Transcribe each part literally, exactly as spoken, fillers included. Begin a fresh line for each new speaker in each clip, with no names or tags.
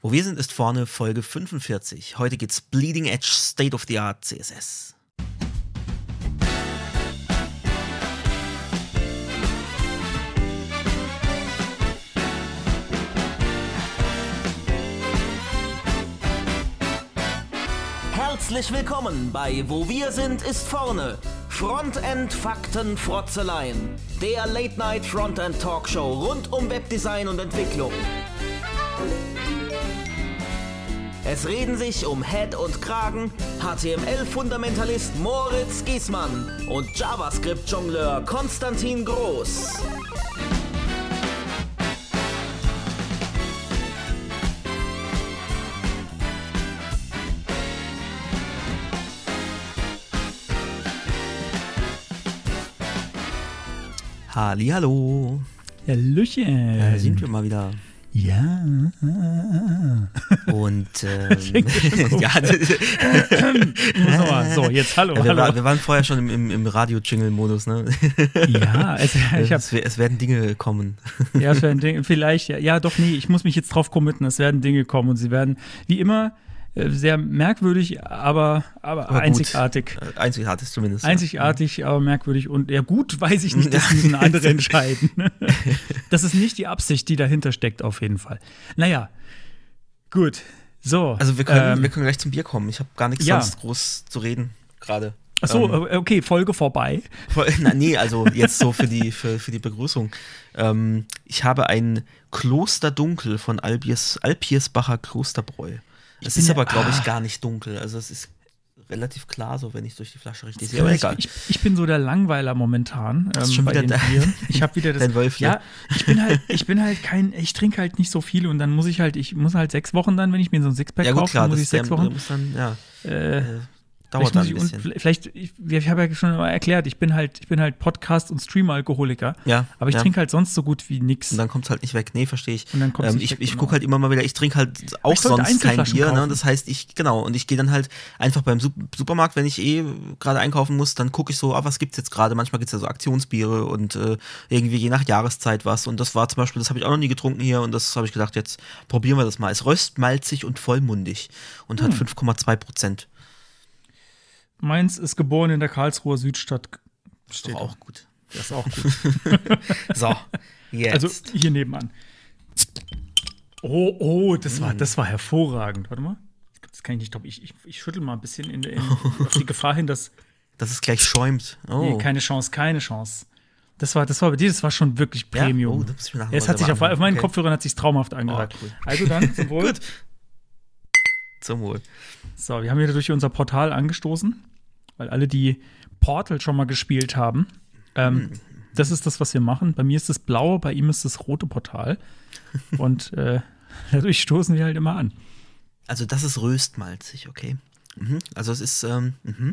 Wo wir sind, ist vorne Folge fünfundvierzig. Heute geht's Bleeding Edge State of the Art C S S. Herzlich willkommen bei Wo wir sind, ist vorne. Frontend-Fakten-Frotzeleien. Der Late-Night-Frontend-Talkshow rund um Webdesign und Entwicklung. Es reden sich um Head und Kragen H T M L-Fundamentalist Moritz Giesmann und JavaScript-Jongleur Konstantin Groß. Hallihallo.
Hallöchen.
Da sind wir mal wieder.
Ja.
Und ähm, ja,
so, jetzt hallo.
Ja, wir,
hallo.
War, wir waren vorher schon im, im, im Radio-Jingle-Modus, ne?
Ja, also, ich hab,
es, es werden Dinge kommen.
Ja, es werden Dinge, vielleicht, ja, ja, doch, nee, ich muss mich jetzt drauf committen, es werden Dinge kommen und sie werden, wie immer, sehr merkwürdig, aber, aber, aber einzigartig.
Gut. Einzigartig zumindest.
Einzigartig, ja. aber merkwürdig. Und ja, gut, weiß ich nicht, das müssen andere entscheiden. Das ist nicht die Absicht, die dahinter steckt, auf jeden Fall. Naja, gut. So.
Also wir können,
ähm,
wir können gleich zum Bier kommen. Ich habe gar nichts
ja.
sonst groß zu reden gerade.
Ach so, ähm, okay, Folge vorbei.
Na, nee, also jetzt so für die, für, für die Begrüßung. Ähm, ich habe ein Klosterdunkel von Albiers, Alpiersbacher Klosterbräu. Es ist aber, glaube ich, ah. gar nicht dunkel. Also es ist relativ klar, so wenn ich durch die Flasche richtig sehe. Aber egal.
Ich, ich bin so der Langweiler momentan.
Das ist
ähm,
schon
bei
wieder
den
da.
Bieren. Ich habe wieder das.
Dein Wölfle.
Ja, ich bin halt, ich bin halt kein, ich trinke halt nicht so viel und dann muss ich halt, ich muss halt sechs Wochen dann, wenn ich mir so ein Sixpack
ja, gut,
kaufe,
klar,
dann muss
das
ich sechs Wochen.
Muss dann, ja,
äh,
äh, dauert dann ein
muss ich,
bisschen.
Und vielleicht, ich, ich habe ja schon mal erklärt, ich bin halt, ich bin halt Podcast- und Stream-Alkoholiker.
Ja.
Aber ich
ja.
trinke halt sonst so gut wie nix.
Und dann kommt es halt nicht weg. Nee, verstehe ich.
Und dann kommt's
ähm,
nicht
ich
weg,
ich
genau.
gucke halt immer mal wieder, ich trinke halt auch
Ich sollte
sonst kein
Einzelflaschen
Bier. Ne?
kaufen.
Das heißt, ich, genau, und ich gehe dann halt einfach beim Sup- Supermarkt, wenn ich eh gerade einkaufen muss, dann gucke ich so, ah, was gibt's jetzt gerade? Manchmal gibt's ja so Aktionsbiere und äh, irgendwie je nach Jahreszeit was. Und das war zum Beispiel, das habe ich auch noch nie getrunken hier und das habe ich gedacht, jetzt probieren wir das mal. Es röstmalzig und vollmundig und
Hm.
hat fünf Komma zwei Prozent.
Meins ist geboren in der Karlsruher Südstadt.
Ist doch auch gut.
Das ist auch gut.
So, jetzt.
Also hier nebenan. Oh, oh, das war, das war hervorragend. Warte mal. Das kann ich nicht, glaube ich, ich, ich schüttel mal ein bisschen in, in, auf die Gefahr hin, dass.
Dass es gleich schäumt. Oh.
Nee, keine Chance, keine Chance. Das war, das war bei dir, das war schon wirklich Premium.
Ja? Oh, das muss ich mir nachher
es
mal
hat sich auf, auf meinen
okay.
Kopfhörern hat sich traumhaft angehört.
Oh, cool.
Also dann, zum Wohl.
Gut. Zum Wohl.
So, wir haben hier durch unser Portal angestoßen, weil alle, die Portal schon mal gespielt haben, ähm, das ist das, was wir machen. Bei mir ist das blaue, bei ihm ist das rote Portal. Und äh, dadurch stoßen wir halt immer an.
Also das ist röstmalzig, okay. Mhm. Also es ist, ähm, mhm.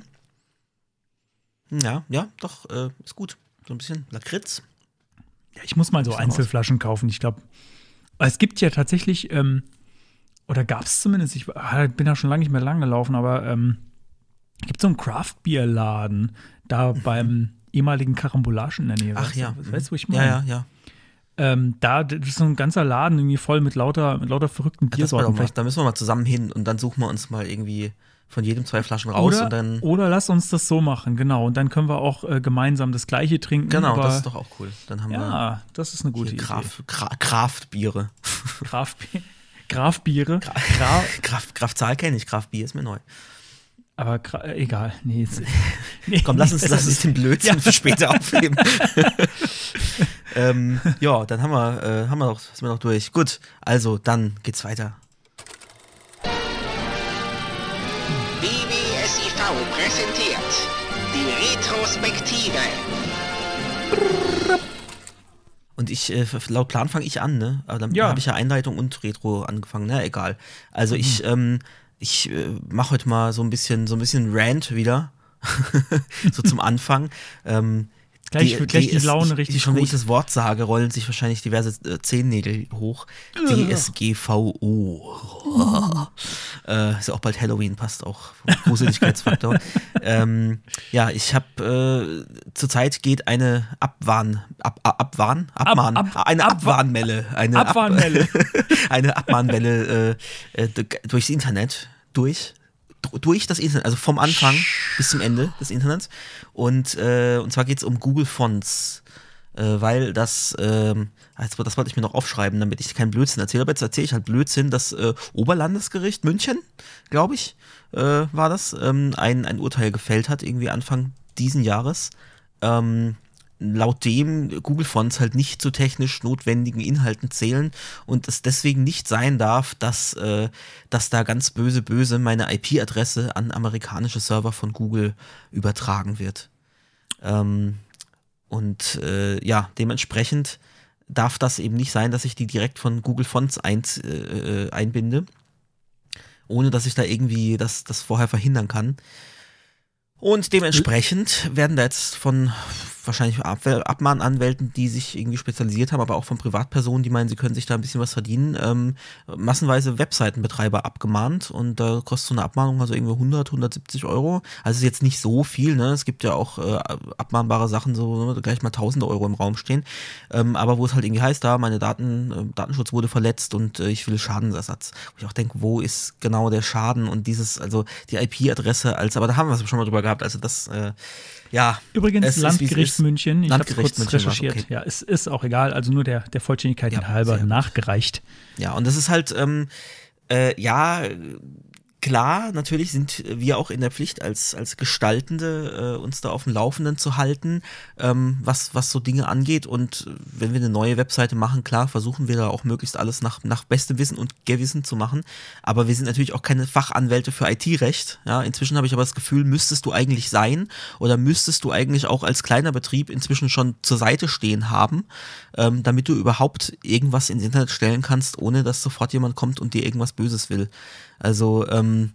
ja, ja, doch, äh, ist gut. So ein bisschen Lakritz.
Ja, ich muss mal so Einzelflaschen kaufen. Ich glaube, es gibt ja tatsächlich, ähm, oder gab es zumindest, ich bin da schon lange nicht mehr lang gelaufen, aber ähm, gibt so einen Craft-Bier-Laden da mhm. beim ehemaligen Karambolage in der Nähe.
Ach
weißt
ja.
Du, weißt du, wo ich meine?
Ja, ja, ja.
Ähm, da das ist so ein ganzer Laden irgendwie voll mit lauter, mit lauter verrückten
Ja, das war
Biersorten.
doch mal, da müssen wir mal zusammen hin und dann suchen wir uns mal irgendwie von jedem zwei Flaschen raus
Oder,
und dann.
oder lass uns das so machen, genau. Und dann können wir auch äh, gemeinsam das Gleiche trinken.
Genau,
aber,
das ist doch auch cool. Dann haben wir
ja, das ist eine gute
hier
Idee.
Graf, Gra, Kraftbiere.
Grafbier, Grafbiere.
Gra
Graf,
Kraft, Kraftzahl kenne ich, Kraftbier ist mir neu.
aber Gra äh, egal, nee, jetzt, nee.
Komm, lass uns, lass uns den Blödsinn ja. für später aufheben. ähm, ja, dann haben wir, äh, haben wir noch, sind wir noch durch. Gut, also dann geht's weiter.
B B S I V präsentiert die Retrospektive.
Und ich, äh, laut Plan fange ich an, ne? Aber dann
Ja.
habe ich ja Einleitung und Retro angefangen, ne? Egal. Also ich,
Mhm.
ähm, ich äh, mache heute mal so ein bisschen, so ein bisschen Rant wieder. So zum Anfang. Ähm,
gleich wird gleich die, die Laune richtig
schon,
gut.
Wenn ich das Wort sage, rollen sich wahrscheinlich diverse äh, Zehennägel hoch. D S G V O. Oh. Äh, ist ja auch bald Halloween, passt auch vom Gruseligkeitsfaktor. ähm, ja, ich habe äh, zurzeit geht eine Abwarn, ab, ab, Abwarn, Abmahn,
ab, ab,
eine
ab,
Abwarnwelle, eine
Abwarnwelle,
Ab, eine Abmahnwelle äh, äh, durchs Internet, durch. durch das Internet, also vom Anfang bis zum Ende des Internets. Und, äh, und zwar geht es um Google Fonts, äh, weil das, ähm, das, das wollte ich mir noch aufschreiben, damit ich keinen Blödsinn erzähle, aber jetzt erzähle ich halt Blödsinn, das äh, Oberlandesgericht München, glaube ich, äh, war das, ähm, ein, ein Urteil gefällt hat, irgendwie Anfang diesen Jahres, ähm, laut dem Google Fonts halt nicht zu technisch notwendigen Inhalten zählen und es deswegen nicht sein darf, dass, äh, dass da ganz böse, böse meine I P-Adresse an amerikanische Server von Google übertragen wird. Ähm, und äh, ja, dementsprechend darf das eben nicht sein, dass ich die direkt von Google Fonts ein, äh, einbinde, ohne dass ich da irgendwie das, das vorher verhindern kann. Und dementsprechend werden da jetzt von wahrscheinlich Abmahnanwälten, die sich irgendwie spezialisiert haben, aber auch von Privatpersonen, die meinen, sie können sich da ein bisschen was verdienen, ähm, massenweise Webseitenbetreiber abgemahnt und da kostet so eine Abmahnung also irgendwie hundert, hundertsiebzig Euro. Also ist jetzt nicht so viel, ne? Es gibt ja auch äh, abmahnbare Sachen, so ne, gleich mal tausende Euro im Raum stehen, ähm, aber wo es halt irgendwie heißt, da meine Daten, äh, Datenschutz wurde verletzt und äh, ich will Schadensersatz. Wo ich auch denke, wo ist genau der Schaden und dieses, also die I P-Adresse als, aber da haben wir es schon mal drüber gehabt, also das, äh, ja.
Übrigens, Landgericht München, ich habe
kurz
München recherchiert. Okay. Ja, es ist auch egal, also nur der, der Vollständigkeit ja, halber nachgereicht.
Ja, und das ist halt, ähm, äh, ja, klar, natürlich sind wir auch in der Pflicht, als, als Gestaltende äh, uns da auf dem Laufenden zu halten, ähm, was, was so Dinge angeht. Und wenn wir eine neue Webseite machen, klar, versuchen wir da auch möglichst alles nach, nach bestem Wissen und Gewissen zu machen. Aber wir sind natürlich auch keine Fachanwälte für I T-Recht. Ja, inzwischen habe ich aber das Gefühl, müsstest du eigentlich sein oder müsstest du eigentlich auch als kleiner Betrieb inzwischen schon zur Seite stehen haben, ähm, damit du überhaupt irgendwas ins Internet stellen kannst, ohne dass sofort jemand kommt und dir irgendwas Böses will. Also, ähm,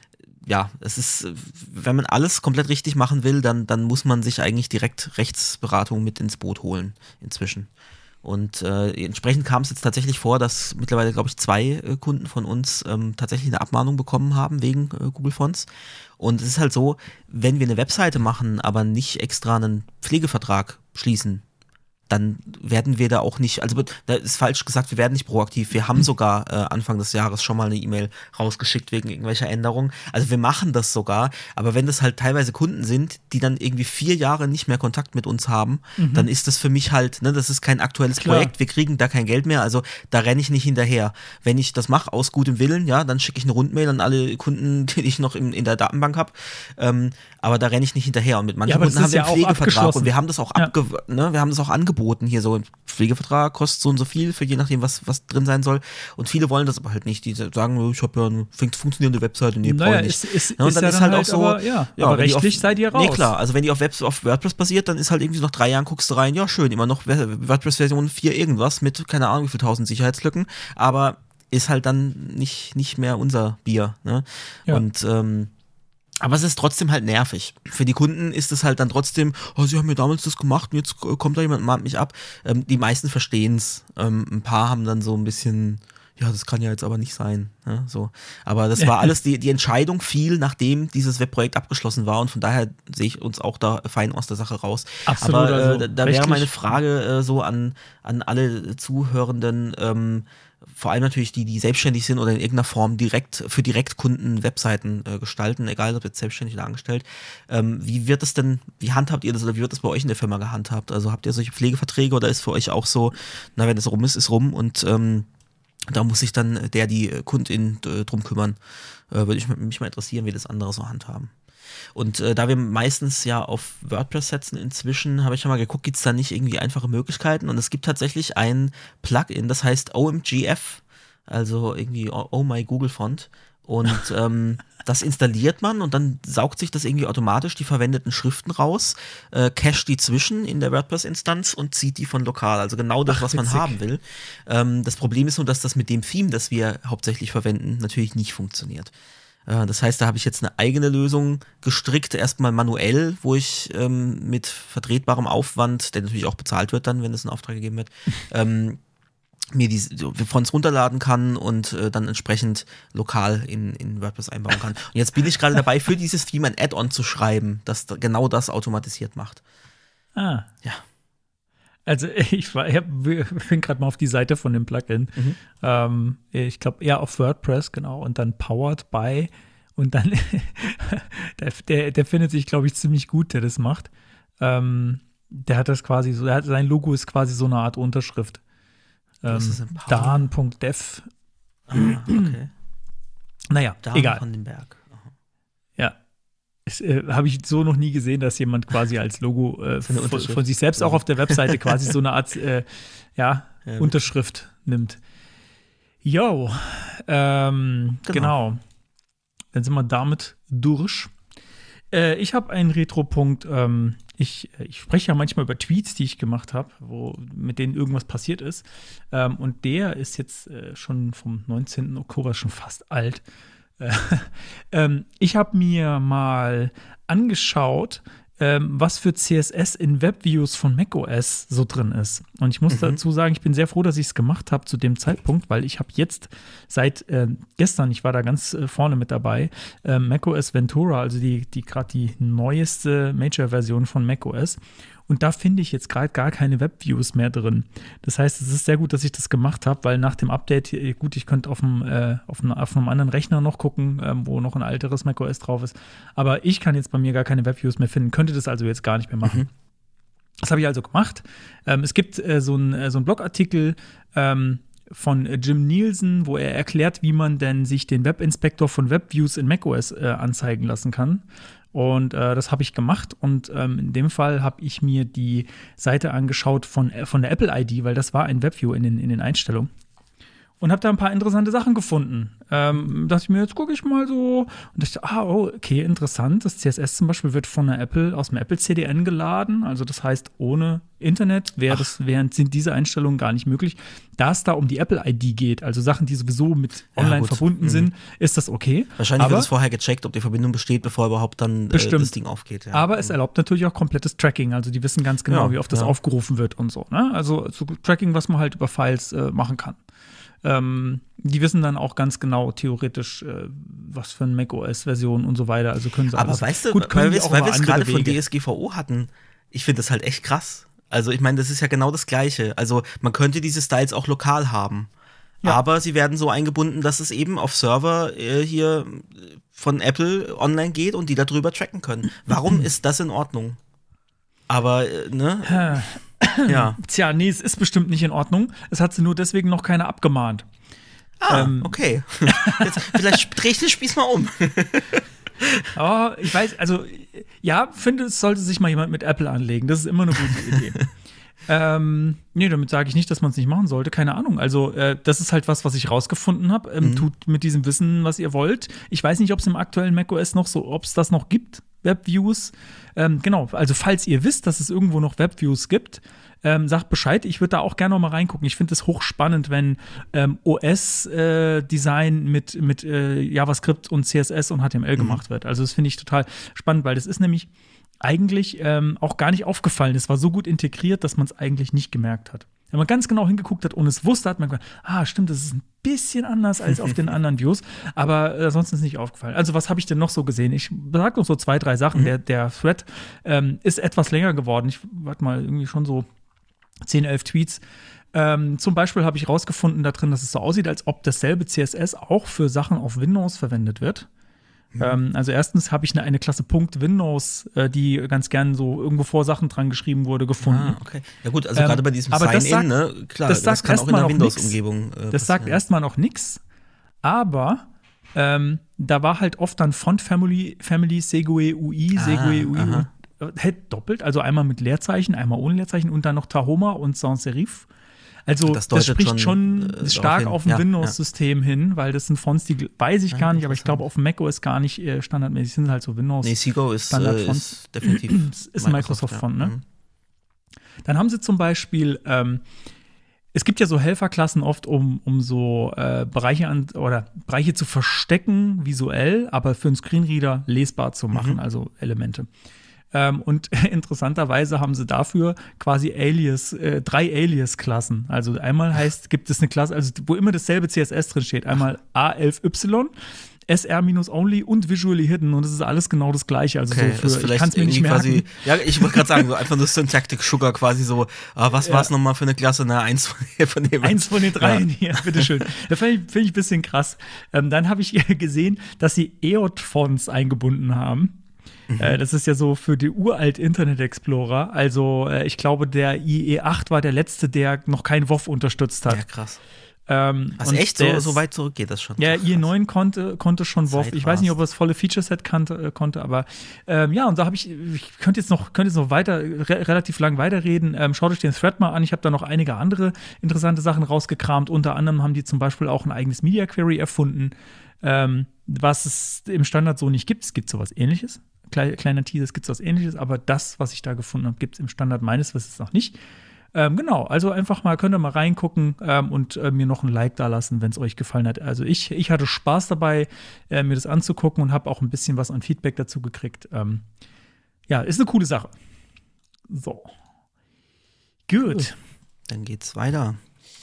ja, es ist, wenn man alles komplett richtig machen will, dann, dann muss man sich eigentlich direkt Rechtsberatung mit ins Boot holen inzwischen. Und äh, entsprechend kam es jetzt tatsächlich vor, dass mittlerweile, glaube ich, zwei äh, Kunden von uns ähm, tatsächlich eine Abmahnung bekommen haben wegen äh, Google Fonts. Und es ist halt so, wenn wir eine Webseite machen, aber nicht extra einen Pflegevertrag schließen, dann werden wir da auch nicht, also da ist falsch gesagt, wir werden nicht proaktiv. Wir haben sogar äh, Anfang des Jahres schon mal eine E-Mail rausgeschickt wegen irgendwelcher Änderungen. Also wir machen das sogar, aber wenn das halt teilweise Kunden sind, die dann irgendwie vier Jahre nicht mehr Kontakt mit uns haben, mhm. dann ist das für mich halt, ne, das ist kein aktuelles Klar. Projekt, wir kriegen da kein Geld mehr, also da renne ich nicht hinterher. Wenn ich das mache aus gutem Willen, ja, dann schicke ich eine Rundmail an alle Kunden, die ich noch in, in der Datenbank habe, ähm, aber da renne ich nicht hinterher. Und mit manchen
ja,
Kunden haben wir
ja
einen Pflegevertrag und wir haben das auch
ja.
abge, ne, wir haben das auch angeboten. Hier so ein Pflegevertrag kostet so und so viel, für je nachdem, was, was drin sein soll. Und viele wollen das aber halt nicht. Die sagen, ich habe ja eine funktionierende Webseite, nee,
naja,
brauche ich nicht.
Ist, ist,
ja, und
ist
dann
ja
ist
dann
halt,
halt
auch so,
aber, ja,
ja,
aber rechtlich auf, seid ihr raus.
Nee, klar, also wenn die auf, Web, auf WordPress basiert, dann ist halt irgendwie so nach drei Jahren guckst du rein, ja schön, immer noch WordPress-Version vier irgendwas mit, keine Ahnung, wie viel tausend Sicherheitslücken, aber ist halt dann nicht, nicht mehr unser Bier. Ne?
Ja.
Und ähm, aber es ist trotzdem halt nervig. Für die Kunden ist es halt dann trotzdem, oh, sie haben mir damals das gemacht und jetzt kommt da jemand und mahnt mich ab. Ähm, die meisten verstehen es. Ähm, ein paar haben dann so ein bisschen, ja, das kann ja jetzt aber nicht sein. Ne? So. Aber das war alles, die, die Entscheidung fiel, nachdem dieses Webprojekt abgeschlossen war und von daher sehe ich uns auch da fein aus der Sache raus.
Absolut,
aber äh,
also
da, da wäre meine Frage äh, so an, an alle Zuhörenden, ähm, vor allem natürlich die, die selbstständig sind oder in irgendeiner Form direkt für Direktkunden Webseiten äh, gestalten, egal ob jetzt selbstständig oder angestellt. Ähm, wie wird das denn, wie handhabt ihr das oder wie wird das bei euch in der Firma gehandhabt? Also habt ihr solche Pflegeverträge oder ist für euch auch so, na, wenn es rum ist, ist rum und ähm, da muss sich dann der, die Kundin äh, drum kümmern. Äh, würde ich mich mal interessieren, wie das andere so handhaben. Und äh, da wir meistens ja auf WordPress setzen inzwischen, habe ich ja mal geguckt, gibt es da nicht irgendwie einfache Möglichkeiten und es gibt tatsächlich ein Plugin, das heißt O M G F, also irgendwie Oh, oh My Google Font und ähm, das installiert man und dann saugt sich das irgendwie automatisch die verwendeten Schriften raus, äh, cached die zwischen in der WordPress-Instanz und zieht die von lokal, also genau das, Ach, was man haben will. Ähm, das Problem ist nur, dass das mit dem Theme, das wir hauptsächlich verwenden, natürlich nicht funktioniert. Äh, das heißt, da habe ich jetzt eine eigene Lösung gestrickt, erstmal manuell, wo ich ähm, mit vertretbarem Aufwand, der natürlich auch bezahlt wird dann, wenn es einen Auftrag gegeben wird, ähm, mir die Fonts runterladen kann und äh, dann entsprechend lokal in, in WordPress einbauen kann. Und jetzt bin ich gerade dabei, für dieses Theme ein Add-on zu schreiben, das da genau das automatisiert macht.
Ah.
Ja.
Also ich, war, ich bin gerade mal auf die Seite von dem Plugin. Mhm. Ähm, ich glaube eher auf WordPress, genau. Und dann Powered by. Und dann, der, der, der findet sich, glaube ich, ziemlich gut, der das macht. Ähm, der hat das quasi so, der hat, sein Logo ist quasi so eine Art Unterschrift. Ähm, Dan Punkt dev.
Ah, okay.
Naja,
Dan
egal.
Von den Berg. Aha.
Ja. Äh, habe ich so noch nie gesehen, dass jemand quasi als Logo äh, von, von sich selbst auch auf der Webseite quasi so eine Art äh, ja, ja, Unterschrift nimmt. Jo, ähm, genau. genau. Dann sind wir damit durch. Äh, ich habe einen Retro-Punkt. Ähm, ich, ich spreche ja manchmal über Tweets, die ich gemacht habe, wo mit denen irgendwas passiert ist. Ähm, und der ist jetzt äh, schon vom neunzehnten Oktober, schon fast alt. ähm, ich habe mir mal angeschaut, ähm, was für C S S in Webviews von macOS so drin ist. Und ich muss mhm. dazu sagen, ich bin sehr froh, dass ich es gemacht habe zu dem Zeitpunkt, weil ich habe jetzt seit äh, gestern, ich war da ganz äh, vorne mit dabei, äh, macOS Ventura, also die, die gerade die neueste Major-Version von macOS. Und da finde ich jetzt gerade gar keine Webviews mehr drin. Das heißt, es ist sehr gut, dass ich das gemacht habe, weil nach dem Update, gut, ich könnte auf einem, äh, auf einem, auf einem anderen Rechner noch gucken, ähm, wo noch ein älteres macOS drauf ist. Aber ich kann jetzt bei mir gar keine Webviews mehr finden, könnte das also jetzt gar nicht mehr machen. Mhm. Das habe ich also gemacht. Ähm, es gibt äh, so einen äh, so einen Blogartikel ähm, von Jim Nielsen, wo er erklärt, wie man denn sich den Webinspektor von Webviews in macOS äh, anzeigen lassen kann. Und äh, das habe ich gemacht und ähm, in dem Fall habe ich mir die Seite angeschaut von, äh, von der Apple I D, weil das war ein Webview in den, in den Einstellungen. Und habe da ein paar interessante Sachen gefunden. Ähm, dachte ich mir, jetzt gucke ich mal so. Und dachte, ah, oh, okay, interessant. Das C S S zum Beispiel wird von der Apple, aus dem Apple C D N geladen. Also das heißt, ohne Internet wäre das, wären, sind diese Einstellungen gar nicht möglich. Da es da um die Apple I D geht, also Sachen, die sowieso mit online ja, verbunden mhm. sind, ist das okay.
Wahrscheinlich
aber,
wird es vorher gecheckt, ob die Verbindung besteht, bevor überhaupt dann äh, das Ding aufgeht. Ja.
Aber es erlaubt natürlich auch komplettes Tracking. Also die wissen ganz genau, ja, wie oft das ja. aufgerufen wird und so. Ne? Also so Tracking, was man halt über Files äh, machen kann. Ähm, die wissen dann auch ganz genau theoretisch, äh, was für eine macOS-Version und so weiter. Also können sie
Aber
alles,
weißt du,
gut,
weil wir es gerade von D S G V O hatten, ich finde das halt echt krass. Also ich meine, das ist ja genau das Gleiche. Also man könnte diese Styles auch lokal haben. Ja. Aber sie werden so eingebunden, dass es eben auf Server äh, hier von Apple online geht und die darüber tracken können. Warum ist das in Ordnung? Aber, äh, ne? Ja.
Tja, nee, es ist bestimmt nicht in Ordnung. Es hat sie nur deswegen noch keiner abgemahnt.
Ah, ähm. okay. Jetzt, vielleicht drehe ich den Spieß mal um.
Oh, ich weiß, also, ja, finde, es sollte sich mal jemand mit Apple anlegen. Das ist immer eine gute Idee. ähm, nee, damit sage ich nicht, dass man es nicht machen sollte. Keine Ahnung. Also, äh, das ist halt was, was ich rausgefunden habe. Ähm, mhm. Tut mit diesem Wissen, was ihr wollt. Ich weiß nicht, ob es im aktuellen macOS noch so, ob es das noch gibt. Webviews. Ähm, genau, also falls ihr wisst, dass es irgendwo noch Webviews gibt, ähm, sagt Bescheid. Ich würde da auch gerne noch mal reingucken. Ich finde es hochspannend, wenn ähm, O S-Design äh, mit, mit äh, JavaScript und C S S und H T M L mhm. gemacht wird. Also das finde ich total spannend, weil das ist nämlich eigentlich ähm, auch gar nicht aufgefallen. Es war so gut integriert, dass man es eigentlich nicht gemerkt hat. Wenn man ganz genau hingeguckt hat und es wusste, hat man gedacht, ah, stimmt, das ist ein bisschen anders als auf den anderen Views, aber äh, sonst ist es nicht aufgefallen. Also was habe ich denn noch so gesehen? Ich sage noch so zwei, drei Sachen. Mhm. Der, der Thread ähm, ist etwas länger geworden. Ich warte mal, irgendwie schon so zehn, elf Tweets. Ähm, zum Beispiel habe ich rausgefunden da drin, dass es so aussieht, als ob dasselbe C S S auch für Sachen auf Windows verwendet wird. Ähm, also erstens habe ich eine, eine Klasse Punkt Windows, äh, die ganz gern so irgendwo vor Sachen dran geschrieben wurde, gefunden.
Ah, okay. Ja gut, also ähm, gerade bei diesem
Sign-In,
ne, klar,
das,
das kann auch in der Windows-Umgebung äh,
Das passieren. Sagt erstmal noch nichts, aber ähm, da war halt oft dann Font Family, Family Segue U I,
ah,
Segue U I
aha.
und, doppelt, also einmal mit Leerzeichen, einmal ohne Leerzeichen und dann noch Tahoma und Sans Serif. Also das, das spricht schon, schon stark auf ein ja, Windows-System ja. hin, weil das sind Fonts, die weiß ich ja, gar nicht, aber ich glaube auf macOS gar nicht äh, standardmäßig, sind halt so Windows.
Nee, Seago ist, äh, ist definitiv
ist ein Microsoft-Font, ja. ne? Mhm. Dann haben sie zum Beispiel ähm, es gibt ja so Helferklassen oft, um, um so äh, Bereiche an, oder Bereiche zu verstecken, visuell, aber für einen Screenreader lesbar zu machen, mhm. also Elemente. Ähm, und interessanterweise haben sie dafür quasi Alias, äh, drei Alias-Klassen. Also einmal heißt, gibt es eine Klasse, also wo immer dasselbe C S S drin steht, einmal A elf Y, S R-Only und Visually Hidden, und das ist alles genau das Gleiche. Also
okay,
so für, ich kann es mir nicht merken.
Quasi, ja, ich wollte gerade sagen, so einfach nur Syntactic Sugar quasi so, ah, was ja. war es nochmal für eine Klasse? Na, eins von, von den
Eins von den dreien ja. hier, bitteschön. Das finde ich, find ich ein bisschen krass. Ähm, dann habe ich gesehen, dass sie E O T-Fonts eingebunden haben. Mhm. Äh, das ist ja so für die uralt Internet Explorer. Also äh, ich glaube, der I E acht war der letzte, der noch kein W O F unterstützt hat.
Ja, krass.
Ähm,
also echt, so, so weit zurück geht das schon.
Ja, I E neun konnte, konnte schon W O F. Ich weiß nicht, ob er das volle Feature-Set kannte, äh, konnte, aber ähm, ja, und da habe ich, ich könnte jetzt noch, könnte jetzt noch weiter, re- relativ lang weiterreden. Ähm, schaut euch den Thread mal an. Ich habe da noch einige andere interessante Sachen rausgekramt. Unter anderem haben die zum Beispiel auch ein eigenes Media Query erfunden, ähm, was es im Standard so nicht gibt. Es gibt sowas Ähnliches. Kle- kleiner Teaser, es gibt sowas Ähnliches, aber das, was ich da gefunden habe, gibt es im Standard meines Wissens noch nicht. Ähm, genau, also einfach mal, könnt ihr mal reingucken ähm, und äh, mir noch ein Like da lassen, wenn es euch gefallen hat. Also ich, ich hatte Spaß dabei, äh, mir das anzugucken und habe auch ein bisschen was an Feedback dazu gekriegt. Ähm, ja, ist eine coole Sache. So. Gut.
Dann geht's weiter.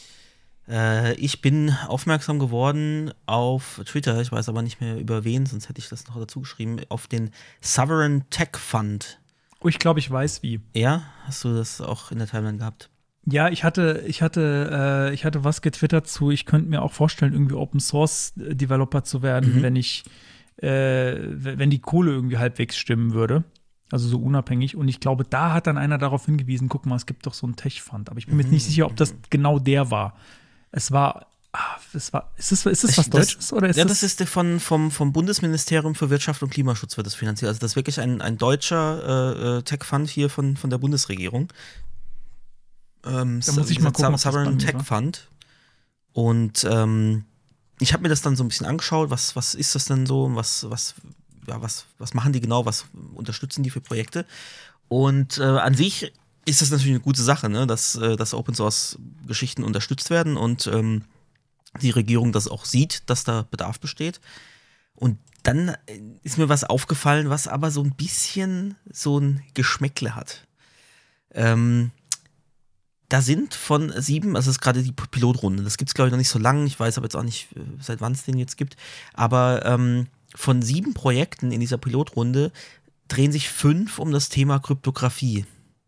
Äh, ich bin aufmerksam geworden auf Twitter, ich weiß aber nicht mehr über wen, sonst hätte ich das noch dazu geschrieben, auf den Sovereign Tech Fund.
Oh, ich glaube, ich weiß wie.
Ja? Hast du das auch in der Timeline gehabt?
Ja, ich hatte, ich hatte, äh, ich hatte was getwittert zu, ich könnte mir auch vorstellen, irgendwie Open Source Developer zu werden, mhm. wenn ich, äh, wenn die Kohle irgendwie halbwegs stimmen würde. Also so unabhängig. Und ich glaube, da hat dann einer darauf hingewiesen, guck mal, es gibt doch so einen Tech-Fund. Aber ich bin mir jetzt nicht sicher, ob das genau der war. Es war Ah, das war, ist das, ist das was Deutsches? Das, oder ist
ja,
das,
das ist von, vom, vom Bundesministerium für Wirtschaft und Klimaschutz wird das finanziert. Also das ist wirklich ein, ein deutscher äh, Tech-Fund hier von, von der Bundesregierung. Ähm,
da muss ich mal gucken,
Sovereign Tech Fund. Und ähm, ich habe mir das dann so ein bisschen angeschaut, was, was ist das denn so, was, was, ja, was, was machen die genau, was unterstützen die für Projekte? Und äh, an sich ist das natürlich eine gute Sache, ne? dass, äh, dass Open-Source-Geschichten unterstützt werden und ähm, die Regierung das auch sieht, dass da Bedarf besteht. Und dann ist mir was aufgefallen, was aber so ein bisschen so ein Geschmäckle hat. Ähm, da sind von sieben, also das ist gerade die Pilotrunde, das gibt es glaube ich noch nicht so lange, ich weiß aber jetzt auch nicht, seit wann es den jetzt gibt, aber ähm, von sieben Projekten in dieser Pilotrunde drehen sich fünf um das Thema Kryptographie.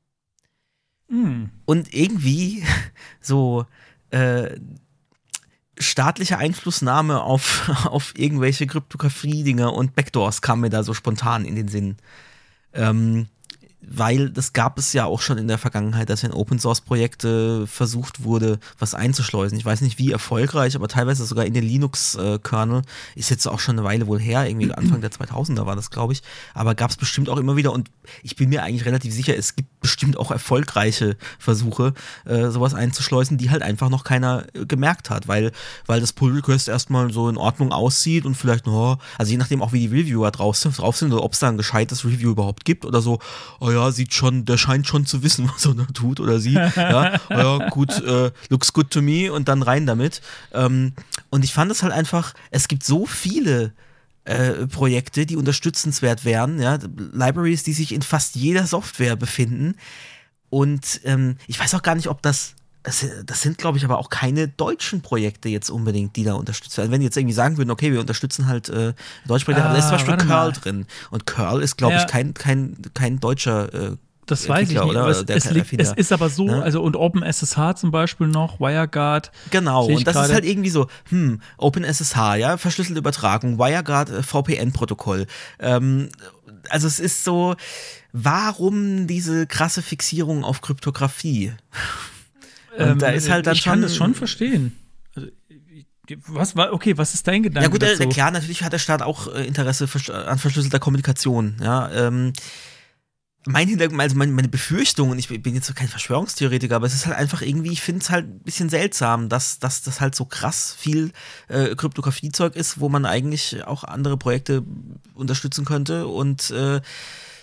Mm. Und irgendwie so äh, staatliche Einflussnahme auf, auf irgendwelche Kryptographie-Dinger und Backdoors kam mir da so spontan in den Sinn. Ähm, weil das gab es ja auch schon in der Vergangenheit, dass in Open-Source-Projekte versucht wurde, was einzuschleusen. Ich weiß nicht, wie erfolgreich, aber teilweise sogar in den Linux-Kernel. Ist jetzt auch schon eine Weile wohl her, irgendwie Anfang der zweitausender war das, glaube ich. Aber gab es bestimmt auch immer wieder und ich bin mir eigentlich relativ sicher, es gibt bestimmt auch erfolgreiche Versuche, äh, sowas einzuschleusen, die halt einfach noch keiner äh, gemerkt hat, weil, weil das Pull-Request erstmal so in Ordnung aussieht und vielleicht, oh, also je nachdem auch, wie die Reviewer drauf sind, drauf sind oder ob es da ein gescheites Review überhaupt gibt oder so, oh ja, sieht schon, der scheint schon zu wissen, was er da tut oder sie. Ja, oh ja, gut, äh, looks good to me und dann rein damit. Ähm, und ich fand es halt einfach, es gibt so viele äh, Projekte, die unterstützenswert wären, ja, Libraries, die sich in fast jeder Software befinden. Und ähm, ich weiß auch gar nicht, ob das Das, das sind, glaube ich, aber auch keine deutschen Projekte jetzt unbedingt, die da unterstützt werden. Wenn die jetzt irgendwie sagen würden, okay, wir unterstützen halt äh, deutsche Projekte, ah, aber da ist zum Beispiel Curl mal. drin. Und Curl ist, glaube ja. ich, kein, kein, kein deutscher äh,
Das weiß ich nicht, oder? Es, es, liegt, es ist aber so, ne? Also und OpenSSH zum Beispiel noch, WireGuard.
Genau, und das grade. ist halt irgendwie so, hm, OpenSSH, ja, verschlüsselte Übertragung, WireGuard, äh, V P N-Protokoll. Ähm, also es ist so, warum diese krasse Fixierung auf Kryptographie? Und ähm, da ist halt dann
ich
schon,
kann das schon verstehen. Also, was war, okay, was ist dein Gedanke
Ja gut,
dazu?
klar, natürlich hat der Staat auch äh, Interesse an verschlüsselter Kommunikation. Ja, ähm, mein Hintergrund, also meine, meine Befürchtung, und ich bin jetzt kein Verschwörungstheoretiker, aber es ist halt einfach irgendwie, ich finde es halt ein bisschen seltsam, dass, dass das halt so krass viel äh, Kryptographiezeug ist, wo man eigentlich auch andere Projekte unterstützen könnte und äh,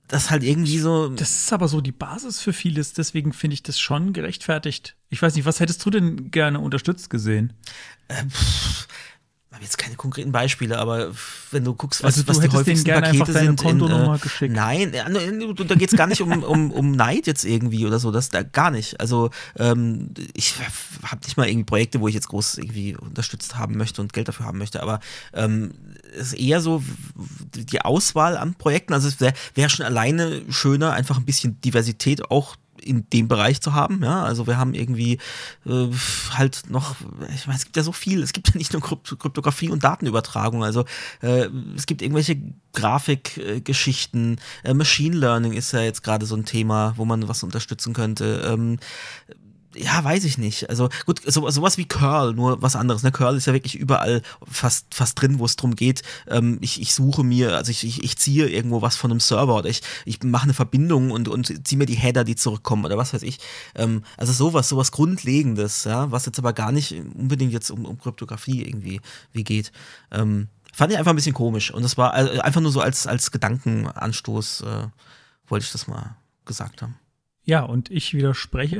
das halt irgendwie so.
Das ist aber so die Basis für vieles, deswegen finde ich das schon gerechtfertigt. Ich weiß nicht, was hättest du denn gerne unterstützt gesehen?
Äh, pff. Ich habe jetzt keine konkreten Beispiele, aber wenn du guckst, was,
also du
was die häufigsten
denen gerne
Pakete
einfach deine
sind.
Kontonummer
in, äh,
geschickt.
Nein, da geht es gar nicht um, um, um Neid jetzt irgendwie oder so, das da gar nicht. Also ähm, ich habe nicht mal irgendwie Projekte, wo ich jetzt groß irgendwie unterstützt haben möchte und Geld dafür haben möchte, aber ähm, es ist eher so die Auswahl an Projekten. Also es wäre wär schon alleine schöner, einfach ein bisschen Diversität auch in dem Bereich zu haben, ja, also wir haben irgendwie äh, halt noch, ich meine, es gibt ja so viel, es gibt ja nicht nur Krypt- Kryptographie und Datenübertragung, also äh, es gibt irgendwelche Grafikgeschichten, äh, Machine Learning ist ja jetzt gerade so ein Thema, wo man was unterstützen könnte, ähm, ja, weiß ich nicht. Also gut, so, sowas wie Curl, nur was anderes. Ne? Curl ist ja wirklich überall fast, fast drin, wo es drum geht. Ähm, ich, ich suche mir, also ich, ich, ich ziehe irgendwo was von einem Server oder ich, ich mache eine Verbindung und, und ziehe mir die Header, die zurückkommen oder was weiß ich. Ähm, also sowas, sowas Grundlegendes, ja, was jetzt aber gar nicht unbedingt jetzt um, um Kryptographie irgendwie wie geht. Ähm, fand ich einfach ein bisschen komisch. Und das war also einfach nur so als, als Gedankenanstoß, äh, wollte ich das mal gesagt haben.
Ja, und ich widerspreche.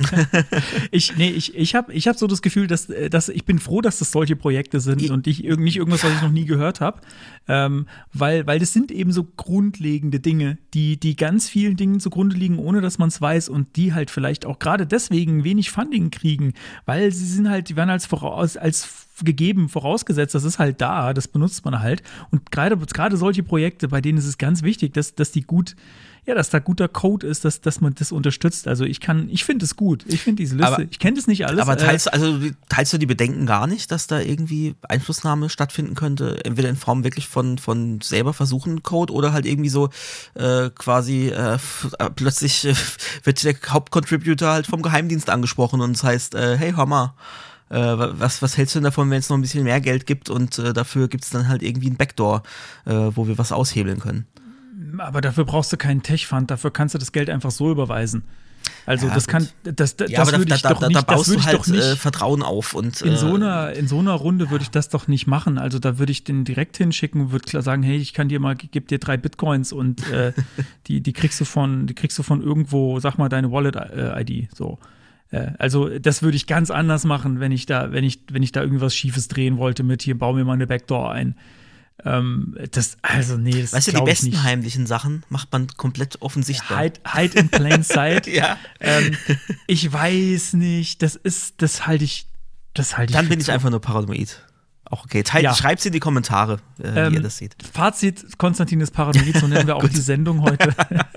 ich, nee, ich, ich habe ich hab so das Gefühl, dass, dass ich bin froh, dass das solche Projekte sind ich, und ich, nicht irgendwas, was ich noch nie gehört habe. Ähm, weil, weil das sind eben so grundlegende Dinge, die, die ganz vielen Dingen zugrunde liegen, ohne dass man es weiß und die halt vielleicht auch gerade deswegen wenig Funding kriegen, weil sie sind halt, die werden als, voraus, als gegeben, vorausgesetzt, das ist halt da, das benutzt man halt. Und gerade, gerade solche Projekte, bei denen ist es ganz wichtig, dass, dass die gut Ja, dass da guter Code ist, dass, dass man das unterstützt. Also ich kann, ich finde es gut. Ich finde diese Liste,
aber,
ich kenne das nicht alles.
Aber teilst, also, teilst du die Bedenken gar nicht, dass da irgendwie Einflussnahme stattfinden könnte? Entweder in Form wirklich von, von selber versuchen Code oder halt irgendwie so äh, quasi äh, plötzlich äh, wird der Hauptcontributor halt vom Geheimdienst angesprochen und es heißt, äh, hey, hör mal, äh, was, was hältst du denn davon, wenn es noch ein bisschen mehr Geld gibt und äh, dafür gibt es dann halt irgendwie ein Backdoor, äh, wo wir was aushebeln können?
Aber dafür brauchst du keinen Tech-Fund, dafür kannst du das Geld einfach so überweisen. Also
ja,
das
gut.
kann, das, das,
ja,
das
aber
würde
da,
ich
da,
doch
da,
nicht,
da baust
das
du
ich
halt
doch nicht
äh, Vertrauen auf und
in so
äh,
einer in so einer Runde würde ich das doch nicht machen. Also da würde ich den direkt hinschicken und würde klar sagen, hey, ich kann dir mal, gib dir drei Bitcoins und äh, die die kriegst du von, die kriegst du von irgendwo, sag mal deine Wallet-I D. So. Also das würde ich ganz anders machen, wenn ich da, wenn ich, wenn ich da irgendwas Schiefes drehen wollte mit hier, bau mir mal eine Backdoor ein. Ähm, das, also nee, das
weißt du, die
glaub ich
besten
nicht.
heimlichen Sachen macht man komplett offensichtbar.
Hide, hide in plain sight.
Ja.
Ähm, ich weiß nicht, das ist, das halte ich, das halte ich.
Dann
für
bin ich
zu-
einfach nur paranoid. Auch okay. Teilt,
Ja.
Schreibt's in die Kommentare, äh, wie
Ähm,
ihr das seht.
Fazit: Konstantin ist paranoid, so nennen wir auch die Sendung heute.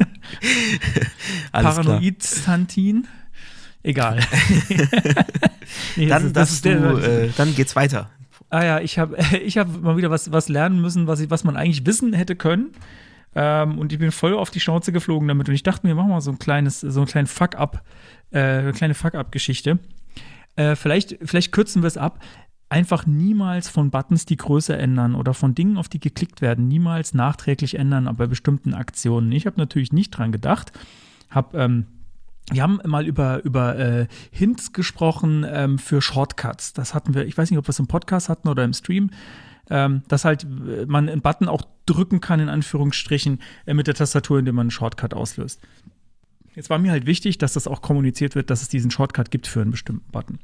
Alles klar.
Paranoid-Santin. Egal. Nee,
Dann,
das
darfst
ist- das ist
du,
der-
äh, dann geht's weiter.
Ah ja, ich habe ich hab mal wieder was, was lernen müssen, was, ich, was man eigentlich wissen hätte können. Ähm, und ich bin voll auf die Schnauze geflogen damit. Und ich dachte mir, machen wir mal so ein kleines, so einen kleinen Fuck-up, äh, eine kleine Fuck-up-Geschichte. Äh, vielleicht, vielleicht kürzen wir es ab. Einfach niemals von Buttons die Größe ändern oder von Dingen, auf die geklickt werden, niemals nachträglich ändern, aber bei bestimmten Aktionen. Ich habe natürlich nicht dran gedacht. Hab, ähm, wir haben mal über, über äh, Hints gesprochen ähm, für Shortcuts. Das hatten wir, ich weiß nicht, ob wir es im Podcast hatten oder im Stream, ähm, dass halt äh, man einen Button auch drücken kann, in Anführungsstrichen, äh, mit der Tastatur, indem man einen Shortcut auslöst. Jetzt war mir halt wichtig, dass das auch kommuniziert wird, dass es diesen Shortcut gibt für einen bestimmten Button.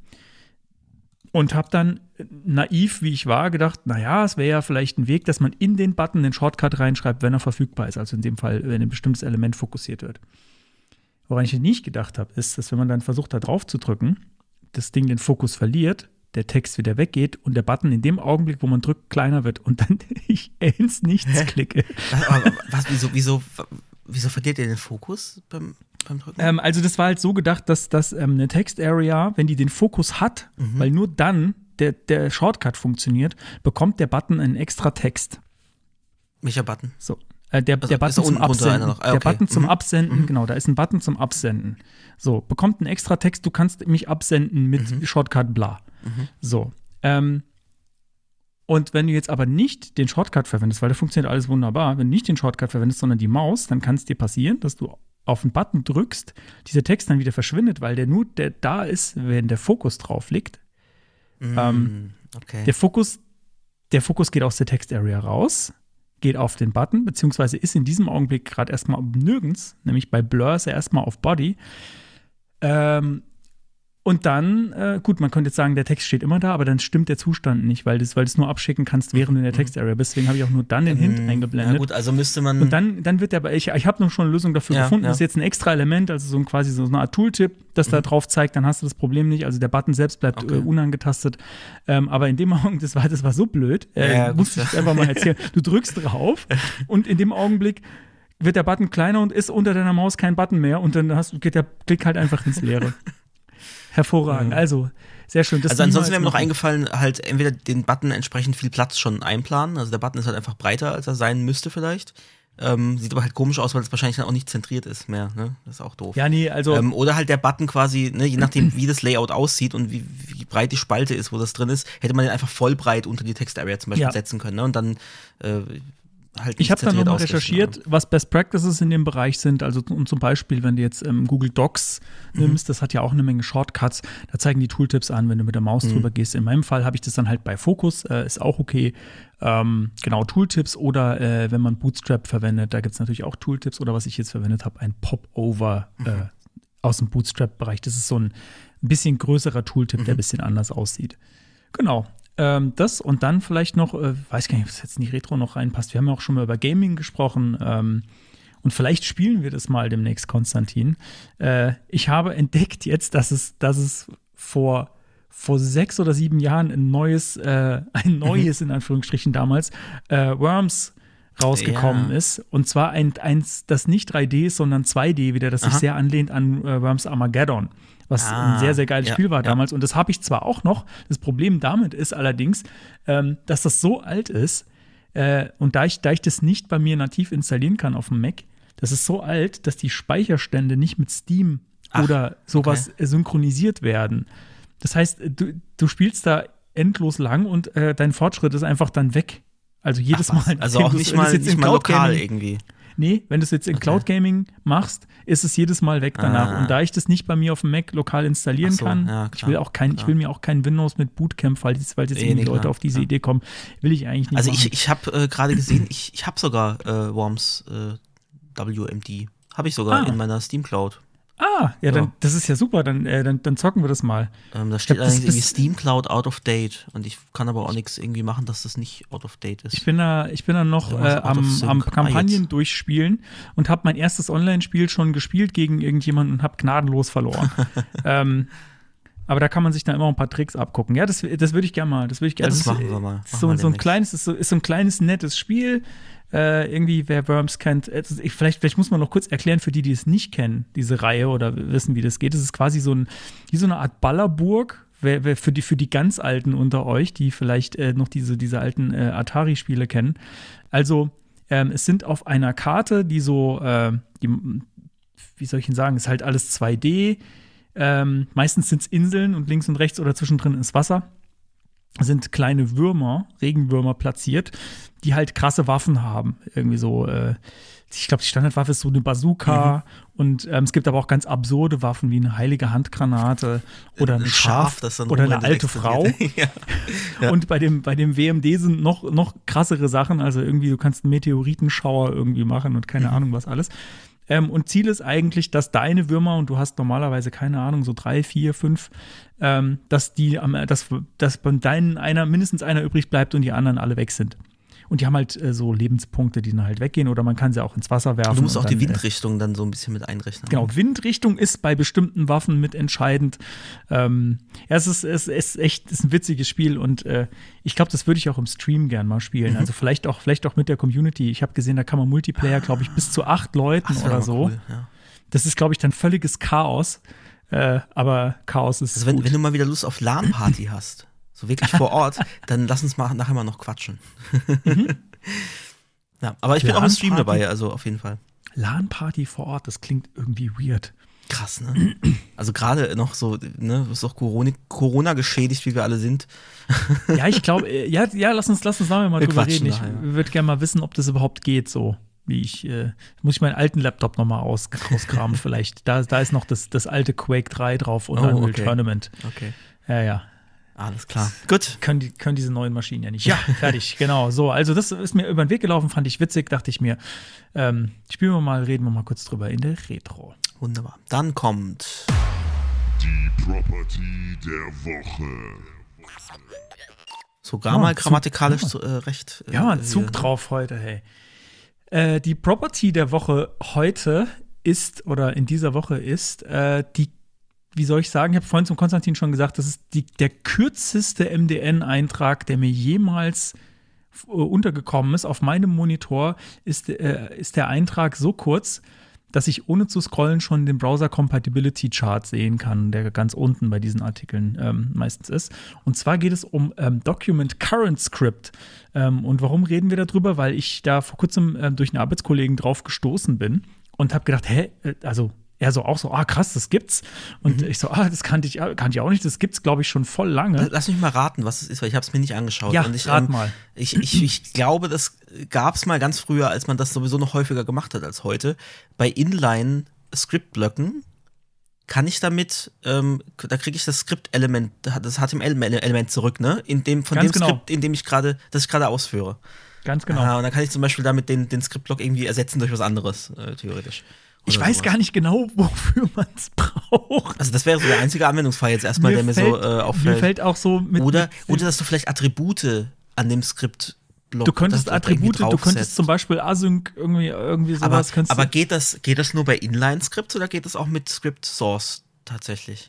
Und habe dann, naiv wie ich war, gedacht, naja, es wäre ja vielleicht ein Weg, dass man in den Button den Shortcut reinschreibt, wenn er verfügbar ist. Also in dem Fall, wenn ein bestimmtes Element fokussiert wird. Woran ich nicht gedacht habe, ist, dass wenn man dann versucht, da drauf zu drücken, das Ding den Fokus verliert, der Text wieder weggeht und der Button in dem Augenblick, wo man drückt, kleiner wird und dann ich ins Nichts
Hä?
klicke.
Was, aber, was, wieso, wieso, wieso verliert ihr den Fokus beim, beim Drücken?
Ähm, also das war halt so gedacht, dass, dass ähm, eine Text-Area, wenn die den Fokus hat,
Mhm.
weil nur dann der, der Shortcut funktioniert, bekommt der Button einen extra Text.
Welcher Button?
So. Äh, der,
Also
der
ist
Button
da
zum
unten drunter einer
Absenden.
noch? Ah,
Der
okay.
Button zum
Mhm.
Absenden,
Mhm.
genau, da ist ein Button zum Absenden. So, bekommt einen extra Text, du kannst mich absenden mit
Mhm.
Shortcut bla.
Mhm.
So. Ähm, und wenn du jetzt aber nicht den Shortcut verwendest, weil da funktioniert alles wunderbar, wenn du nicht den Shortcut verwendest, sondern die Maus, dann kann es dir passieren, dass du auf einen Button drückst, dieser Text dann wieder verschwindet, weil der nur der da ist, wenn der Fokus drauf liegt.
Mhm.
Ähm,
okay.
Der Fokus, der Fokus geht aus der Text-Area raus. geht auf den Button, beziehungsweise ist in diesem Augenblick gerade erstmal nirgends, nämlich bei Blur ist er erstmal auf Body. Ähm, und dann, äh, gut, man könnte jetzt sagen, der Text steht immer da, aber dann stimmt der Zustand nicht, weil du es weil nur abschicken kannst, während du in der Text-Area bist. Deswegen habe ich auch nur dann den Hint
Mhm.
eingeblendet.
Ja gut, also müsste man.
Und dann, dann wird der, ich, ich habe noch schon eine Lösung dafür
Ja,
gefunden.
ja.
Das ist jetzt ein extra Element, also so ein, quasi so eine Art Tooltip, das da drauf zeigt, dann hast du das Problem nicht. Also der Button selbst bleibt
Okay.
äh, unangetastet. Ähm, aber in dem Augenblick, das war, das war so blöd, äh,
Ja, gut.
musste ich jetzt einfach mal erzählen. Du drückst drauf und in dem Augenblick wird der Button kleiner und ist unter deiner Maus kein Button mehr und dann hast, geht der Klick halt einfach ins Leere. Hervorragend. Also, sehr schön. Das
Also ansonsten
niemals
wäre mir noch
machen.
eingefallen, halt entweder den Button entsprechend viel Platz schon einplanen. Also der Button ist halt einfach breiter, als er sein müsste vielleicht. Ähm, sieht aber halt komisch aus, weil es wahrscheinlich dann auch nicht zentriert ist mehr. Ne? Das ist auch doof.
Ja, nee, also.
Ähm, oder halt der Button quasi, ne, je nachdem, wie das Layout aussieht und wie, wie breit die Spalte ist, wo das drin ist, hätte man den einfach voll breit unter die Text-Area zum Beispiel
Ja.
setzen können. Ne? Und dann äh, halt
Ich habe dann
zentriert
nochmal
ausrichten,
recherchiert,
aber-
was Best Practices in dem Bereich sind. Also und zum Beispiel, wenn du jetzt ähm, Google Docs nimmst, das hat ja auch eine Menge Shortcuts, da zeigen die Tooltips an, wenn du mit der Maus drüber gehst. In meinem Fall habe ich das dann halt bei Focus, äh, ist auch okay. Ähm, genau, Tooltips oder äh, wenn man Bootstrap verwendet, da gibt es natürlich auch Tooltips oder was ich jetzt verwendet habe, ein Popover äh, aus dem Bootstrap-Bereich. Das ist so ein bisschen größerer Tooltip, der ein bisschen anders aussieht. Genau. Ähm, das und dann vielleicht noch, äh, weiß gar nicht, ob es jetzt in die Retro noch reinpasst. Wir haben ja auch schon mal über Gaming gesprochen. Ähm, und vielleicht spielen wir das mal demnächst, Konstantin. Äh, ich habe entdeckt jetzt, dass es, dass es vor, vor sechs oder sieben Jahren ein neues, äh, ein neues, in Anführungsstrichen damals, äh, Worms rausgekommen
Ja.
ist. Und zwar ein, eins, das nicht drei D ist, sondern zwei D wieder, das sich
Aha.
sehr anlehnt an äh, Worms Armageddon. Was
Ah,
ein sehr, sehr geiles
ja,
Spiel war
ja.
damals. Und das habe ich zwar auch noch. Das Problem damit ist allerdings, ähm, dass das so alt ist. Äh, und da ich, da ich das nicht bei mir nativ installieren kann auf dem Mac, das ist so alt, dass die Speicherstände nicht mit Steam
Ach,
oder sowas äh, synchronisiert werden. Das heißt, du, du spielst da endlos lang und äh, dein Fortschritt ist einfach dann weg. Also jedes
Ach, was?
Mal.
Also
wenn
auch
du's-
nicht
wenn du's
mal,
jetzt
nicht
im
mal
Cloud
lokal
Gaming-
irgendwie.
Nee, wenn du es jetzt in
Okay.
Cloud Gaming machst, ist es jedes Mal weg danach.
Ah.
Und da ich das nicht bei mir auf dem Mac lokal installieren
Ach so,
kann,
ja,
ich
klar,
will auch kein, ich
klar.
will mir auch kein Windows mit Bootcamp, falls jetzt, weil jetzt
Eh,
irgendwie
nee,
Leute
klar,
auf diese
klar.
Idee kommen, will ich eigentlich nicht
Also
machen.
ich, ich habe äh, gerade gesehen, ich, ich habe sogar äh, Worms äh, W M D. Habe ich sogar
Ah.
in meiner Steam Cloud.
ah, ja, dann,
Ja.
das ist ja super, dann, äh, dann, dann zocken wir das mal.
Ähm, da steht
glaub, das-
allerdings irgendwie
das-
Steam Cloud out of date. Und ich kann aber auch nichts irgendwie machen, dass das nicht out of date ist.
Ich bin da, ich bin da noch
Irgendwas
äh,
out of
am,
sync.
am
Ah,
Kampagnen
jetzt.
durchspielen und habe mein erstes Online-Spiel schon gespielt gegen irgendjemanden und habe gnadenlos verloren. ähm, aber da kann man sich dann immer ein paar Tricks abgucken. Ja, das, das würde ich gerne mal. Das würde ich
Ja,
gerne.
das machen wir mal.
Ist
Machen
so,
wir
so ein
demnächst.
kleines, ist so, ist so ein kleines nettes Spiel. Äh, irgendwie, wer Worms kennt, es ist- ich, vielleicht, vielleicht muss man noch kurz erklären für die, die es nicht kennen, diese Reihe oder wissen, wie das geht. Es ist quasi so, ein, wie so eine Art Ballerburg. Wer, wer für, die, für die ganz Alten unter euch, die vielleicht äh, noch diese, diese alten äh, Atari-Spiele kennen. Also, ähm, es sind auf einer Karte, die so, äh, die, wie soll ich denn sagen, ist halt alles zwei D. Ähm, meistens sind es Inseln und links und rechts oder zwischendrin ist Wasser. Sind kleine Würmer, Regenwürmer platziert, die halt krasse Waffen haben. Irgendwie so, äh, ich glaube, die Standardwaffe ist so eine Bazooka. Und ähm, es gibt aber auch ganz absurde Waffen wie eine heilige Handgranate oder ein,
Ein
Schaf,
Schaf, das dann
oder eine
rumrennt und
alte Frau.
explodiert. ja. Ja.
Und bei dem, bei dem W M D sind noch, noch krassere Sachen. Also irgendwie, du kannst einen Meteoritenschauer irgendwie machen und keine
Mhm.
Ahnung was alles. Ähm, und Ziel ist eigentlich, dass deine Würmer, und du hast normalerweise, keine Ahnung, so drei, vier, fünf, ähm, dass die, am- dass, dass bei deinen einer, mindestens einer übrig bleibt und die anderen alle weg sind. Und die haben halt äh, so Lebenspunkte, die dann halt weggehen, oder man kann sie auch ins Wasser werfen.
Du musst auch
und
die
dann, äh,
Windrichtung dann so ein bisschen mit einrechnen.
Genau, Windrichtung ist bei bestimmten Waffen mit entscheidend. Ähm, ja, es ist, es ist echt es ist ein witziges Spiel und äh, ich glaube, das würde ich auch im Stream gern mal spielen.
Mhm.
Also vielleicht auch, vielleicht auch mit der Community. Ich habe gesehen, da kann man Multiplayer, glaube ich, bis zu acht Leuten
das wär
oder
doch
so.
Cool, ja.
Das ist, glaube ich, dann völliges Chaos. Äh, aber Chaos ist
Also wenn,
gut.
wenn du mal wieder Lust auf LAN-Party hast, so wirklich vor Ort, dann lass uns mal nachher mal noch quatschen. Ja, aber ich bin auch im Stream
LAN-Party?
dabei, also auf jeden Fall.
LAN-Party vor Ort, das klingt irgendwie weird.
Krass, ne? Also gerade noch so, ne, ist auch Corona, Corona geschädigt, wie wir alle sind.
Ja, ich glaube, äh, ja, ja, lass uns, lass uns nachher mal
Wir
drüber
quatschen
reden. Ich
nachher.
würde gerne mal wissen, ob das überhaupt geht, so wie ich. Äh, muss ich meinen alten Laptop noch mal aus, rauskramen, vielleicht. Da, da ist noch das, das alte Quake drei drauf und
Oh,
Unreal
okay.
Tournament.
Okay.
Ja, ja.
Alles klar. Gut.
Können, die, können diese neuen Maschinen ja nicht. Ja, fertig, genau. So, also das ist mir über den Weg gelaufen, fand ich witzig, dachte ich mir, ähm, spielen wir mal, reden wir mal kurz drüber in der Retro.
Wunderbar. Dann kommt
die Property der Woche.
Sogar
Ja,
mal
Zug-
grammatikalisch
ja.
so, äh, recht. Äh,
Ja, man,
hier,
Zug
ne?
drauf heute, hey. Äh, die Property der Woche heute ist, oder in dieser Woche ist, äh, die, wie soll ich sagen, ich habe vorhin zum Konstantin schon gesagt, das ist die, der kürzeste M D N-Eintrag, der mir jemals äh, untergekommen ist. Auf meinem Monitor ist, äh, ist der Eintrag so kurz, dass ich ohne zu scrollen schon den Browser-Compatibility-Chart sehen kann, der ganz unten bei diesen Artikeln ähm, meistens ist. Und zwar geht es um ähm, Document Current Script. Ähm, und warum reden wir darüber? Weil ich da vor kurzem ähm, durch einen Arbeitskollegen drauf gestoßen bin und habe gedacht, hä, äh, also er so auch so, ah krass, das gibt's. Und
Mhm.
ich so, ah, das kannte ich, kannte ich auch nicht, das gibt's, glaube ich, schon voll lange.
Lass mich mal raten, was es ist, weil ich habe es mir nicht angeschaut.
Ja,
Und ich,
rat
ähm,
mal.
Ich, ich, ich glaube, das gab es mal ganz früher, als man das sowieso noch häufiger gemacht hat als heute. Bei Inline-Script-Blöcken kann ich damit, ähm, da kriege ich das Skript-Element, das H T M L-Element zurück, ne? In dem, von
Ganz
dem
genau.
Skript, in dem ich gerade, das ich gerade ausführe.
Ganz genau.
Ah, und dann kann ich zum Beispiel damit den, den Skript-Block irgendwie ersetzen durch was anderes, äh, theoretisch.
Ich
Oder
weiß
sowas.
gar nicht genau, wofür man es braucht.
Also das wäre so der einzige Anwendungsfall jetzt erstmal, der mir so äh,
Mir
auffällt.
fällt auch so mit.
Oder,
mit,
oder dass du vielleicht Attribute an dem Skriptblock.
Du könntest
dass du irgendwie
Attribute, du könntest
draufsetzt.
zum Beispiel Async irgendwie, irgendwie
Aber,
sowas. könntest
aber
du,
geht das, geht das nur bei Inline-Scripts oder geht das auch mit Script Source tatsächlich?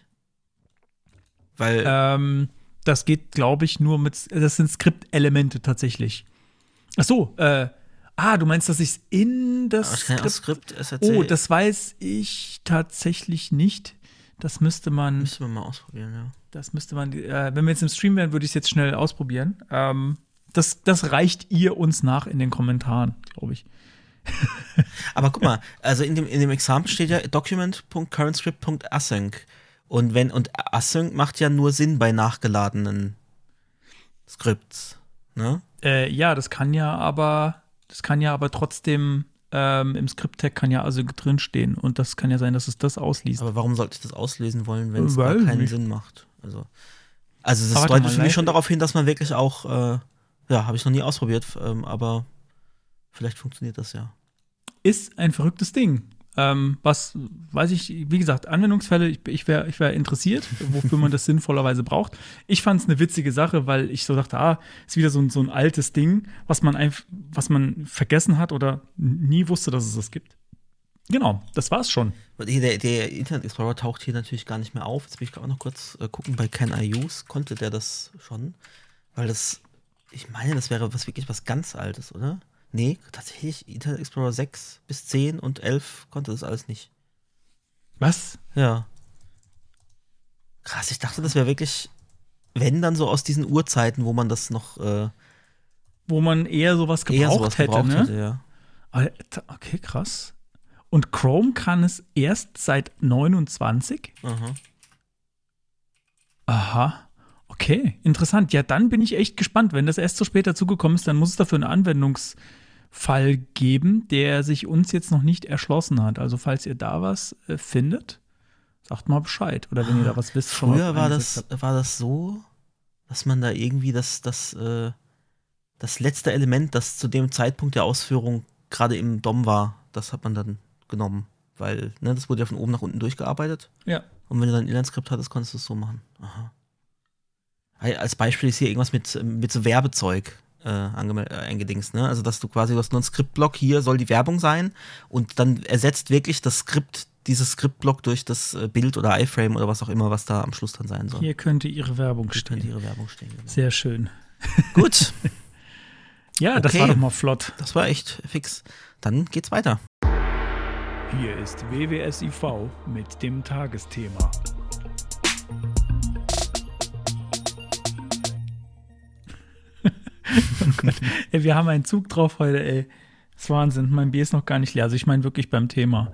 Weil,
ähm, das geht, glaube ich, nur mit. Das sind Skriptelemente tatsächlich. Ach so, äh. Ah, du meinst, dass ich es in das
ich kann ja auch
Skript.
Skript S R C.
Oh, das weiß ich tatsächlich nicht. Das müsste man.
müssen wir mal ausprobieren, ja.
Das müsste man. Äh, wenn wir jetzt im Stream wären, würde ich es jetzt schnell ausprobieren. Ähm, das, das reicht ihr uns nach in den Kommentaren, glaube ich.
Aber guck mal, also in dem, in dem Example steht ja document.currentscript.async. Und wenn, und Async macht ja nur Sinn bei nachgeladenen Scripts, ne?
Äh, ja, das kann ja aber, das kann ja aber trotzdem ähm, im Skript-Tag kann ja Async drinstehen und das kann ja sein, dass es das ausliest.
Aber warum sollte ich das auslesen wollen, wenn es
Weiß
gar keinen
nicht.
Sinn macht? Also, also das
Aber warte
deutet
mal,
für mich
live-
schon darauf hin, dass man wirklich auch, äh, ja, habe ich noch nie ausprobiert, ähm, aber vielleicht funktioniert das ja.
Ist ein verrücktes Ding. Ähm, was, weiß ich, wie gesagt, Anwendungsfälle, ich, ich wäre ich wär interessiert, wofür man das sinnvollerweise braucht. Ich fand es eine witzige Sache, weil ich so dachte, ah, ist wieder so ein, so ein altes Ding, was man einfach, was man vergessen hat oder nie wusste, dass es das gibt. Genau, das war's schon.
Der, der Internet Explorer taucht hier natürlich gar nicht mehr auf. Jetzt will ich gerade noch kurz äh, gucken, bei Can I Use konnte der das schon? Weil das, ich meine, das wäre was wirklich was ganz Altes, oder? Nee, tatsächlich, Internet Explorer sechs bis zehn und elf konnte das alles nicht.
Was?
Ja. Krass, ich dachte, das wäre wirklich, wenn dann so aus diesen Urzeiten, wo man das noch äh,
Wo man eher sowas gebraucht
eher sowas
hätte,
gebraucht
ne?
hätte, ja.
Alter, okay, krass. Und Chrome kann es erst seit neunundzwanzig?
Aha.
Aha. Okay, interessant. Ja, dann bin ich echt gespannt. Wenn das erst so spät dazugekommen ist, dann muss es dafür einen Anwendungsfall geben, der sich uns jetzt noch nicht erschlossen hat. Also, falls ihr da was äh, findet, sagt mal Bescheid. Oder wenn ihr da was wisst. schon mal
Früher war
eingesetzt
das, war das so, dass man da irgendwie das, das, äh, das letzte Element, das zu dem Zeitpunkt der Ausführung gerade im D O M war, das hat man dann genommen. Weil, ne, das wurde ja von oben nach unten durchgearbeitet.
habt. Ja.
Und wenn du dann ein Inline-Skript hattest, konntest du es so machen. Aha. Als Beispiel ist hier irgendwas mit, mit so Werbezeug äh, angeme- äh, eingedingst, ne? Also, dass du quasi, du hast nur einen Skriptblock, hier soll die Werbung sein und dann ersetzt wirklich das Skript, dieses Skriptblock durch das äh, Bild oder iFrame oder was auch immer, was da am Schluss dann sein soll.
Hier könnte ihre Werbung
Hier könnte
stehen.
ihre Werbung stehen. Genau.
Sehr schön.
Gut,
Ja, das
Okay.
war doch mal flott.
das war echt fix. Dann geht's weiter.
Hier ist W W S I V mit dem Tagesthema. Oh Gott. Ey, wir haben einen Zug drauf heute, ey. Das ist Wahnsinn. Mein Bier ist noch gar nicht leer. Also ich meine wirklich beim Thema.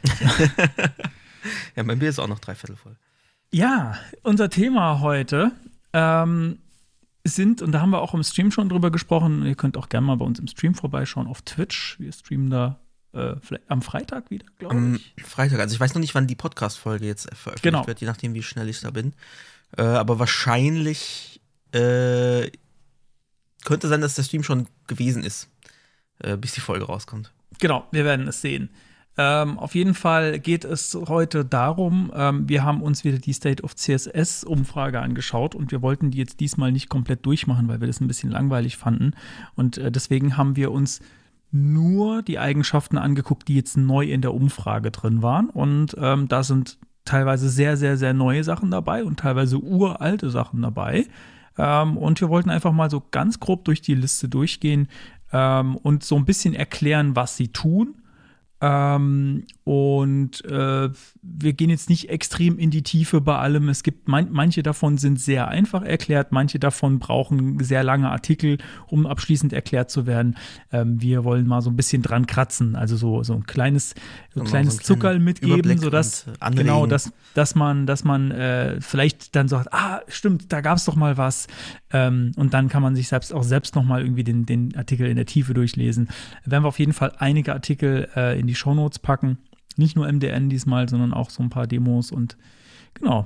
Ja, mein Bier ist auch noch dreiviertel voll.
Ja, unser Thema heute ähm, sind, und da haben wir auch im Stream schon drüber gesprochen, ihr könnt auch gerne mal bei uns im Stream vorbeischauen auf Twitch. Wir streamen da äh, vielleicht am Freitag wieder, glaube
Am
ich.
Freitag, also ich weiß noch nicht, wann die Podcast-Folge jetzt veröffentlicht
Genau.
wird, je nachdem, wie schnell ich da bin. Äh, aber wahrscheinlich äh, könnte sein, dass der Stream schon gewesen ist, äh, bis die Folge rauskommt.
Genau, wir werden es sehen. Ähm, auf jeden Fall geht es heute darum, ähm, wir haben uns wieder die State of C S S-Umfrage angeschaut und wir wollten die jetzt diesmal nicht komplett durchmachen, weil wir das ein bisschen langweilig fanden. Und äh, deswegen haben wir uns nur die Eigenschaften angeguckt, die jetzt neu in der Umfrage drin waren. Und ähm, da sind teilweise sehr, sehr, sehr neue Sachen dabei und teilweise uralte Sachen dabei. Ähm, und wir wollten einfach mal so ganz grob durch die Liste durchgehen ähm, und so ein bisschen erklären, was sie tun. Ähm, und äh, wir gehen jetzt nicht extrem in die Tiefe bei allem. Es gibt man, manche davon sind sehr einfach erklärt, manche davon brauchen sehr lange Artikel, um abschließend erklärt zu werden. Ähm, wir wollen mal so ein bisschen dran kratzen, also so, so ein kleines, so ein kleines so Zuckerl mitgeben, sodass genau, dass, dass man, dass man äh, vielleicht dann sagt, ah, stimmt, da gab es doch mal was. Ähm, und dann kann man sich selbst auch selbst noch mal irgendwie den, den Artikel in der Tiefe durchlesen. Werden wir auf jeden Fall einige Artikel äh, in die Shownotes packen. Nicht nur M D N diesmal, sondern auch so ein paar Demos und genau.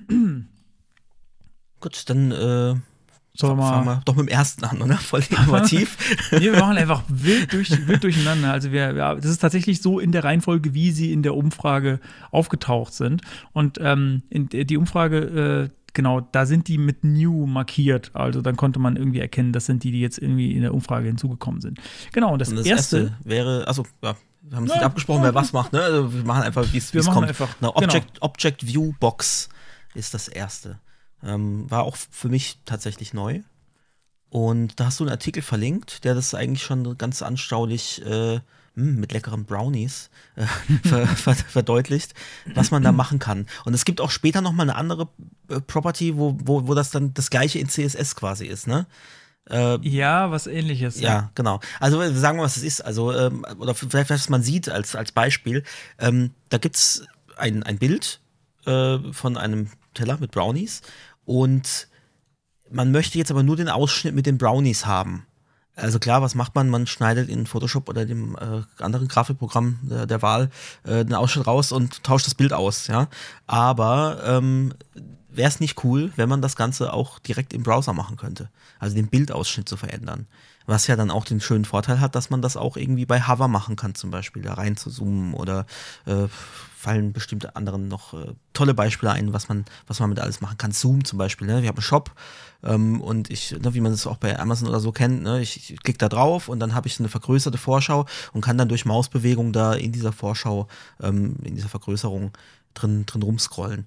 Gut, dann äh,
Sollen wir
fangen wir doch mit dem ersten an, oder? Voll innovativ.
Nee, wir machen einfach wild, durch, wild durcheinander. Also wir, ja, das ist tatsächlich so in der Reihenfolge, wie sie in der Umfrage aufgetaucht sind. Und ähm, in, die Umfrage, äh, genau, da sind die mit New markiert. Also dann konnte man irgendwie erkennen, das sind die, die jetzt irgendwie in der Umfrage hinzugekommen sind. Genau, und das,
und das
erste,
erste wäre, also ja, wir haben es
Ja,
nicht abgesprochen, wer was macht, ne? Also wir machen einfach, wie es
Wir machen
kommt.
einfach,
Eine Object, Object View Box ist das erste. Ähm, war auch für mich tatsächlich neu. Und da hast du einen Artikel verlinkt, der das eigentlich schon ganz anschaulich äh, mit leckeren Brownies äh, ver ver verdeutlicht, was man da machen kann. Und es gibt auch später noch mal eine andere äh, Property, wo, wo, wo das dann das gleiche in C S S quasi ist, ne? Äh,
ja, was Ähnliches.
Ja, genau. Also sagen wir, was es ist. Also, ähm, oder vielleicht, was man sieht als, als Beispiel. Ähm, da gibt es ein, ein Bild äh, von einem Teller mit Brownies und man möchte jetzt aber nur den Ausschnitt mit den Brownies haben. Also klar, was macht man? Man schneidet in Photoshop oder dem äh, anderen Grafikprogramm der, der Wahl äh, den Ausschnitt raus und tauscht das Bild aus, ja. Aber ähm, wäre es nicht cool, wenn man das Ganze auch direkt im Browser machen könnte. Also den Bildausschnitt zu verändern. Was ja dann auch den schönen Vorteil hat, dass man das auch irgendwie bei Hover machen kann, zum Beispiel da rein zu zoomen oder äh, fallen bestimmte anderen noch äh, tolle Beispiele ein, was man, was man mit alles machen kann. Zoom zum Beispiel, ne? Wir haben einen Shop ähm, und ich, ne, wie man es auch bei Amazon oder so kennt, ne? ich, ich klicke da drauf und dann habe ich eine vergrößerte Vorschau und kann dann durch Mausbewegung da in dieser Vorschau, ähm, in dieser Vergrößerung drin, drin rumscrollen.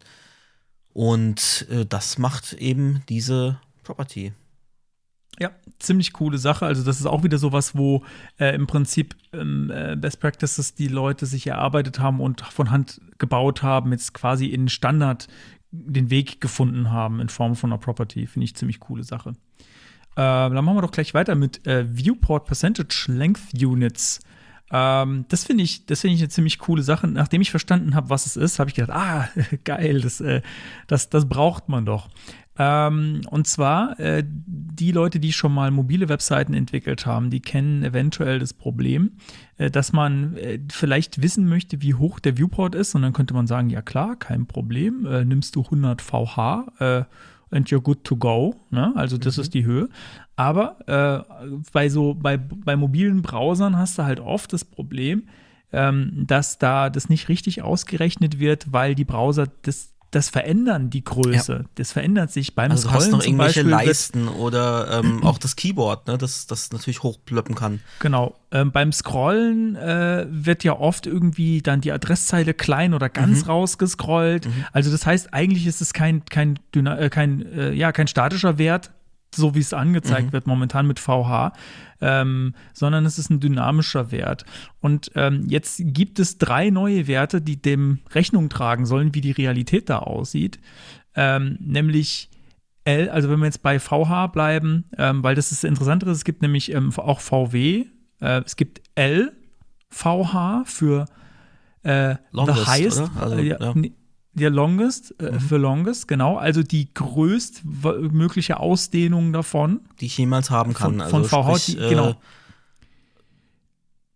Und äh, das macht eben diese Property.
Ja, ziemlich coole Sache. Also das ist auch wieder sowas, wo äh, im Prinzip ähm, äh, Best Practices die Leute sich erarbeitet haben und von Hand gebaut haben, jetzt quasi in Standard den Weg gefunden haben in Form von einer Property. Finde ich ziemlich coole Sache. Äh, dann machen wir doch gleich weiter mit äh, Viewport Percentage Length Units. Ähm, das finde ich, das finde ich eine ziemlich coole Sache. Nachdem ich verstanden habe, was es ist, habe ich gedacht, ah, geil, das, äh, das, das braucht man doch. Ähm, und zwar, äh, die Leute, die schon mal mobile Webseiten entwickelt haben, die kennen eventuell das Problem, äh, dass man äh, vielleicht wissen möchte, wie hoch der Viewport ist. Und dann könnte man sagen, ja klar, kein Problem, äh, nimmst du hundert V H äh, and you're good to go. Ne? Also das mhm. ist die Höhe. Aber äh, bei so bei, bei mobilen Browsern hast du halt oft das Problem, ähm, dass da das nicht richtig ausgerechnet wird, weil die Browser das Das verändern die Größe. Ja. Das verändert sich beim
also
Scrollen.
Du hast noch irgendwelche
Beispiel
Leisten oder ähm, auch das Keyboard, ne, das, das natürlich hochplöppen kann.
Genau. Ähm, beim Scrollen äh, wird ja oft irgendwie dann die Adresszeile klein oder ganz mhm. rausgescrollt. Mhm. Also das heißt, eigentlich ist es kein, kein, äh, kein, äh, ja, kein statischer Wert, so wie es angezeigt mhm. wird momentan mit V H, ähm, sondern es ist ein dynamischer Wert. Und ähm, jetzt gibt es drei neue Werte, die dem Rechnung tragen sollen, wie die Realität da aussieht. Ähm, nämlich L, also wenn wir jetzt bei V H bleiben, ähm, weil das ist das Interessantere, es gibt nämlich ähm, auch V W, äh, es gibt L V H für äh,
Longest,
the highest,
oder? Also,
äh, ja. Ja. Der Longest, äh, mhm. für Longest, genau. Also die größtmögliche Ausdehnung davon.
Die ich jemals haben kann.
Von, von
also
V H,
sprich,
die, genau.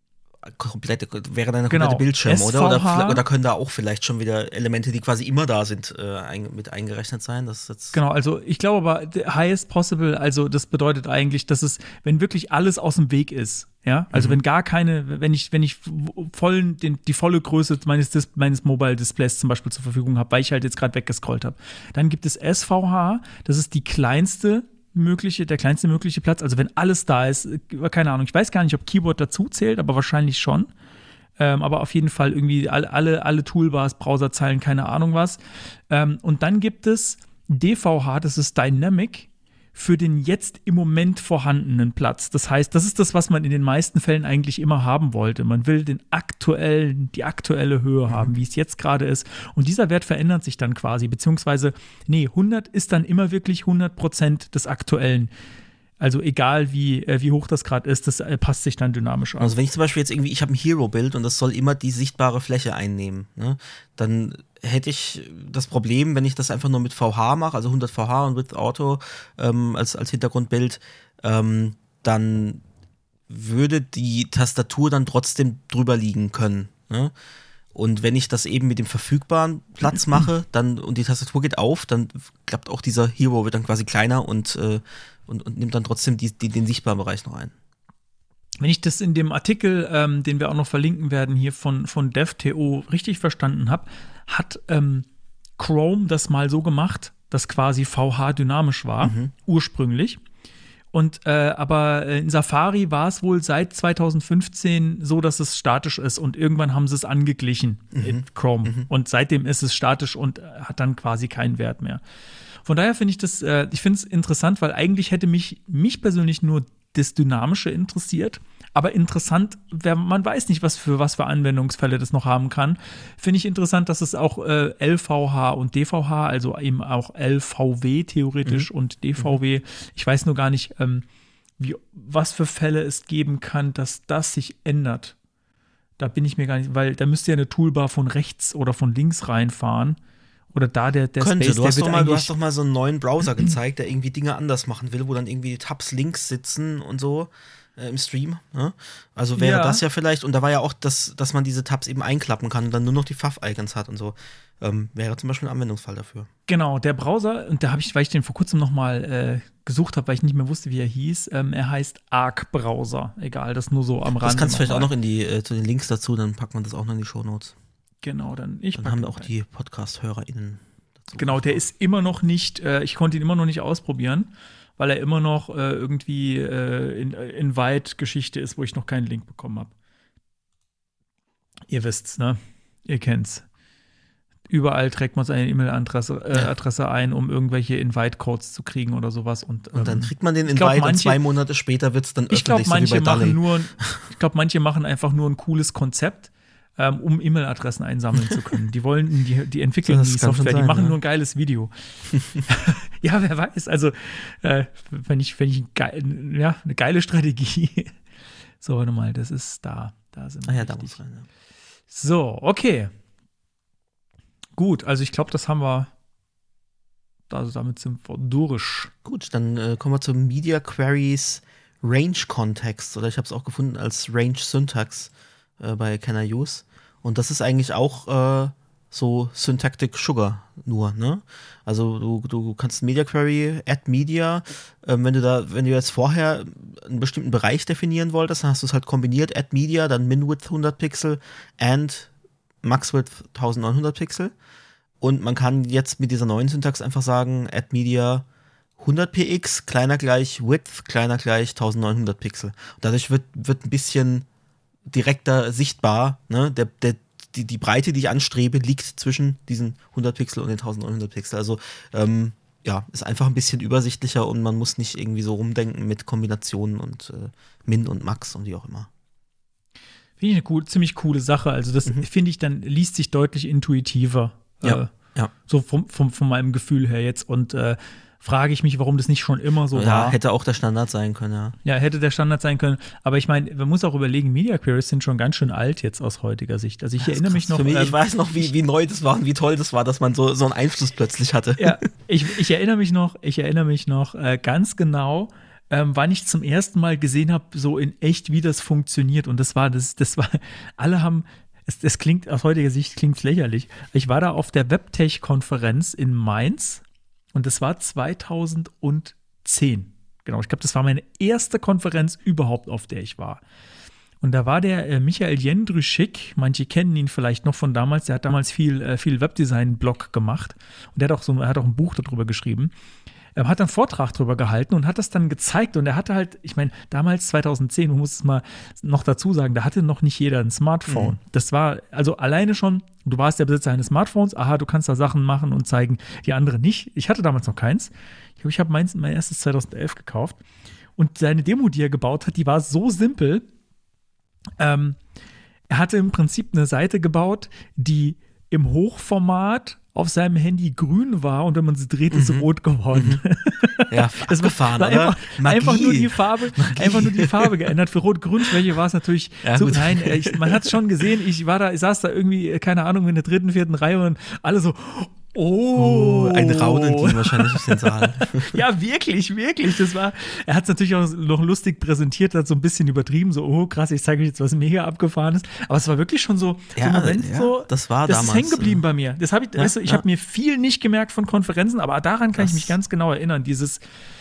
komplette, wäre dann ein
Genau.
kompletter Bildschirm,
S V H.
oder? Oder? Oder können da auch vielleicht schon wieder Elemente, die quasi immer da sind, äh, ein, mit eingerechnet sein? Das ist jetzt
Genau, also ich glaube aber, the highest possible, also das bedeutet eigentlich, dass es, wenn wirklich alles aus dem Weg ist, ja, also
Mhm.
wenn gar keine, wenn ich, wenn ich vollen, den, die volle Größe meines, Dis- meines Mobile-Displays zum Beispiel zur Verfügung habe, weil ich halt jetzt gerade weggescrollt habe, dann gibt es S V H, das ist die kleinste mögliche, der kleinste mögliche Platz, also wenn alles da ist, keine Ahnung, ich weiß gar nicht, ob Keyboard dazu zählt, aber wahrscheinlich schon. Ähm, aber auf jeden Fall irgendwie alle, alle, alle Toolbars, Browserzeilen, keine Ahnung was. Ähm, und dann gibt es D V H, das ist Dynamic, für den jetzt im Moment vorhandenen Platz. Das heißt, das ist das, was man in den meisten Fällen eigentlich immer haben wollte. Man will den aktuellen, die aktuelle Höhe haben, wie es jetzt gerade ist. Und dieser Wert verändert sich dann quasi, beziehungsweise, nee, hundert ist dann immer wirklich hundert Prozent des Aktuellen. Also egal, wie, äh, wie hoch das gerade ist, das äh, passt sich dann dynamisch an.
Also wenn ich zum Beispiel jetzt irgendwie, ich habe ein Hero-Bild und das soll immer die sichtbare Fläche einnehmen, ne? Dann hätte ich das Problem, wenn ich das einfach nur mit V H mache, also hundert V H und with Auto ähm, als, als Hintergrundbild, ähm, dann würde die Tastatur dann trotzdem drüber liegen können, ne? Und wenn ich das eben mit dem verfügbaren Platz mache, dann und die Tastatur geht auf, dann klappt auch dieser Hero, wird dann quasi kleiner und, äh, und, und nimmt dann trotzdem die, die, den sichtbaren Bereich noch ein.
Wenn ich das in dem Artikel, ähm, den wir auch noch verlinken werden, hier von, von DevTO richtig verstanden habe, hat ähm, Chrome das mal so gemacht, dass quasi V H dynamisch war,
Mhm.
ursprünglich. Und äh, aber in Safari war es wohl seit zwanzig fünfzehn so, dass es statisch ist und irgendwann haben sie es angeglichen in Chrome.
Mhm.
Und seitdem ist es statisch und äh, hat dann quasi keinen Wert mehr. Von daher finde ich das, äh, ich finde es interessant, weil eigentlich hätte mich, mich persönlich nur das Dynamische interessiert. Aber interessant, wer, man weiß nicht, was für, was für Anwendungsfälle das noch haben kann. Finde ich interessant, dass es auch äh, L V H und D V H, also eben auch L V W theoretisch
Mhm.
und D V W. Ich weiß nur gar nicht, ähm, wie, was für Fälle es geben kann, dass das sich ändert. Da bin ich mir gar nicht, weil da müsste ja eine Toolbar von rechts oder von links reinfahren. Oder da der, der
Könnte,
Space,
du
der
hast,
wird
doch mal, du
eigentlich-
hast doch mal so einen neuen Browser gezeigt, der irgendwie Dinge anders machen will, wo dann irgendwie die Tabs links sitzen und so äh, im Stream. Ne? Also wäre
Ja.
das ja vielleicht, und da war ja auch, das, dass man diese Tabs eben einklappen kann und dann nur noch die Fav-Icons hat und so. Ähm, wäre zum Beispiel ein Anwendungsfall dafür.
Genau, der Browser, und da habe ich, weil ich den vor kurzem noch mal äh, gesucht habe, weil ich nicht mehr wusste, wie er hieß, ähm, er heißt Arc Browser. Egal, das nur so am Rand.
Das kannst du vielleicht auch noch in die, äh, zu den Links dazu, dann packen wir das auch noch in die Shownotes.
Genau, dann ich
Dann
pack
haben
den
auch
rein.
die Podcast-HörerInnen dazu.
Genau, der ist immer noch nicht, äh, ich konnte ihn immer noch nicht ausprobieren, weil er immer noch äh, irgendwie äh, in, äh, in Weit-Geschichte ist, wo ich noch keinen Link bekommen habe. Ihr wisst's, ne? Ihr kennt's. Überall trägt man seine E-Mail-Adresse äh,
Ja.
Adresse ein, um irgendwelche Invite-Codes zu kriegen oder sowas. Und,
Und dann
ähm,
kriegt man den
ich glaub,
Invite und
manche-
zwei Monate später wird es dann
Ich glaube,
öffentlich, so wie
manche
bei Dali.
machen nur, ich glaube, manche machen einfach nur ein cooles Konzept, ähm, um E-Mail-Adressen einsammeln zu können. Die wollen, die, die entwickeln
Das
die
kann schon
Software, die
sein,
machen
ja.
nur ein geiles Video. Ja, wer weiß. Also, äh, wenn ich, wenn ich ein geil, ja, eine geile Strategie. So, warte mal, das ist da. Da sind wir.
Ah ja, da
richtig.
muss rein. Ja.
So, okay. Gut, also ich glaube, das haben wir. Also damit sind wir durch.
Gut, dann äh, kommen wir zu Media Queries Range Context, oder ich habe es auch gefunden als Range Syntax äh, bei Can I Use. Und das ist eigentlich auch äh, so Syntactic Sugar nur, ne? Also du, du kannst Media Query, Add Media, ähm, wenn du da, wenn du jetzt vorher einen bestimmten Bereich definieren wolltest, dann hast du es halt kombiniert, Add Media, dann Min Width hundert Pixel and Max Width neunzehnhundert Pixel. Und man kann jetzt mit dieser neuen Syntax einfach sagen, Add Media hundert Px, kleiner gleich Width, kleiner gleich neunzehnhundert Pixel. Und dadurch wird, wird ein bisschen direkter sichtbar, ne? Der, der, die, die Breite, die ich anstrebe, liegt zwischen diesen hundert Pixel und den neunzehnhundert Pixel. Also, ähm, ja, ist einfach ein bisschen übersichtlicher und man muss nicht irgendwie so rumdenken mit Kombinationen und äh, Min und Max und wie auch immer.
Finde ich eine cool, ziemlich coole Sache. Also, das
Mhm.
finde ich dann, liest sich deutlich intuitiver.
Ja,
äh,
ja.
So vom, vom, von meinem Gefühl her jetzt. Und äh, frage ich mich, warum das nicht schon immer so
Ja,
war.
hätte auch der Standard sein können, ja.
Ja, hätte der Standard sein können. Aber ich meine, man muss auch überlegen, Media Queries sind schon ganz schön alt jetzt aus heutiger Sicht. Also ich
Das ist
erinnere mich
krass.
noch.
Für mich,
ähm,
ich weiß noch, wie, wie neu das war und wie toll das war, dass man so, so einen Einfluss plötzlich hatte.
ja, ich, ich erinnere mich noch, ich erinnere mich noch äh, ganz genau, ähm, wann ich zum ersten Mal gesehen habe, so in echt, wie das funktioniert. Und das war, das, das war, alle haben, es, es klingt aus heutiger Sicht klingt lächerlich. Ich war da auf der Webtech-Konferenz in Mainz und das war zweitausendzehn. Genau, ich glaube, das war meine erste Konferenz überhaupt, auf der ich war. Und da war der äh, Michael Jendryschik, manche kennen ihn vielleicht noch von damals, der hat damals viel, äh, viel Webdesign-Blog gemacht und der hat auch, so, er hat auch ein Buch darüber geschrieben. Er hat einen Vortrag darüber gehalten und hat das dann gezeigt und er hatte halt, ich meine, damals zweitausendzehn, man muss es mal noch dazu sagen, da hatte noch nicht jeder ein Smartphone. Mhm. Das war, also alleine schon, du warst der Besitzer eines Smartphones, aha, du kannst da Sachen machen und zeigen, die anderen nicht. Ich hatte damals noch keins. Ich glaube, ich habe meins, mein erstes zweitausendelf gekauft und seine Demo, die er gebaut hat, die war so simpel. Ähm, er hatte im Prinzip eine Seite gebaut, die im Hochformat auf seinem Handy grün war und wenn man sie dreht, ist sie mhm. rot geworden. Mhm.
Ja, das abgefahren, war, war
einfach, einfach nur die Farbe, Magie. einfach nur die Farbe geändert. Für Rot-Grün-Schwäche war es natürlich ja, so, nein, ich, man hat es schon gesehen, ich war da, ich saß da irgendwie, keine Ahnung, in der dritten, vierten Reihe und alle so, oh.
oh ein Raunen ging wahrscheinlich durch den Saal.
Ja, wirklich, wirklich. Das war, er hat es natürlich auch noch lustig präsentiert, hat so ein bisschen übertrieben, so, oh krass, ich zeige euch jetzt was mega abgefahrenes. Aber es war wirklich schon so,
ja,
so ein Moment,
ja,
so,
das war
das
damals.
ist hängen geblieben bei mir. Das habe ich,
ja,
weißt du, ich
ja.
habe mir viel nicht gemerkt von Konferenzen, aber daran kann das ich mich ganz genau erinnern. Dieses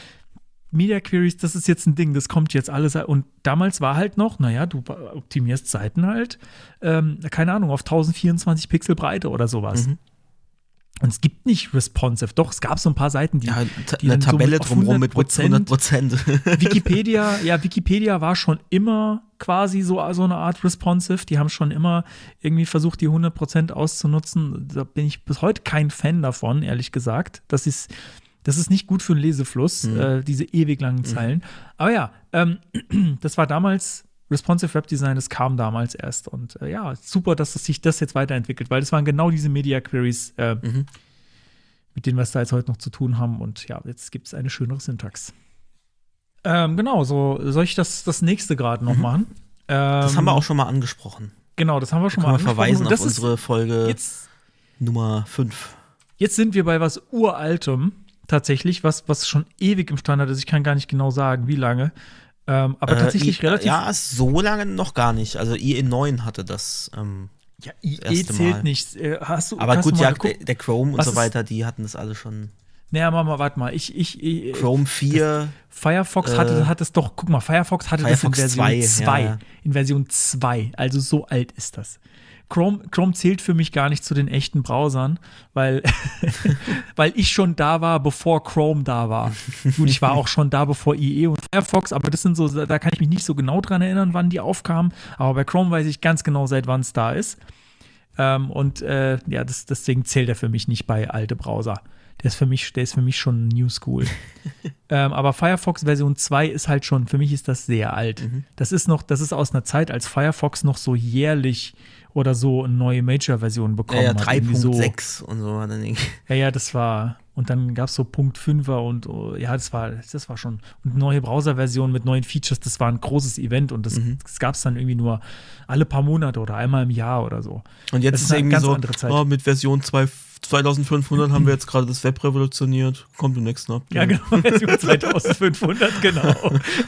Media Queries, das ist jetzt ein Ding, das kommt jetzt alles. Und damals war halt noch, naja, du optimierst Seiten halt, ähm, keine Ahnung, auf tausendvierundzwanzig Pixel Breite oder sowas. Mhm. Und es gibt nicht responsive. Doch, es gab so ein paar Seiten, die,
ja,
die
eine Tabelle
so
drumherum mit hundert Prozent.
Wikipedia, ja, Wikipedia war schon immer quasi so, so eine Art responsive. Die haben schon immer irgendwie versucht, die hundert Prozent auszunutzen. Da bin ich bis heute kein Fan davon, ehrlich gesagt. Das ist, das ist nicht gut für den Lesefluss, mhm. äh, diese ewig langen Zeilen. Mhm. Aber ja, ähm, das war damals Responsive Webdesign, das kam damals erst und äh, ja, super, dass es sich das jetzt weiterentwickelt, weil das waren genau diese Media Queries, äh, mhm. mit denen wir es da jetzt heute noch zu tun haben und ja, jetzt gibt es eine schönere Syntax. Ähm, genau, so soll ich das, das nächste gerade noch mhm. machen? Ähm,
das haben wir auch schon mal angesprochen.
Genau, das haben wir schon
da
mal
angesprochen. Wir verweisen auf unsere Folge
jetzt,
Nummer fünf.
Jetzt sind wir bei was Uraltem, tatsächlich, was, was schon ewig im Standard ist, ich kann gar nicht genau sagen, wie lange. Ähm, aber tatsächlich
äh, I,
relativ.
Ja, so lange noch gar nicht. Also I E neun hatte das. Ähm,
ja, I E zählt nicht. Äh, hast du,
aber
hast
gut,
du
ja,
geguckt?
der Chrome und
Was
so weiter, die hatten das alle schon.
Naja, Mama, warte mal. Ich, ich, ich,
Chrome vier.
Firefox äh, hatte, hat es doch, guck mal, Firefox hatte
Firefox
das in Version zwei.
Ja, ja.
In Version zwei. Also so alt ist das. Chrome, Chrome zählt für mich gar nicht zu den echten Browsern, weil, weil ich schon da war, bevor Chrome da war. Gut, ich war auch schon da, bevor I E und Firefox, aber das sind so, da kann ich mich nicht so genau dran erinnern, wann die aufkamen. Aber bei Chrome weiß ich ganz genau, seit wann es da ist. Ähm, und äh, ja, das, deswegen zählt er für mich nicht bei alte Browser. Der ist für mich, der ist für mich schon New School. ähm, aber Firefox Version zwei ist halt schon, für mich ist das sehr alt. Mhm. Das ist noch, das ist aus einer Zeit, als Firefox noch so jährlich oder so eine neue Major-Version bekommen
ja, ja,
hat.
drei Punkt sechs und so.
Ja, ja, das war, und dann gab es so Punkt fünfer und oh, ja, das war, das war schon, und neue Browser-Version mit neuen Features, das war ein großes Event und das, mhm. das gab es dann irgendwie nur alle paar Monate oder einmal im Jahr oder so.
Und jetzt das ist, ist irgendwie so, oh, mit Version zwei zweitausendfünfhundert haben wir jetzt gerade das Web revolutioniert. Kommt im nächsten Update.
Ja, genau, Version zweitausendfünfhundert, genau.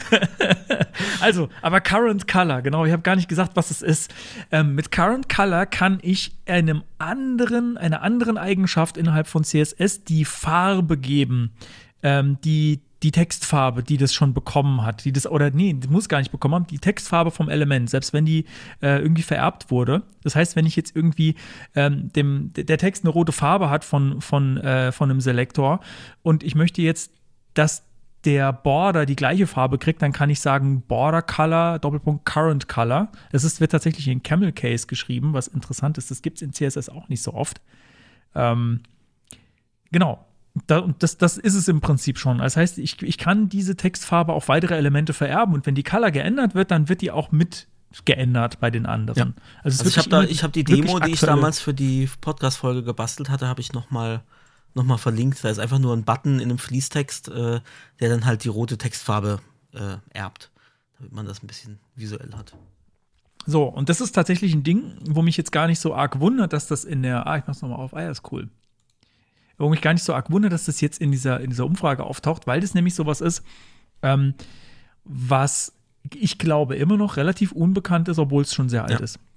Also, aber Current Color, genau, ich habe gar nicht gesagt, was es ist. Ähm, mit Current Color kann ich einem anderen, einer anderen Eigenschaft innerhalb von C S S die Farbe geben, ähm, die die Textfarbe, die das schon bekommen hat, die das, oder nee, die muss gar nicht bekommen haben, die Textfarbe vom Element, selbst wenn die äh, irgendwie vererbt wurde. Das heißt, wenn ich jetzt irgendwie ähm, dem, der Text eine rote Farbe hat von, von, äh, von einem Selektor und ich möchte jetzt, dass der Border die gleiche Farbe kriegt, dann kann ich sagen Border Color, Doppelpunkt Current Color. Das ist, wird tatsächlich in Camel Case geschrieben, was interessant ist. Das gibt es in C S S auch nicht so oft. Ähm, genau. Da, und das, das ist es im Prinzip schon. Das heißt, ich, ich kann diese Textfarbe auf weitere Elemente vererben und wenn die Color geändert wird, dann wird die auch mit geändert bei den anderen.
Ja. Also, also ich habe hab die Demo, die ich damals für die Podcast-Folge gebastelt hatte, habe ich noch mal, noch mal verlinkt. Da ist einfach nur ein Button in einem Fließtext, äh, der dann halt die rote Textfarbe äh, erbt, damit man das ein bisschen visuell hat.
So, und das ist tatsächlich ein Ding, wo mich jetzt gar nicht so arg wundert, dass das in der, ah, ich mach's nochmal auf, ah, ja, ist cool. Wo mich gar nicht so arg wundert, dass das jetzt in dieser, in dieser Umfrage auftaucht, weil das nämlich sowas ist, Ähm, was ich glaube immer noch relativ unbekannt ist, obwohl es schon sehr alt
Ja.
ist.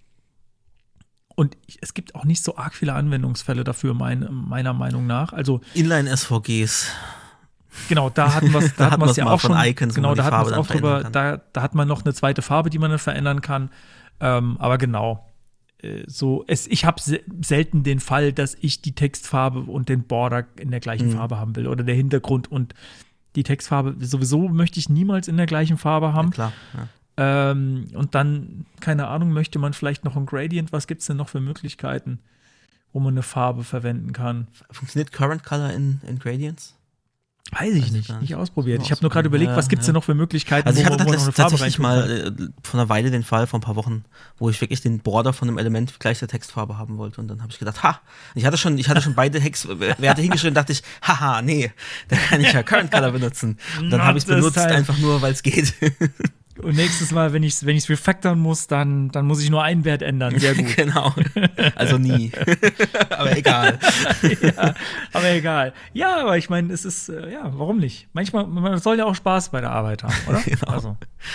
Und ich, es gibt auch nicht so arg viele Anwendungsfälle dafür, mein, meiner Meinung nach. Also
Inline-S V Gs.
genau, da hatten wir es
Da
da
hatten
hatten wir's
wir's
ja
mal
auch
von
schon.
Icons, wo
genau,
man
da
die
hatten wir
Farbe
es
dann
auch drüber.
verändern
Da, da hat man noch eine zweite Farbe, die man dann verändern kann. Ähm, aber genau, äh, so es, ich habe se selten den Fall, dass ich die Textfarbe und den Border in der gleichen
Mhm.
Farbe haben will oder der Hintergrund und die Textfarbe. Sowieso möchte ich niemals in der gleichen Farbe haben.
Ja, klar. Ja.
Ähm, und dann, keine Ahnung, möchte man vielleicht noch ein Gradient. Was gibt es denn noch für Möglichkeiten, wo man eine Farbe verwenden kann?
Funktioniert Current Color in, in Gradients?
Weiß ich
ich
nicht,
gar
nicht
nicht.
ausprobiert.
Nur
Ich habe nur gerade
ausprobieren.
überlegt, was
Ja,
gibt es denn
ja.
noch für Möglichkeiten,
Also ich
wo,
hatte
wo man noch eine Farbe
tatsächlich
reintun
mal
kann.
äh, vor einer Weile den Fall, vor ein paar Wochen, wo ich wirklich den Border von einem Element gleich der Textfarbe haben wollte. Und dann habe ich gedacht, ha, ich hatte schon, ich hatte schon beide Hex-Werte hingeschrieben, dachte ich, haha, nee, da kann ich ja Current Color benutzen. Und dann habe ich es
Not this
benutzt,
time.
einfach nur, weil es geht.
Und nächstes Mal, wenn ich es wenn ich's refactoren muss, dann, dann muss ich nur einen Wert ändern. Sehr gut.
Genau. Also nie. Aber egal.
Ja, aber egal. Ja, aber ich meine, es ist, äh, ja, warum nicht? Manchmal, man soll ja auch Spaß bei der Arbeit haben, oder?
Genau.
Also.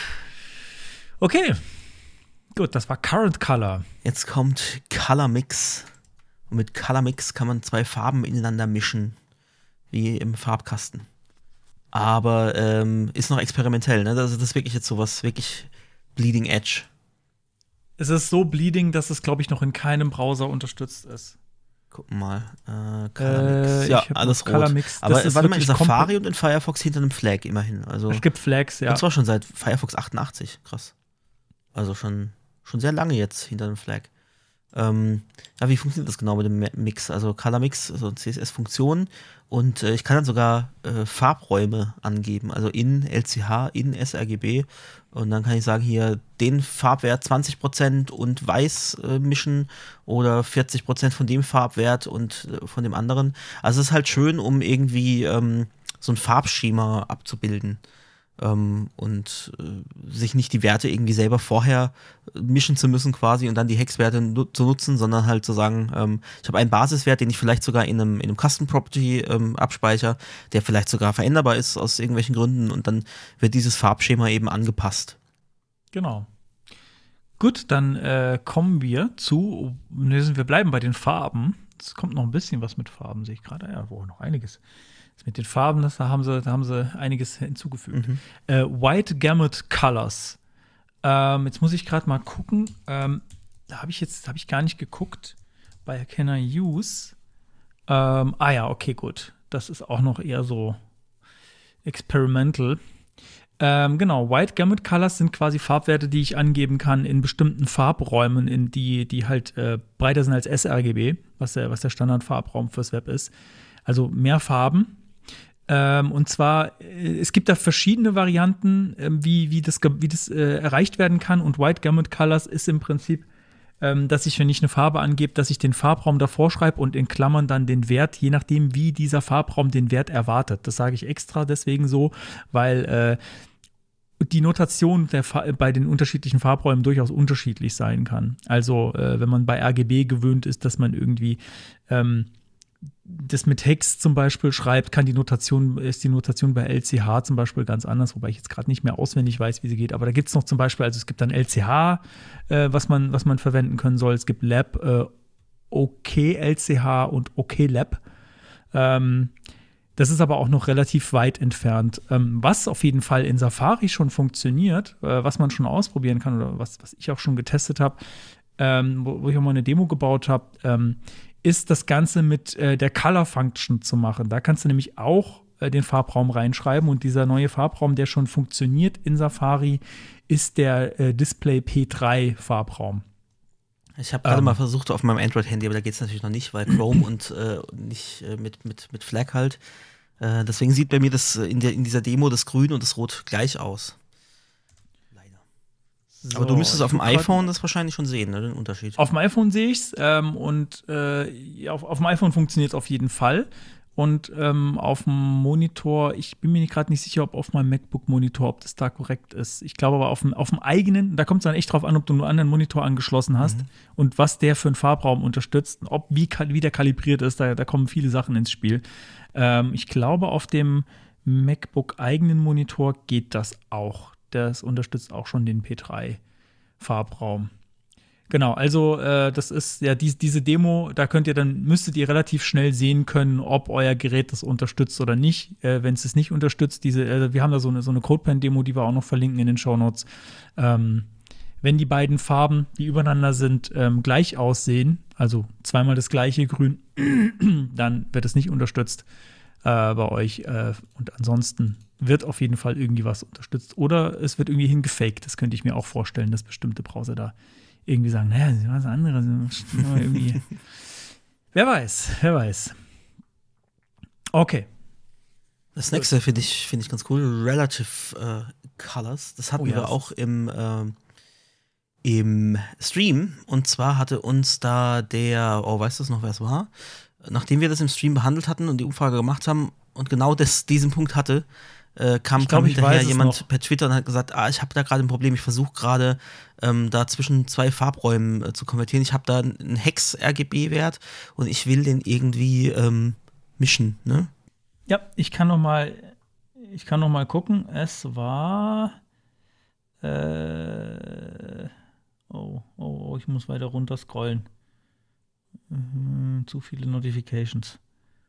Okay. Gut, das war Current Color.
Jetzt kommt Color Mix. Und mit Color Mix kann man zwei Farben ineinander mischen. Wie im Farbkasten. Aber ähm, ist noch experimentell, ne? Das, das ist wirklich jetzt sowas, wirklich Bleeding Edge.
Es ist so bleeding, dass es, glaube ich, noch in keinem Browser unterstützt ist.
Gucken mal. Äh, Color Mix.
Äh,
ja,
ich hab
alles
noch Color
rot.
Mix. Das
Aber
ist
warte mal, in
wirklich
Safari und in Firefox hinter einem Flag immerhin. Also,
Es gibt Flags, ja.
und zwar schon seit Firefox achtundachtzig. Krass. Also schon, schon sehr lange jetzt hinter einem Flag. Ähm, ja, wie funktioniert das genau mit dem Mix? Also Color Mix, also C S S-Funktionen. Und äh, ich kann dann sogar äh, Farbräume angeben, also in L C H, in sRGB. Und dann kann ich sagen, hier den Farbwert zwanzig Prozent und weiß äh, mischen oder vierzig Prozent von dem Farbwert und äh, von dem anderen. Also es ist halt schön, um irgendwie ähm, so ein Farbschema abzubilden. Ähm, und äh, sich nicht die Werte irgendwie selber vorher mischen zu müssen quasi und dann die Hexwerte nu zu nutzen, sondern halt zu sagen, ähm, ich habe einen Basiswert, den ich vielleicht sogar in einem, in einem Custom Property ähm, abspeichere, der vielleicht sogar veränderbar ist aus irgendwelchen Gründen und dann wird dieses Farbschema eben angepasst.
Genau. Gut, dann äh, kommen wir zu, wir bleiben bei den Farben. Es kommt noch ein bisschen was mit Farben, sehe ich gerade. Ja, wo noch einiges. Das mit den Farben, das, da, haben sie, da haben sie einiges hinzugefügt.
Mhm.
Äh, White Gamut Colors. Ähm, jetzt muss ich gerade mal gucken. Ähm, da habe ich jetzt habe ich gar nicht geguckt. Bei Can I Use? Ähm, ah ja, okay, gut. Das ist auch noch eher so experimental. Ähm, genau, White Gamut Colors sind quasi Farbwerte, die ich angeben kann in bestimmten Farbräumen, in die, die halt äh, breiter sind als sRGB, was der, was der Standardfarbraum fürs Web ist. Also mehr Farben. Ähm, und zwar, äh, es gibt da verschiedene Varianten, äh, wie, wie das, wie das äh, erreicht werden kann. Und White Gamut Colors ist im Prinzip, ähm, dass ich, wenn ich eine Farbe angebe, dass ich den Farbraum davor schreibe und in Klammern dann den Wert, je nachdem, wie dieser Farbraum den Wert erwartet. Das sage ich extra deswegen so, weil äh, die Notation der bei den unterschiedlichen Farbräumen durchaus unterschiedlich sein kann. Also, äh, wenn man bei R G B gewöhnt ist, dass man irgendwie ähm, das mit Hex zum Beispiel schreibt, kann die Notation, ist die Notation bei L C H zum Beispiel ganz anders, wobei ich jetzt gerade nicht mehr auswendig weiß, wie sie geht. Aber da gibt es noch zum Beispiel, also es gibt dann L C H, äh, was man, was man verwenden können soll. Es gibt Lab, äh, OK L C H und OK Lab. Ähm, das ist aber auch noch relativ weit entfernt. Ähm, was auf jeden Fall in Safari schon funktioniert, äh, was man schon ausprobieren kann oder was, was ich auch schon getestet habe, ähm, wo, wo ich auch mal eine Demo gebaut habe, ähm, ist das Ganze mit äh, der Color Function zu machen. Da kannst du nämlich auch äh, den Farbraum reinschreiben und dieser neue Farbraum, der schon funktioniert in Safari, ist der äh, Display P drei Farbraum.
Ich habe gerade
ähm.
mal versucht auf meinem Android-Handy, aber da geht es natürlich noch nicht, weil Chrome und äh, nicht äh, mit, mit, mit Flag halt. Äh, deswegen sieht bei mir das in, der, in dieser Demo das Grün und das Rot gleich aus.
So,
aber du müsstest auf dem
grad-
iPhone das wahrscheinlich schon sehen, ne, den Unterschied.
Auf dem iPhone sehe ich es ähm, und äh, ja, auf, auf dem iPhone funktioniert es auf jeden Fall. Und ähm, auf dem Monitor, ich bin mir gerade nicht sicher, ob auf meinem MacBook-Monitor, ob das da korrekt ist. Ich glaube aber auf dem, auf dem eigenen, da kommt es dann echt drauf an, ob du einen anderen Monitor angeschlossen hast
Mhm.
und was der für einen Farbraum unterstützt, ob wie, kal- wie der kalibriert ist, da, da kommen viele Sachen ins Spiel. Ähm, ich glaube, auf dem MacBook-eigenen Monitor geht das auch. Das unterstützt auch schon den P drei Farbraum. Genau, also äh, das ist ja dies, diese Demo, da könnt ihr dann, müsstet ihr relativ schnell sehen können, ob euer Gerät das unterstützt oder nicht. Äh, Wenn es es nicht unterstützt, diese, äh, wir haben da so eine, so eine CodePen-Demo, die wir auch noch verlinken in den Shownotes. Ähm, wenn die beiden Farben, die übereinander sind, ähm, gleich aussehen, also zweimal das gleiche Grün, dann wird es nicht unterstützt äh, bei euch. Äh, und ansonsten wird auf jeden Fall irgendwie was unterstützt. Oder es wird irgendwie hingefaked. Das könnte ich mir auch vorstellen, dass bestimmte Browser da irgendwie sagen, naja, das ist was anderes. Irgendwie. Wer weiß, wer weiß. Okay.
Das nächste finde ich, find ich ganz cool. Relative äh, Colors. Das hatten
Oh ja,
wir
das
auch im, äh, im Stream. Und zwar hatte uns da der, oh, weißt du noch, wer es war? Nachdem wir das im Stream behandelt hatten und die Umfrage gemacht haben und genau das, diesen Punkt hatte, äh, kam,
Ich glaub,
kam
ich
hinterher
weiß es
jemand
noch.
per Twitter und hat gesagt, ah, ich habe da gerade ein Problem, ich versuche gerade ähm, da zwischen zwei Farbräumen äh, zu konvertieren. Ich habe da einen Hex-R G B-Wert und ich will den irgendwie ähm, mischen, ne?
Ja, ich kann noch mal, ich kann noch mal gucken. Es war äh, oh, oh, oh, ich muss weiter runter scrollen. Mhm, zu viele Notifications.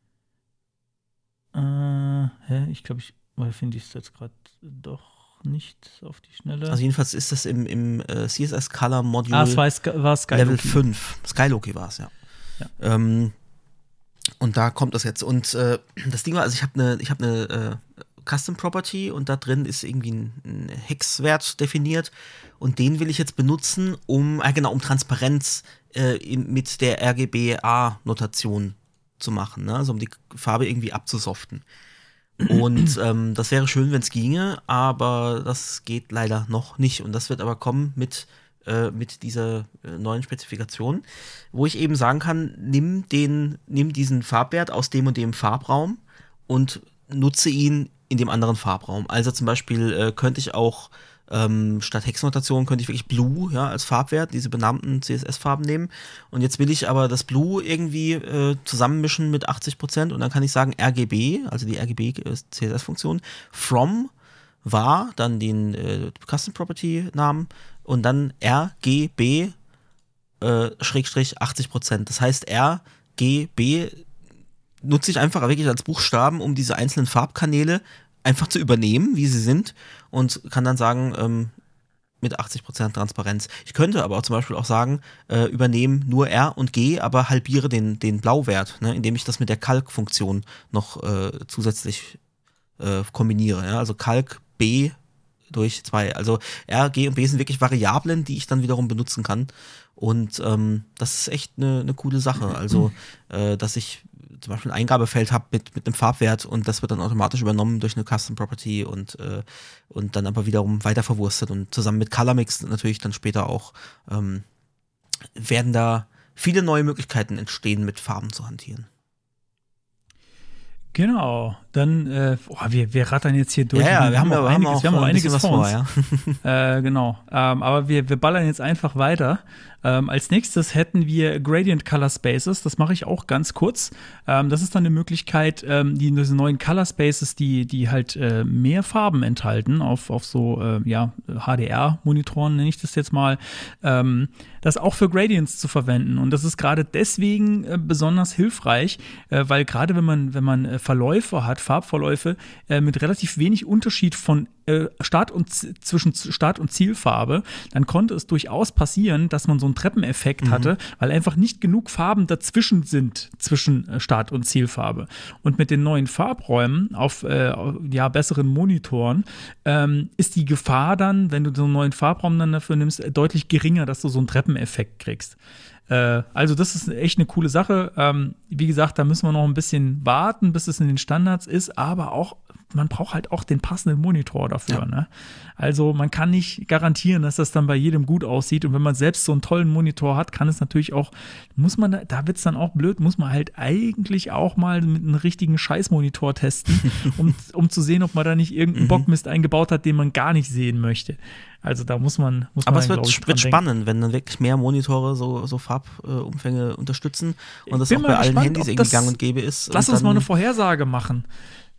Äh, hä? Ich glaube, ich finde ich es jetzt gerade doch nicht auf die Schnelle.
Also jedenfalls ist das im, im äh, C S S Color Module
ah, es war, Sky- war Skyloki.
Level fünf. Skyloki war es, ja.
Ja.
Ähm, und da kommt das jetzt. Und äh, das Ding war, also ich habe eine ich hab ne, äh, Custom Property und da drin ist irgendwie ein, ein Hex-Wert definiert und den will ich jetzt benutzen, um, äh, genau, um Transparenz äh, in, mit der R G B A-Notation zu machen, ne? Also um die Farbe irgendwie abzusoften. Und ähm, das wäre schön, wenn es ginge, aber das geht leider noch nicht. Und das wird aber kommen mit, äh, mit dieser äh, neuen Spezifikation, wo ich eben sagen kann, nimm, den, nimm diesen Farbwert aus dem und dem Farbraum und nutze ihn in dem anderen Farbraum. Also zum Beispiel äh, könnte ich auch ähm, statt Hexnotation könnte ich wirklich Blue, ja, als Farbwert, diese benannten C S S-Farben nehmen. Und jetzt will ich aber das Blue irgendwie äh, zusammenmischen mit achtzig Prozent und dann kann ich sagen R G B, also die R G B-C S S-Funktion, from var, dann den äh, Custom Property-Namen und dann R G B äh, Schrägstrich achtzig Prozent. Das heißt, R G B nutze ich einfach wirklich als Buchstaben, um diese einzelnen Farbkanäle einfach zu übernehmen, wie sie sind und kann dann sagen, ähm, mit achtzig Prozent Transparenz. Ich könnte aber auch zum Beispiel auch sagen, äh, übernehme nur R und G, aber halbiere den, den Blauwert, ne, indem ich das mit der Calc-Funktion noch äh, zusätzlich äh, kombiniere. Ja? Also Calc B durch zwei. Also R, G und B sind wirklich Variablen, die ich dann wiederum benutzen kann. Und ähm, das ist echt eine ne coole Sache. Also, äh, dass ich zum Beispiel ein Eingabefeld habe mit, mit einem Farbwert und das wird dann automatisch übernommen durch eine Custom Property und, äh, und dann aber wiederum weiter verwurstet und zusammen mit ColorMix natürlich dann später auch ähm, werden da viele neue Möglichkeiten entstehen, mit Farben zu hantieren.
Genau, dann, äh, oh, wir, wir rattern jetzt hier durch.
Ja, ja, wir haben
auch
ja
einiges,
auch
wir haben auch
ein
einiges
bisschen
vor
was
uns.
vor, ja.
äh, genau, ähm, aber wir, wir ballern jetzt einfach weiter. Ähm, als nächstes hätten wir Gradient Color Spaces, das mache ich auch ganz kurz. Ähm, das ist dann eine Möglichkeit, ähm, die, diese neuen Color Spaces, die, die halt äh, mehr Farben enthalten, auf, auf so äh, ja, H D R-Monitoren nenne ich das jetzt mal, ähm, das auch für Gradients zu verwenden. Und das ist gerade deswegen äh, besonders hilfreich, äh, weil gerade wenn man, wenn man äh, Verläufe hat, Farbverläufe, äh, mit relativ wenig Unterschied von äh, Start und Z- zwischen Start- und Zielfarbe, dann konnte es durchaus passieren, dass man so einen Treppeneffekt
Mhm.
hatte, weil einfach nicht genug Farben dazwischen sind, zwischen äh, Start- und Zielfarbe. Und mit den neuen Farbräumen auf äh, ja, besseren Monitoren ähm, ist die Gefahr dann, wenn du so einen neuen Farbraum dann dafür nimmst, äh, deutlich geringer, dass du so einen Treppeneffekt kriegst. Äh, also das ist echt eine coole Sache. Ähm, wie gesagt, da müssen wir noch ein bisschen warten, bis es in den Standards ist, aber auch man braucht halt auch den passenden Monitor dafür.
Ja.
Ne? Also man kann nicht garantieren, dass das dann bei jedem gut aussieht. Und wenn man selbst so einen tollen Monitor hat, kann es natürlich auch, muss man, da, da wird es dann auch blöd, muss man halt eigentlich auch mal mit einem richtigen Scheißmonitor testen, um, um zu sehen, ob man da nicht irgendeinen Bockmist eingebaut hat, den man gar nicht sehen möchte. Also da muss man, muss man
Aber es
dann,
wird,
glaub ich,
wird
dran
spannend, wenn dann wirklich mehr Monitore so, so Farbumfänge äh, unterstützen und das
bin
auch
mal
bei allen
gespannt,
Handys
ob
irgendwie
das-
gang und gäbe ist.
Lass
und
uns mal
dann-
eine Vorhersage machen.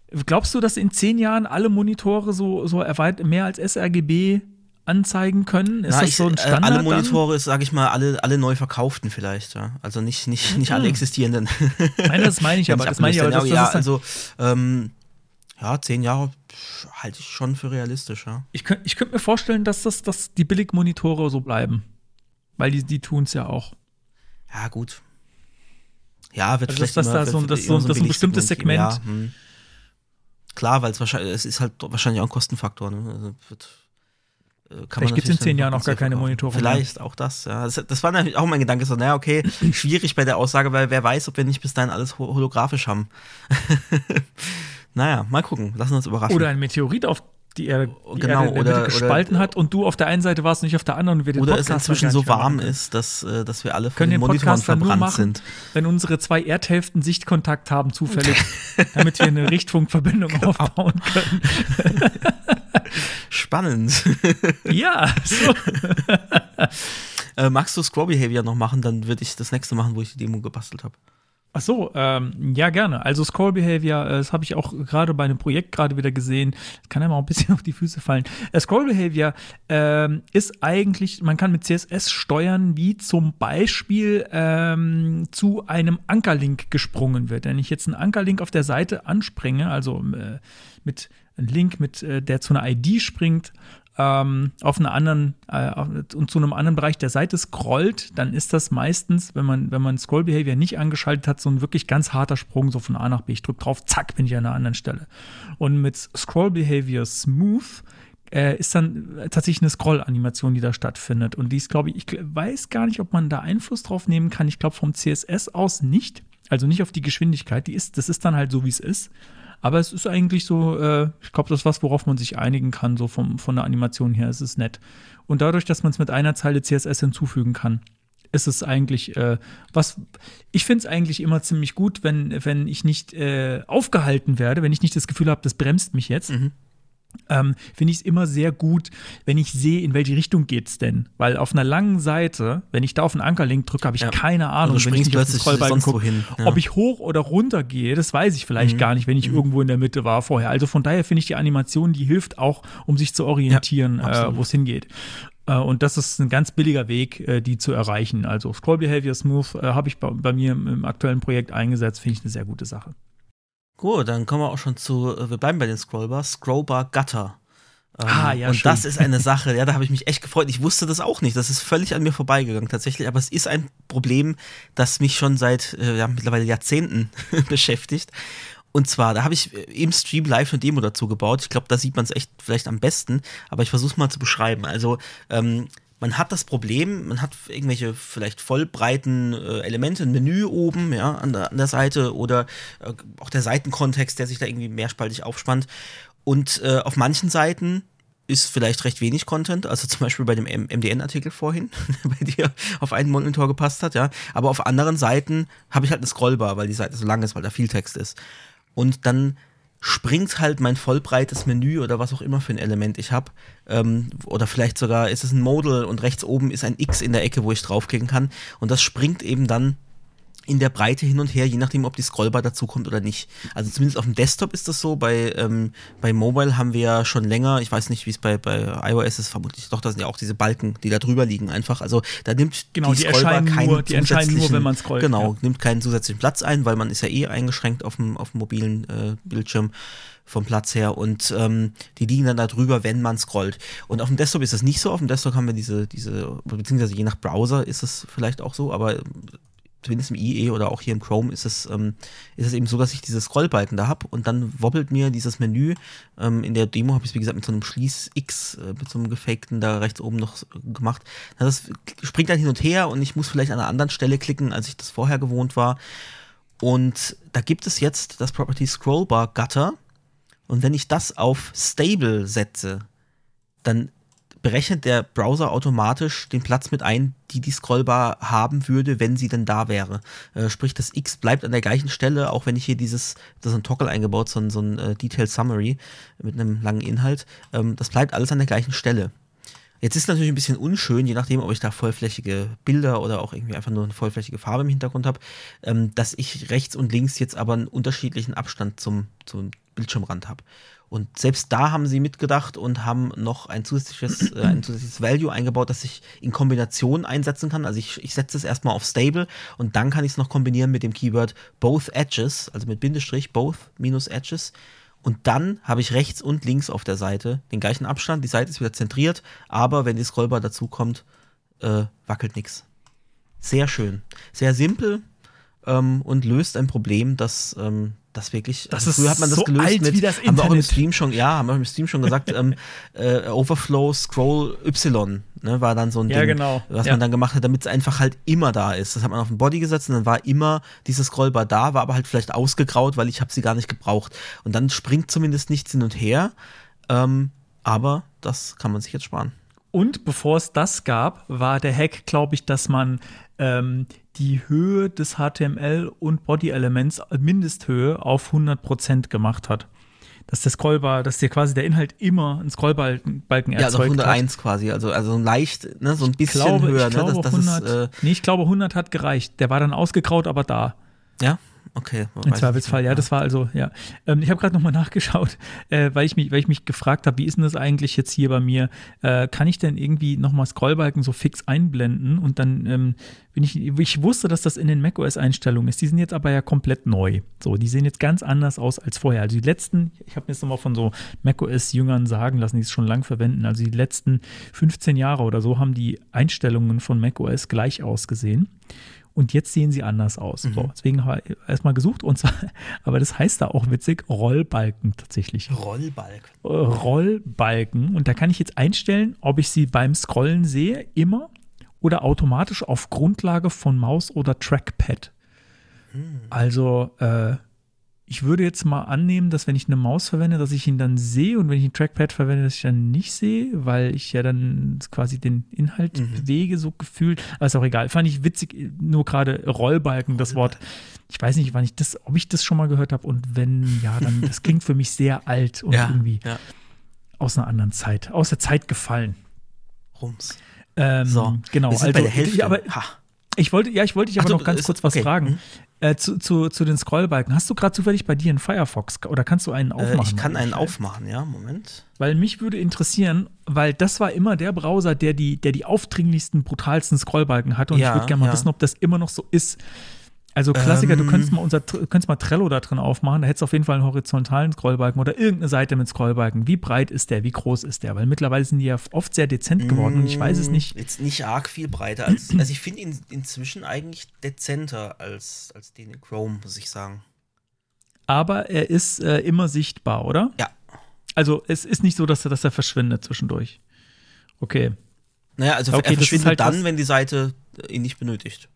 Glaubst du, dass in zehn Jahren alle Monitore so, so erweit- mehr als sRGB anzeigen können? Ist
Na,
das
ich,
so ein
äh,
Standard?
Alle Monitore, sage ich mal, alle, alle neu verkauften vielleicht, ja. Also nicht, nicht, nicht alle existierenden.
Nein, das meine ich aber. Das meine ich aber.
Ja,
Das, das
ja,
ist dann-
also, ähm, ja, zehn Jahre pff, halte ich schon für realistisch, ja.
Ich könnte ich könnt mir vorstellen, dass, das, dass die Billigmonitore so bleiben. Weil die, die tun es ja auch.
Ja, gut. Ja, wird
Also,
vielleicht
dass
immer,
das da so ein-
wird
das
immer
so- das ein bestimmtes
Billigsegment geben,
Segment-
Ja, hm. Klar, weil es wahrscheinlich, es ist halt wahrscheinlich auch ein Kostenfaktor, ne? Also wird, äh, kann man
Vielleicht gibt's in
natürlich
zehn
dann
Jahren auch gar
günstiger
keine
verkaufen.
Monitore mehr.
Vielleicht auch das, ja. Das, das war natürlich auch mein Gedanke, so, naja, okay, schwierig bei der Aussage, weil wer weiß, ob wir nicht bis dahin alles ho- holographisch haben. Naja, mal gucken, lassen wir uns überraschen.
Oder ein Meteorit auf die Erde, die
Genau,
Erde in der
oder-
Mitte gespalten
oder-
hat und du auf der einen Seite warst und nicht auf der anderen und wir den
Oder es
Podcast
inzwischen
gar
so
nicht mehr
warm
machen können.
ist, dass, äh, dass wir alle von
Können
den
den
Monitoren
Podcast dann nur
verbrannt
machen,
sind.
wenn unsere zwei Erdhälften Sichtkontakt haben, zufällig, damit wir eine Richtfunkverbindung
Genau.
aufbauen können.
Spannend.
Ja, so.
äh, magst du Scroll Behavior noch machen? Dann würde ich das nächste machen, wo ich die Demo gebastelt habe.
Ach so, ähm, ja, gerne. Also Scroll Behavior, äh, das habe ich auch gerade bei einem Projekt gerade wieder gesehen. Das kann einem auch ein bisschen auf die Füße fallen. Äh, Scroll Behavior ähm, ist eigentlich, man kann mit C S S steuern, wie zum Beispiel ähm, zu einem Ankerlink gesprungen wird. Wenn ich jetzt einen Ankerlink auf der Seite anspringe, also äh, mit einem Link, mit äh, der zu einer I D springt, ähm, auf einer anderen äh, auf, und zu einem anderen Bereich der Seite scrollt, dann ist das meistens, wenn man, wenn man Scroll Behavior nicht angeschaltet hat, so ein wirklich ganz harter Sprung, so von A nach B. Ich drücke drauf, zack, bin ich an einer anderen Stelle. Und mit Scroll Behavior Smooth äh, ist dann tatsächlich eine Scroll-Animation, die da stattfindet. Und die ist, glaube ich, ich weiß gar nicht, ob man da Einfluss drauf nehmen kann. Ich glaube, vom C S S aus nicht. Also nicht auf die Geschwindigkeit. Die ist, das ist dann halt so, wie es ist. Aber es ist eigentlich so, äh, ich glaube, das ist was, worauf man sich einigen kann, so vom, von der Animation her. Es ist nett. Und dadurch, dass man es mit einer Zeile C S S hinzufügen kann, ist es eigentlich äh, was. Ich finde es eigentlich immer ziemlich gut, wenn, wenn ich nicht äh, aufgehalten werde, wenn ich nicht das Gefühl habe, das bremst mich jetzt.
Mhm.
Ähm, finde ich es immer sehr gut, wenn ich sehe, in welche Richtung geht's denn. Weil auf einer langen Seite, wenn ich da auf einen Ankerlink drücke, habe ich
Ja.
keine Ahnung,
Und du
wenn ich
springst
nicht auf den
plötzlich
Scrollbalken
sonst
gucke,
wohin, ja.
ob ich hoch oder runter gehe, das weiß ich vielleicht
Mhm.
gar nicht, wenn ich
Mhm.
irgendwo in der Mitte war vorher. Also von daher finde ich die Animation, die hilft auch, um sich zu orientieren,
Ja,
äh,
absolut.
wo es hingeht. Äh, und das ist ein ganz billiger Weg, äh, die zu erreichen. Also Scroll Behavior Smooth äh, habe ich bei, bei mir im, im aktuellen Projekt eingesetzt, finde ich eine sehr gute Sache.
Gut, dann kommen wir auch schon zu, äh, wir bleiben bei den Scrollbars, Scrollbar Gutter. Ähm,
Ah, ja,
und
schön.
das ist eine Sache, ja, da habe ich mich echt gefreut. Ich wusste das auch nicht, das ist völlig an mir vorbeigegangen tatsächlich, aber es ist ein Problem, das mich schon seit äh, ja, mittlerweile Jahrzehnten beschäftigt. Und zwar, da habe ich im Stream live eine Demo dazu gebaut. Ich glaube, da sieht man es echt vielleicht am besten, aber ich versuche es mal zu beschreiben. Also, ähm, man hat das Problem, man hat irgendwelche vielleicht vollbreiten äh, Elemente, ein Menü oben, ja, an der, an der Seite oder äh, auch der Seitenkontext, der sich da irgendwie mehrspaltig aufspannt. Und äh, auf manchen Seiten ist vielleicht recht wenig Content, also zum Beispiel bei dem M D N-Artikel vorhin, der bei dir auf einen Monitor gepasst hat, ja. Aber auf anderen Seiten habe ich halt eine Scrollbar, weil die Seite so lang ist, weil da viel Text ist. Und dann springt halt mein vollbreites Menü oder was auch immer für ein Element ich habe. Ähm, oder vielleicht sogar ist es ein Modal und rechts oben ist ein X in der Ecke, wo ich draufklicken kann. Und das springt eben dann in der Breite hin und her, je nachdem, ob die Scrollbar dazukommt oder nicht. Also zumindest auf dem Desktop ist das so. Bei, ähm, bei Mobile haben wir ja schon länger, ich weiß nicht, wie es bei, bei iOS ist, vermutlich doch, da sind ja auch diese Balken, die da drüber liegen einfach. Also da nimmt
Genau,
die
die
Scrollbar
erscheinen
keinen
nur- die erscheinen nur,
zusätzlichen-
wenn man scrollt,
Genau,
ja.
nimmt keinen zusätzlichen Platz ein, weil man ist ja eh eingeschränkt auf dem, auf dem mobilen äh, Bildschirm vom Platz her und ähm, die liegen dann da drüber, wenn man scrollt. Und auf dem Desktop ist das nicht so. Auf dem Desktop haben wir diese, diese, beziehungsweise je nach Browser ist es vielleicht auch so, aber zumindest im I E oder auch hier im Chrome ist es, ähm, ist es eben so, dass ich diese Scrollbalken da habe und dann wobbelt mir dieses Menü. Ähm, in der Demo habe ich es, wie gesagt, mit so einem Schließ-X, äh, mit so einem gefakten da rechts oben noch gemacht. Na, das springt dann hin und her und ich muss vielleicht an einer anderen Stelle klicken, als ich das vorher gewohnt war. Und da gibt es jetzt das Property Scrollbar Gutter. Und wenn ich das auf Stable setze, dann berechnet der Browser automatisch den Platz mit ein, die die Scrollbar haben würde, wenn sie denn da wäre. Äh, sprich, das X bleibt an der gleichen Stelle, auch wenn ich hier dieses, das ist ein Toggle eingebaut, so ein, so ein äh, Detailed Summary mit einem langen Inhalt. Ähm, das bleibt alles an der gleichen Stelle. Jetzt ist es natürlich ein bisschen unschön, je nachdem, ob ich da vollflächige Bilder oder auch irgendwie einfach nur eine vollflächige Farbe im Hintergrund habe, ähm, dass ich rechts und links jetzt aber einen unterschiedlichen Abstand zum, zum Bildschirmrand habe. Und selbst da haben sie mitgedacht und haben noch ein zusätzliches, äh, ein zusätzliches Value eingebaut, das ich in Kombination einsetzen kann. Also ich, ich setze es erstmal auf Stable und dann kann ich es noch kombinieren mit dem Keyword both edges, also mit Bindestrich, both minus edges. Und dann habe ich rechts und links auf der Seite den gleichen Abstand. Die Seite ist wieder zentriert, aber wenn die Scrollbar dazu kommt, äh, wackelt nichts. Sehr schön. Sehr simpel ähm, und löst ein Problem, das ähm, das wirklich,
das
also früher hat man das
so
gelöst
alt
mit,
wie das
haben wir auch im
Internet.
Stream schon, ja, haben wir im Stream schon gesagt, ähm, äh, Overflow Scroll Y, ne, war dann so ein
Ja,
Ding,
genau.
was
Ja.
man dann gemacht hat, damit es einfach halt immer da ist. Das hat man auf den Body gesetzt und dann war immer diese Scrollbar da, war aber halt vielleicht ausgegraut, weil ich habe sie gar nicht gebraucht. Und dann springt zumindest nichts hin und her, ähm, aber das kann man sich jetzt sparen.
Und bevor es das gab, war der Hack, glaube ich, dass man ähm, die Höhe des H T M L und Body-Elements, Mindesthöhe, auf hundert Prozent gemacht hat. Dass der Scrollbar, dass dir quasi der Inhalt immer einen Scrollbalken Balken
Ja, also
erzeugt
hunderteins
hat.
quasi, also, also leicht, ne, so ein bisschen
Ich glaube,
höher.
ich glaube,
ne, das, das
hundert,
ist, äh,
nee, ich glaube, hundert hat gereicht. Der war dann ausgegraut, aber da.
ja, okay.
Im Zweifelsfall, ja, das war also, ja. Ähm, ich habe gerade nochmal nachgeschaut, äh, weil, ich mich, weil ich mich gefragt habe, wie ist denn das eigentlich jetzt hier bei mir? Äh, kann ich denn irgendwie nochmal Scrollbalken so fix einblenden? Und dann ähm, bin ich, ich wusste, dass das in den macOS-Einstellungen ist. Die sind jetzt aber ja komplett neu. So, die sehen jetzt ganz anders aus als vorher. Also die letzten, ich habe mir jetzt nochmal von so macOS-Jüngern sagen lassen, die es schon lang verwenden. Also die letzten fünfzehn Jahre oder so haben die Einstellungen von macOS gleich ausgesehen. Und jetzt sehen sie anders aus.
Mhm.
So, deswegen habe ich erstmal gesucht. Und zwar, aber das heißt da auch witzig, Rollbalken tatsächlich.
Rollbalken.
Äh, Rollbalken. Und da kann ich jetzt einstellen, ob ich sie beim Scrollen sehe, immer oder automatisch auf Grundlage von Maus oder Trackpad.
Hm.
Also, äh, ich würde jetzt mal annehmen, dass wenn ich eine Maus verwende, dass ich ihn dann sehe und wenn ich ein Trackpad verwende, dass ich dann nicht sehe, weil ich ja dann quasi den Inhalt
Mhm.
bewege, so gefühlt. Aber ist auch egal. Fand ich witzig, nur gerade Rollbalken, das Wort. Ich weiß nicht, wann ich das, ob ich das schon mal gehört habe und wenn ja, dann das klingt für mich sehr alt und
Ja,
irgendwie
ja.
aus einer anderen Zeit, aus der Zeit gefallen.
Rums.
Ähm,
So,
genau.
wir sind
also,
bei der Hälfte.
Ja, aber
Ha.
ich wollte, ja, ich wollte dich aber
Ach, du,
noch ganz
ist-
kurz was
okay.
fragen.
Mhm.
Äh, zu, zu, zu den Scrollbalken. Hast du gerade zufällig bei dir einen Firefox oder kannst du einen aufmachen?
Äh, ich kann einen
Michael?
aufmachen, ja, Moment.
Weil mich würde interessieren, weil das war immer der Browser, der die, der die aufdringlichsten, brutalsten Scrollbalken hatte. Und
Ja,
ich würde gerne mal
ja.
wissen, ob das immer noch so ist. Also Klassiker,
Ähm.
du könntest mal unser, du könntest mal Trello da drin aufmachen, da hättest du auf jeden Fall einen horizontalen Scrollbalken oder irgendeine Seite mit Scrollbalken. Wie breit ist der, wie groß ist der? Weil mittlerweile sind die ja oft sehr dezent geworden und ich weiß es nicht.
Jetzt nicht arg viel breiter. Als, also ich finde ihn inzwischen eigentlich dezenter als, als den in Chrome, muss ich sagen.
Aber er ist äh, immer sichtbar, oder?
Ja.
Also es ist nicht so, dass er, dass er verschwindet zwischendurch. Okay.
Naja, also
Okay,
er
das ist
verschwindet
halt
dann,
was-
wenn die Seite ihn nicht benötigt.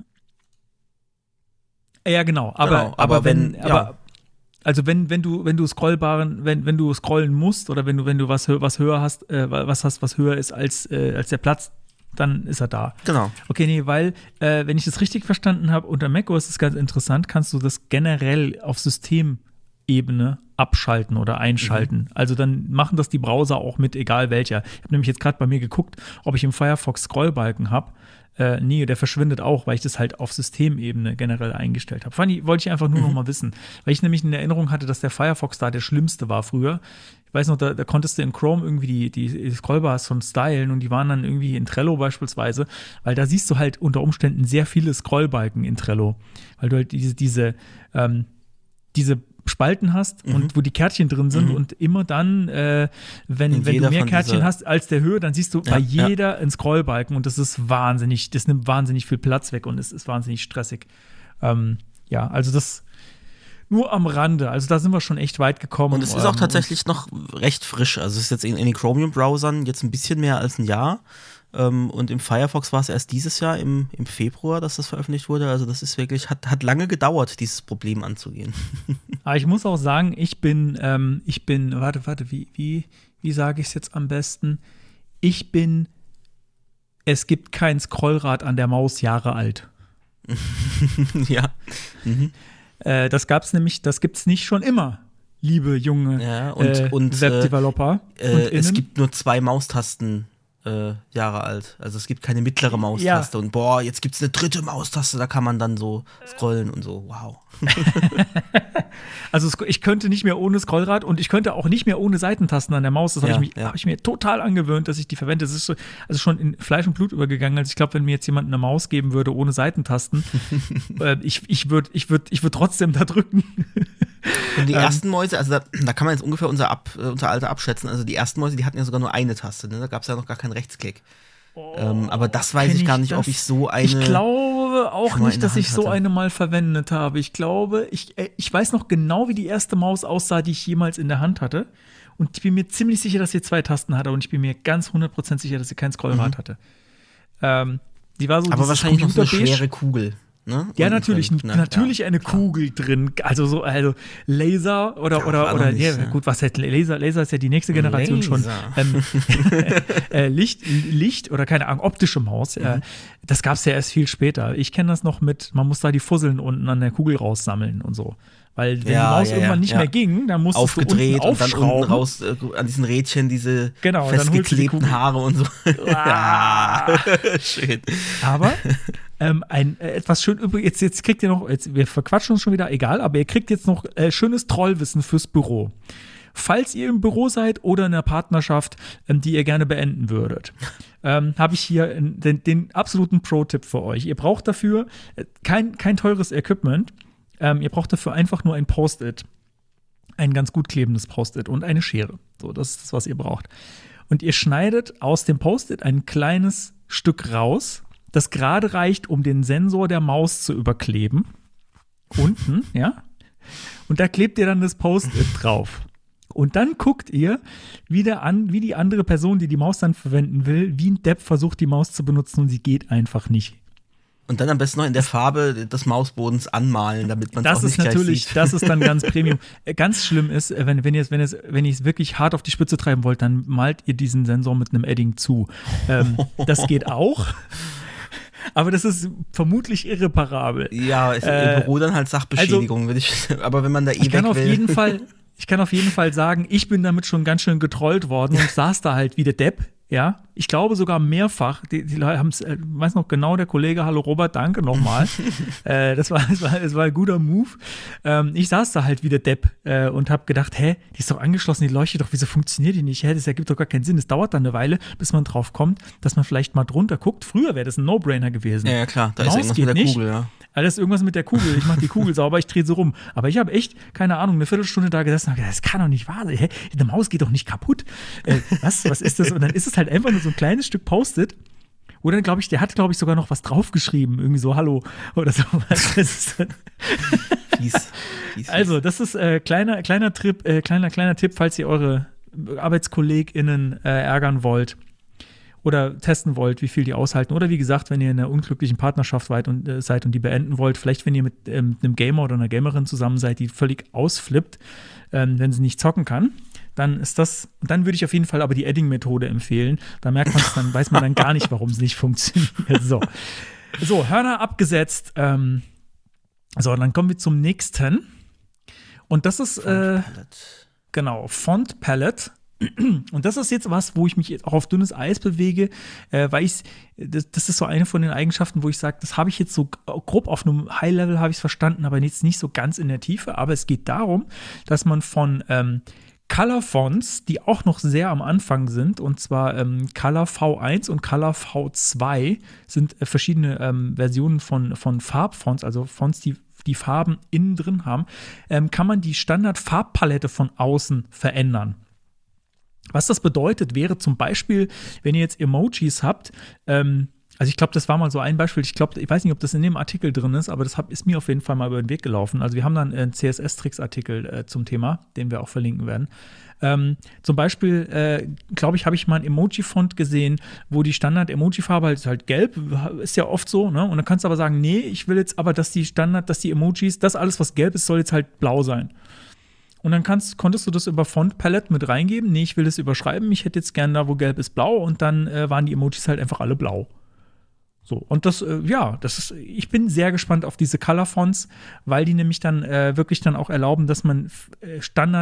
Ja, genau. Aber,
Genau,
aber,
aber
wenn,
wenn-
aber
ja.
also wenn, wenn du, wenn du scrollbaren, wenn, wenn du scrollen musst oder wenn du, wenn du was, hö- was höher hast, äh, was hast, was höher ist als, äh, als der Platz, dann ist er da.
Genau.
Okay, nee, weil, äh, wenn ich das richtig verstanden habe, unter macOS ist es ganz interessant, kannst du das generell auf Systemebene abschalten oder einschalten.
Mhm.
Also dann machen das die Browser auch mit, egal welcher. Ich habe nämlich jetzt gerade bei mir geguckt, ob ich im Firefox Scrollbalken habe. Äh, nee, der verschwindet auch, weil ich das halt auf Systemebene generell eingestellt habe. Fand ich, wollte ich einfach nur
Mhm.
noch mal wissen. Weil ich nämlich in Erinnerung hatte, dass der Firefox da der schlimmste war früher. Ich weiß noch, da, da konntest du in Chrome irgendwie die, die Scrollbars von stylen und die waren dann irgendwie in Trello beispielsweise, weil da siehst du halt unter Umständen sehr viele Scrollbalken in Trello, weil du halt diese, diese, ähm, diese Spalten hast
Mhm.
und wo die Kärtchen drin sind
Mhm.
und immer dann, äh, wenn,
In
wenn du
jeder
mehr
von
Kärtchen
dieser-
hast als der Höhe, dann siehst du
Ja,
bei
ja.
jeder einen Scrollbalken und das ist wahnsinnig, das nimmt wahnsinnig viel Platz weg und es ist wahnsinnig stressig. Ähm, ja, also das nur am Rande, also da sind wir schon echt weit gekommen.
Und es ist auch
ähm,
tatsächlich noch recht frisch. Also es ist jetzt in, in den Chromium-Browsern jetzt ein bisschen mehr als ein Jahr. Ähm, und im Firefox war es erst dieses Jahr im, im Februar, dass das veröffentlicht wurde. Also das ist wirklich, hat, hat lange gedauert, dieses Problem anzugehen.
Aber ich muss auch sagen, ich bin, ähm, ich bin, warte, warte, wie, wie, wie sage ich es jetzt am besten? Ich bin, es gibt kein Scrollrad an der Maus Jahre alt.
ja. Mhm.
Äh, das gab's nämlich, das gibt's nicht schon immer, liebe junge
Ja, und,
äh,
und
Webdeveloper.
äh,
und
äh, es
innen.
gibt nur zwei Maustasten äh, Jahre alt. Also es gibt keine mittlere Maustaste
Ja.
und boah, jetzt gibt's eine dritte Maustaste, da kann man dann so scrollen und so, wow.
Also es- ich könnte nicht mehr ohne Scrollrad und ich könnte auch nicht mehr ohne Seitentasten an der Maus. Das habe
Ja,
ich, mich-
ja.
hab ich mir total angewöhnt, dass ich die verwende. Das ist so, also schon in Fleisch und Blut übergegangen. Also ich glaube, wenn mir jetzt jemand eine Maus geben würde ohne Seitentasten, äh, ich, ich würde ich würd, ich würd trotzdem da drücken.
Und die
Ähm.
ersten Mäuse, also da, da kann man jetzt ungefähr unser, Ab, äh, unser Alter abschätzen. Also die ersten Mäuse, die hatten ja sogar nur eine Taste, ne? Da gab es ja noch gar keinen Rechtsklick. ähm, aber das weiß
kenn
ich gar
ich
nicht, ob
das?
ich so eine.
Ich glaube auch
schon mal in
nicht,
der
dass ich
Hand
so
hatte.
eine mal verwendet habe. Ich glaube, ich, äh, ich weiß noch genau, wie die erste Maus aussah, die ich jemals in der Hand hatte. Und ich bin mir ziemlich sicher, dass sie zwei Tasten hatte. Und ich bin mir ganz hundert Prozent sicher, dass sie kein Scrollrad hatte. Ähm, die war so
aber
dieses
wahrscheinlich noch so eine
Computerbeige.
schwere Kugel. Ne?
Ja,
Und
natürlich,
drin, ne?
natürlich
Ja,
eine
klar.
Kugel drin. Also so, also Laser oder
Ja,
oder
war
oder
noch nicht,
ja,
ja.
gut, was heißt Laser? Laser ist ja die nächste Generation schon.
Laser.
Ähm, äh, Licht, Licht oder keine Ahnung, optische Maus.
Mhm.
Äh, das gab es ja erst viel später. Ich kenne das noch mit, man muss da die Fusseln unten an der Kugel raussammeln und so. Weil wenn
Ja,
die Maus
ja,
irgendwann
ja,
nicht
ja.
mehr ging, dann musstest
Aufgedreht
du unten
und dann
aufschrauben.
unten raus äh, an diesen Rädchen diese
Genau, dann holst du die
festgeklebten
Kugel.
Haare und so.
Ah.
Ja, schön.
Aber ähm, ein äh, etwas schön übrig, jetzt, jetzt kriegt ihr noch, jetzt, wir verquatschen uns schon wieder, egal, aber ihr kriegt jetzt noch äh, schönes Trollwissen fürs Büro. Falls ihr im Büro seid oder in einer Partnerschaft, ähm, die ihr gerne beenden würdet, ähm, habe ich hier in, den, den absoluten Pro-Tipp für euch. Ihr braucht dafür äh, kein, kein teures Equipment. Ähm, ihr braucht dafür einfach nur ein Post-it. Ein ganz gut klebendes Post-it und eine Schere. So, das ist das, was ihr braucht. Und ihr schneidet aus dem Post-it ein kleines Stück raus, das gerade reicht, um den Sensor der Maus zu überkleben. Unten, ja. Und da klebt ihr dann das Post-it drauf. Und dann guckt ihr, wie, der an, wie die andere Person, die die Maus dann verwenden will, wie ein Depp versucht, die Maus zu benutzen und sie geht einfach nicht.
Und dann am besten noch in der Farbe des Mausbodens anmalen, damit man es
Das
auch
ist
nicht gleich
natürlich,
sieht.
das ist dann ganz Premium. Äh, Ganz schlimm ist, äh, wenn, wenn ihr es, wenn ihr es, wenn ihr es wirklich hart auf die Spitze treiben wollt, dann malt ihr diesen Sensor mit einem Edding zu. Ähm, das geht auch. Aber das ist vermutlich irreparabel.
Ja, ist
Äh,
im Büro dann halt Sachbeschädigung, würde ich. Aber wenn man da eh
Ich kann
weg
auf
will.
jeden Fall, ich kann auf jeden Fall sagen, ich bin damit schon ganz schön getrollt worden und saß da halt wie der Depp. Ja, ich glaube sogar mehrfach. Die, die Leute haben es, äh, weiß noch genau, der Kollege, hallo Robert, danke nochmal. äh, das, war, das, war, das war ein guter Move. Ähm, ich saß da halt wie der Depp äh, und habe gedacht, hä, die ist doch angeschlossen, die leuchtet doch, wieso funktioniert die nicht? Hä, das ergibt doch gar keinen Sinn. Es dauert dann eine Weile, bis man drauf kommt, dass man vielleicht mal drunter guckt. Früher wäre das ein No-Brainer gewesen.
Ja, ja, klar, da
Maus
ist irgendwas
geht
mit der
nicht.
Kugel, ja.
Alles irgendwas mit der Kugel. Ich mache die Kugel sauber, ich drehe sie rum. Aber ich habe echt, keine Ahnung, eine Viertelstunde da gesessen und habe gedacht, das kann doch nicht wahr sein. Hä? Eine Maus geht doch nicht kaputt. Äh, was? Was ist das? Und dann ist es halt einfach nur so ein kleines Stück Post-it. Oder glaube ich, der hat, glaube ich, sogar noch was draufgeschrieben. Irgendwie so, hallo oder so. Das ist,
Fies. Fies,
also, das ist äh, kleiner, kleiner, Trip, äh, kleiner, kleiner Tipp, falls ihr eure ArbeitskollegInnen äh, ärgern wollt. Oder testen wollt, wie viel die aushalten. Oder wie gesagt, wenn ihr in einer unglücklichen Partnerschaft seid und, äh, seid und die beenden wollt, vielleicht wenn ihr mit ähm, einem Gamer oder einer Gamerin zusammen seid, die völlig ausflippt, ähm, wenn sie nicht zocken kann, dann ist das, dann würde ich auf jeden Fall aber die Edding-Methode empfehlen. Da merkt man es, dann weiß man dann gar nicht, warum es nicht funktioniert. So, so Hörner abgesetzt. Ähm, so, dann kommen wir zum nächsten. Und das ist, äh, genau, Font Palette. Und das ist jetzt was, wo ich mich jetzt auch auf dünnes Eis bewege, äh, weil ich das, das ist so eine von den Eigenschaften, wo ich sage, das habe ich jetzt so grob auf einem High-Level habe ich es verstanden, aber jetzt nicht so ganz in der Tiefe. Aber es geht darum, dass man von ähm, Color Fonts, die auch noch sehr am Anfang sind, und zwar ähm, Color V eins und Color V zwei sind äh, verschiedene ähm, Versionen von, von Farbfonts, also Fonts, die die Farben innen drin haben, ähm, kann man die Standard-Farbpalette von außen verändern. Was das bedeutet, wäre zum Beispiel, wenn ihr jetzt Emojis habt, ähm, also ich glaube, das war mal so ein Beispiel, ich glaube, ich weiß nicht, ob das in dem Artikel drin ist, aber das hab, ist mir auf jeden Fall mal über den Weg gelaufen. Also wir haben dann einen C S S-Tricks-Artikel äh, zum Thema, den wir auch verlinken werden. Ähm, zum Beispiel, äh, glaube ich, habe ich mal ein Emoji-Font gesehen, wo die Standard-Emoji-Farbe halt ist halt gelb, ist ja oft so, ne? Und dann kannst du aber sagen, nee, ich will jetzt aber, dass die Standard, dass die Emojis, das alles, was gelb ist, soll jetzt halt blau sein. Und dann kannst, konntest du das über Font Palette mit reingeben. Nee, ich will das überschreiben. Ich hätte jetzt gern da, wo gelb ist, blau. Und dann äh, waren die Emojis halt einfach alle blau. So, und das, äh, ja, das ist, ich bin sehr gespannt auf diese Color Fonts, weil die nämlich dann äh, wirklich dann auch erlauben, dass man äh, Standard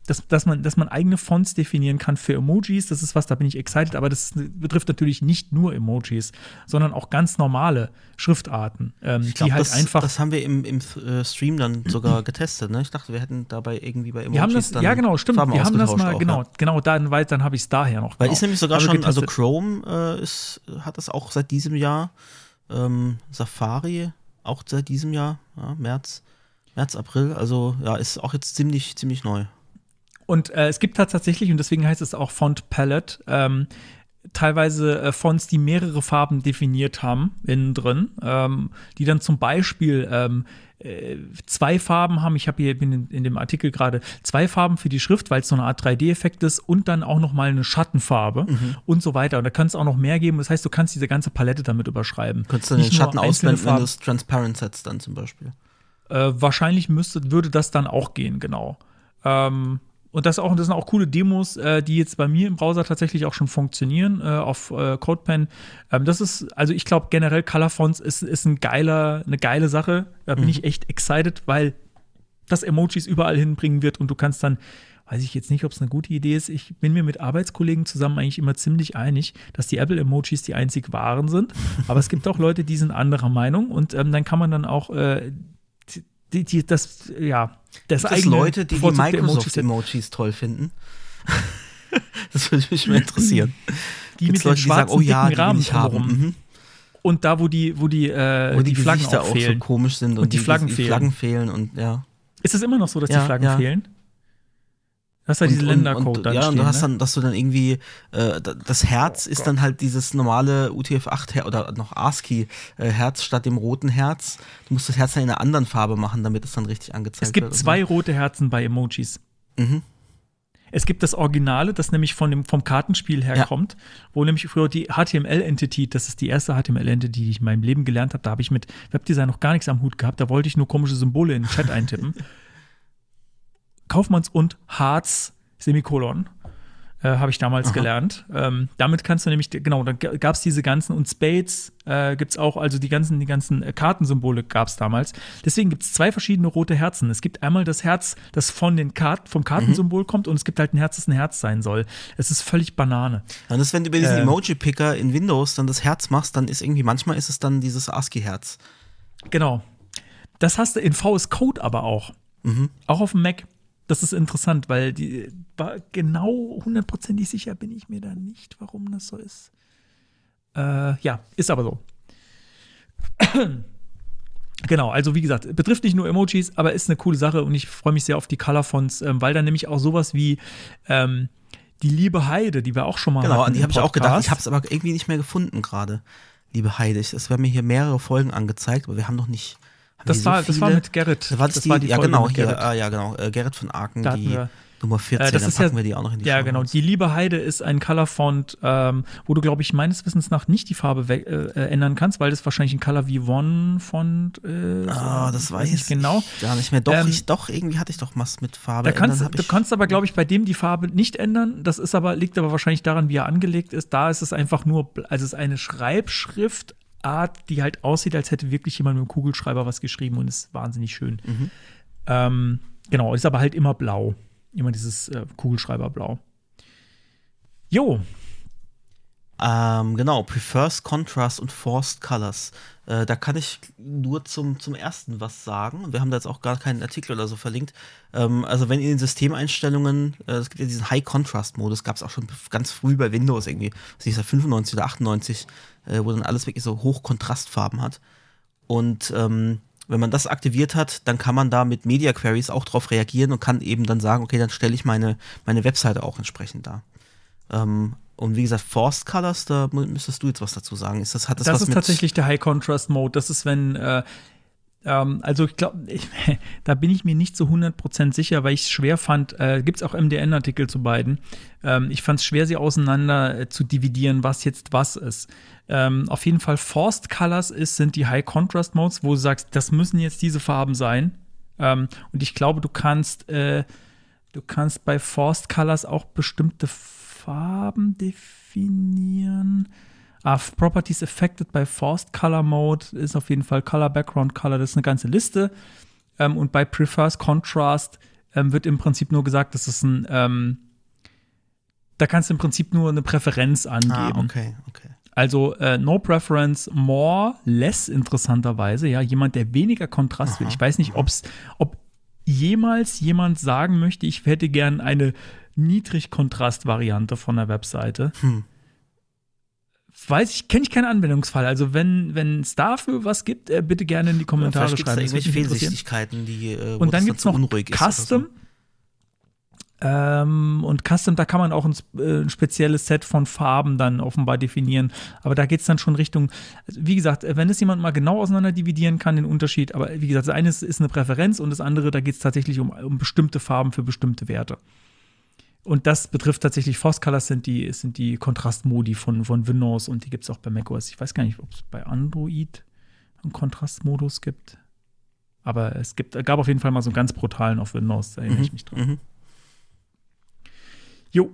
dass, dass, man, dass man eigene Fonts definieren kann für Emojis. Das ist was, da bin ich excited, aber das betrifft natürlich nicht nur Emojis, sondern auch ganz normale Schriftarten, ähm,
ich glaub,
die halt
das,
einfach.
Das haben wir im, im äh, Stream dann sogar getestet, ne? Ich dachte, wir hätten dabei irgendwie bei Emojis
wir haben das,
dann
ja, genau, stimmt.
Farben
Wir haben das mal,
auch,
genau,
ja.
genau, dann, weil, dann habe ich es daher noch.
Weil
genau.
ist nämlich sogar
Also
schon, also
getestet.
Chrome äh, ist, hat das auch seit diesem Jahr, ähm, Safari auch seit diesem Jahr, ja, März, März, April, also ja, ist auch jetzt ziemlich, ziemlich neu.
Und äh, es gibt tatsächlich, und deswegen heißt es auch Font Palette, ähm, teilweise äh, Fonts, die mehrere Farben definiert haben, innen drin, ähm, die dann zum Beispiel ähm, äh, zwei Farben haben. Ich habe hier bin in, in dem Artikel gerade zwei Farben für die Schrift, weil es so eine Art drei D-Effekt ist und dann auch noch mal eine Schattenfarbe
Mhm.
und so weiter. Und da kann es auch noch mehr geben. Das heißt, du kannst diese ganze Palette damit überschreiben.
Könntest du den
Nicht nur
Schatten
einzelne
ausblenden, wenn
Farben.
du es transparent setzt dann zum Beispiel.
Äh, wahrscheinlich müsste, würde das dann auch gehen, genau. Ähm, und das, auch, das sind auch coole Demos, äh, die jetzt bei mir im Browser tatsächlich auch schon funktionieren, äh, auf äh, CodePen. Ähm, das ist, also ich glaube generell Color Fonts ist, ist ein geiler, eine geile Sache. Da bin
Mhm.
ich echt excited, weil das Emojis überall hinbringen wird und du kannst dann, weiß ich jetzt nicht, ob es eine gute Idee ist, ich bin mir mit Arbeitskollegen zusammen eigentlich immer ziemlich einig, dass die Apple-Emojis die einzig wahren sind. Aber es gibt auch Leute, die sind anderer Meinung und ähm, dann kann man dann auch äh, Die, die, das, ja, das
Gibt es
eigene
Leute, die die
bevorzugte
Microsoft-Emojis toll finden? Das würde mich mal interessieren.
Die
Gibt's
mit
Leute,
den
die sagen,
schwarzen,
oh ja,
dicken
die will
Rahmen
ich haben.
drumherum.
Mhm.
Und da, wo die, wo die, äh,
Wo
die,
die,
Flaggen
Gesichter
auch
auch
fehlen.
so komisch sind und,
Und die Flaggen
die
fehlen.
Flaggen fehlen und ja.
Ist es immer noch so, dass
Ja,
die Flaggen
ja.
fehlen? Das ist ja diese
Und-
Ländercode
und,
dann
ja,
stehen,
und du hast
ne?
dann, dass du dann irgendwie, äh, da- das Herz ist dann halt dieses normale U T F acht Her- oder noch ASCII-Herz statt dem roten Herz. Du musst das Herz dann in einer anderen Farbe machen, damit es dann richtig angezeigt wird.
Es gibt
und
zwei rote Herzen bei Emojis.
So. Mhm.
Es gibt das Originale, das nämlich von dem, vom Kartenspiel herkommt, wo nämlich früher die H T M L-Entity, das ist die erste H T M L-Entity, die ich in meinem Leben gelernt habe, da habe ich mit Webdesign noch gar nichts am Hut gehabt, da wollte ich nur komische Symbole in den Chat eintippen. Kaufmanns und Harz, Semikolon, äh, habe ich damals
Aha.
gelernt. Ähm, damit kannst du nämlich, genau, da gab es diese ganzen, und Spades äh, gibt es auch, also die ganzen, die ganzen äh, Kartensymbole gab es damals. Deswegen gibt es zwei verschiedene rote Herzen. Es gibt einmal das Herz, das von den Karten, vom Kartensymbol kommt, und es gibt halt ein Herz, das ein Herz sein soll. Es ist völlig Banane.
Ja, und das, wenn du über diesen
Ähm.
Emoji-Picker in Windows dann das Herz machst, dann ist irgendwie, manchmal ist es dann dieses ASCII-Herz.
Genau. Das hast du in V S Code aber auch.
Mhm.
Auch auf dem Mac. Das ist interessant, weil die war genau hundertprozentig sicher bin ich mir da nicht, warum das so ist. Äh, ja, ist aber so. Genau, also wie gesagt, betrifft nicht nur Emojis, aber ist eine coole Sache und ich freue mich sehr auf die Color Fonts, ähm, weil dann nämlich auch sowas wie ähm, die liebe Heide, die wir auch schon mal
Genau,
hatten
an die
im
habe ich auch gedacht.
Podcast.
Ich habe es aber irgendwie nicht mehr gefunden gerade. Liebe Heide, Ich- es werden mir hier mehrere Folgen angezeigt, aber wir haben noch nicht. Haben wir
Das
so
war, das war
viele?
mit Gerrit.
War das,
das
die,
war die
ja,
Folge
genau,
mit
hier,
Gerrit.
ah, ja, genau. Äh, Gerrit von Aken,
Da hatten
die
wir-
Nummer vierzehn,
Äh, das
dann
ist
packen
ja-
wir die auch noch in die
Ja,
Show
genau.
Notes.
Die liebe Heide ist ein Color-Font, ähm, wo du, glaube ich, meines Wissens nach nicht die Farbe we- äh, ändern kannst, weil das wahrscheinlich ein Color V eins Font äh,
Ah, das weiß
ich nicht genau.
ich gar nicht mehr. Doch,
Ähm,
ich, doch, irgendwie hatte ich doch was mit Farbe.
Da kannst,
ändern, hab
du
ich,
kannst aber, glaube ich, bei dem die Farbe nicht ändern. Das ist aber, liegt aber wahrscheinlich daran, wie er angelegt ist. Da ist es einfach nur, also es ist eine Schreibschriftart, die halt aussieht, als hätte wirklich jemand mit dem Kugelschreiber was geschrieben und ist wahnsinnig schön.
Mhm.
Ähm, genau, ist aber halt immer blau. Immer dieses äh, Kugelschreiberblau. Jo,
Ähm, genau, Prefers Contrast und Forced Colors. Äh, da kann ich nur zum, zum ersten was sagen. Wir haben da jetzt auch gar keinen Artikel oder so verlinkt. Ähm, also wenn in den Systemeinstellungen, äh, es gibt ja diesen High-Contrast-Modus, gab es auch schon ganz früh bei Windows irgendwie, was ist das, fünfundneunzig oder achtundneunzig, äh, wo dann alles wirklich so Hochkontrastfarben hat. Und ähm, wenn man das aktiviert hat, dann kann man da mit Media Queries auch drauf reagieren und kann eben dann sagen, okay, dann stelle ich meine, meine Webseite auch entsprechend dar. Ähm, und wie gesagt, Forced Colors, da mü- müsstest du jetzt was dazu sagen. Ist das, hat das,
das
was
ist
mit
tatsächlich der High-Contrast-Mode. Das ist, wenn äh, ähm, also ich glaube, da bin ich mir nicht zu hundert Prozent sicher, weil ich es schwer fand, äh, gibt es auch M D N-Artikel zu beiden. Ähm, ich fand es schwer, sie auseinander äh, zu dividieren, was jetzt was ist. Ähm, auf jeden Fall Forced Colors ist, sind die High-Contrast-Modes, wo du sagst, das müssen jetzt diese Farben sein. Ähm, und ich glaube, du kannst, äh, du kannst bei Forced Colors auch bestimmte Farben definieren. Ah, Properties affected by Forced Color Mode ist auf jeden Fall Color Background Color, das ist eine ganze Liste. Ähm, und bei Prefers Contrast ähm, wird im Prinzip nur gesagt, dass es ein, ähm, da kannst du im Prinzip nur eine Präferenz angeben.
Ah, okay, okay.
Also äh, No Preference, More, Less interessanterweise, ja, jemand, der weniger Kontrast will. Ich weiß nicht, ob's, ob jemals jemand sagen möchte, ich hätte gern eine Niedrig-Kontrast-Variante von der Webseite.
Hm.
Weiß ich, kenne ich keinen Anwendungsfall. Also wenn wenn es dafür was gibt, äh, bitte gerne in die Kommentare
ja, vielleicht
schreiben.
Vielleicht gibt es da irgendwelche Fehlsichtigkeiten, die äh,
und dann gibt es noch
unruhig
Custom.
Ist
Ähm, und Custom, da kann man auch ein, äh, ein spezielles Set von Farben dann offenbar definieren. Aber da geht es dann schon Richtung, also wie gesagt, wenn es jemand mal genau auseinander dividieren kann, den Unterschied. Aber wie gesagt, das eine ist, ist eine Präferenz und das andere, da geht es tatsächlich um, um bestimmte Farben für bestimmte Werte. Und das betrifft tatsächlich Force Colors, sind die, sind die Kontrastmodi von, von Windows und die gibt es auch bei macOS. Ich weiß gar nicht, ob es bei Android einen Kontrastmodus gibt. Aber es gibt, gab auf jeden Fall mal so einen ganz brutalen auf Windows, da erinnere
Mhm.
ich mich dran.
Mhm.
Jo,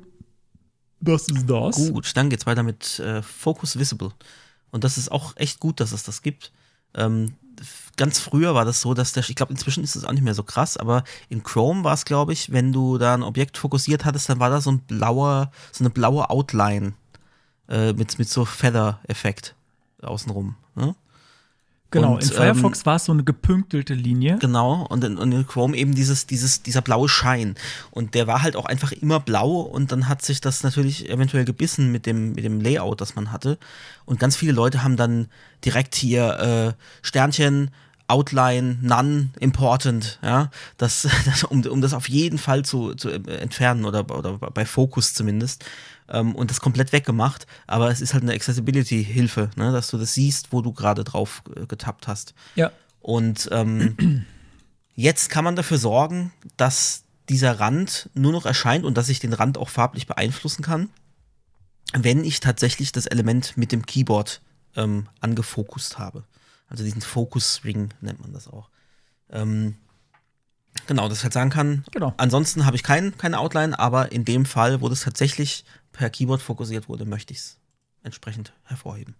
das ist das.
Gut, dann geht's weiter mit äh, Focus Visible. Und das ist auch echt gut, dass es das gibt. Ähm, f- ganz früher war das so, dass der, ich glaube, inzwischen ist es auch nicht mehr so krass, aber in Chrome war es, glaube ich, wenn du da ein Objekt fokussiert hattest, dann war da so ein blauer, so eine blaue Outline äh, mit, mit so Feather-Effekt außenrum. Ne?
Genau,
Und,
in Firefox
ähm,
war es so eine gepünkelte Linie.
Genau, und in, und in Chrome eben dieses, dieses, dieser blaue Schein. Und der war halt auch einfach immer blau und dann hat sich das natürlich eventuell gebissen mit dem, mit dem Layout, das man hatte. Und ganz viele Leute haben dann direkt hier äh, Sternchen, Outline, None, Important, ja, das, das, um, um das auf jeden Fall zu, zu entfernen oder, oder bei Focus zumindest. Ähm, und das komplett weggemacht, aber es ist halt eine Accessibility-Hilfe, ne, dass du das siehst, wo du gerade drauf äh, getappt hast.
Ja.
Und ähm, jetzt kann man dafür sorgen, dass dieser Rand nur noch erscheint und dass ich den Rand auch farblich beeinflussen kann, wenn ich tatsächlich das Element mit dem Keyboard ähm, angefokust habe. Also diesen Focus-Ring nennt man das auch. Ähm, genau, dass ich halt sagen kann,
Genau.
ansonsten habe ich kein, keine Outline, aber in dem Fall, wo das tatsächlich per Keyboard fokussiert wurde, möchte ich es entsprechend hervorheben.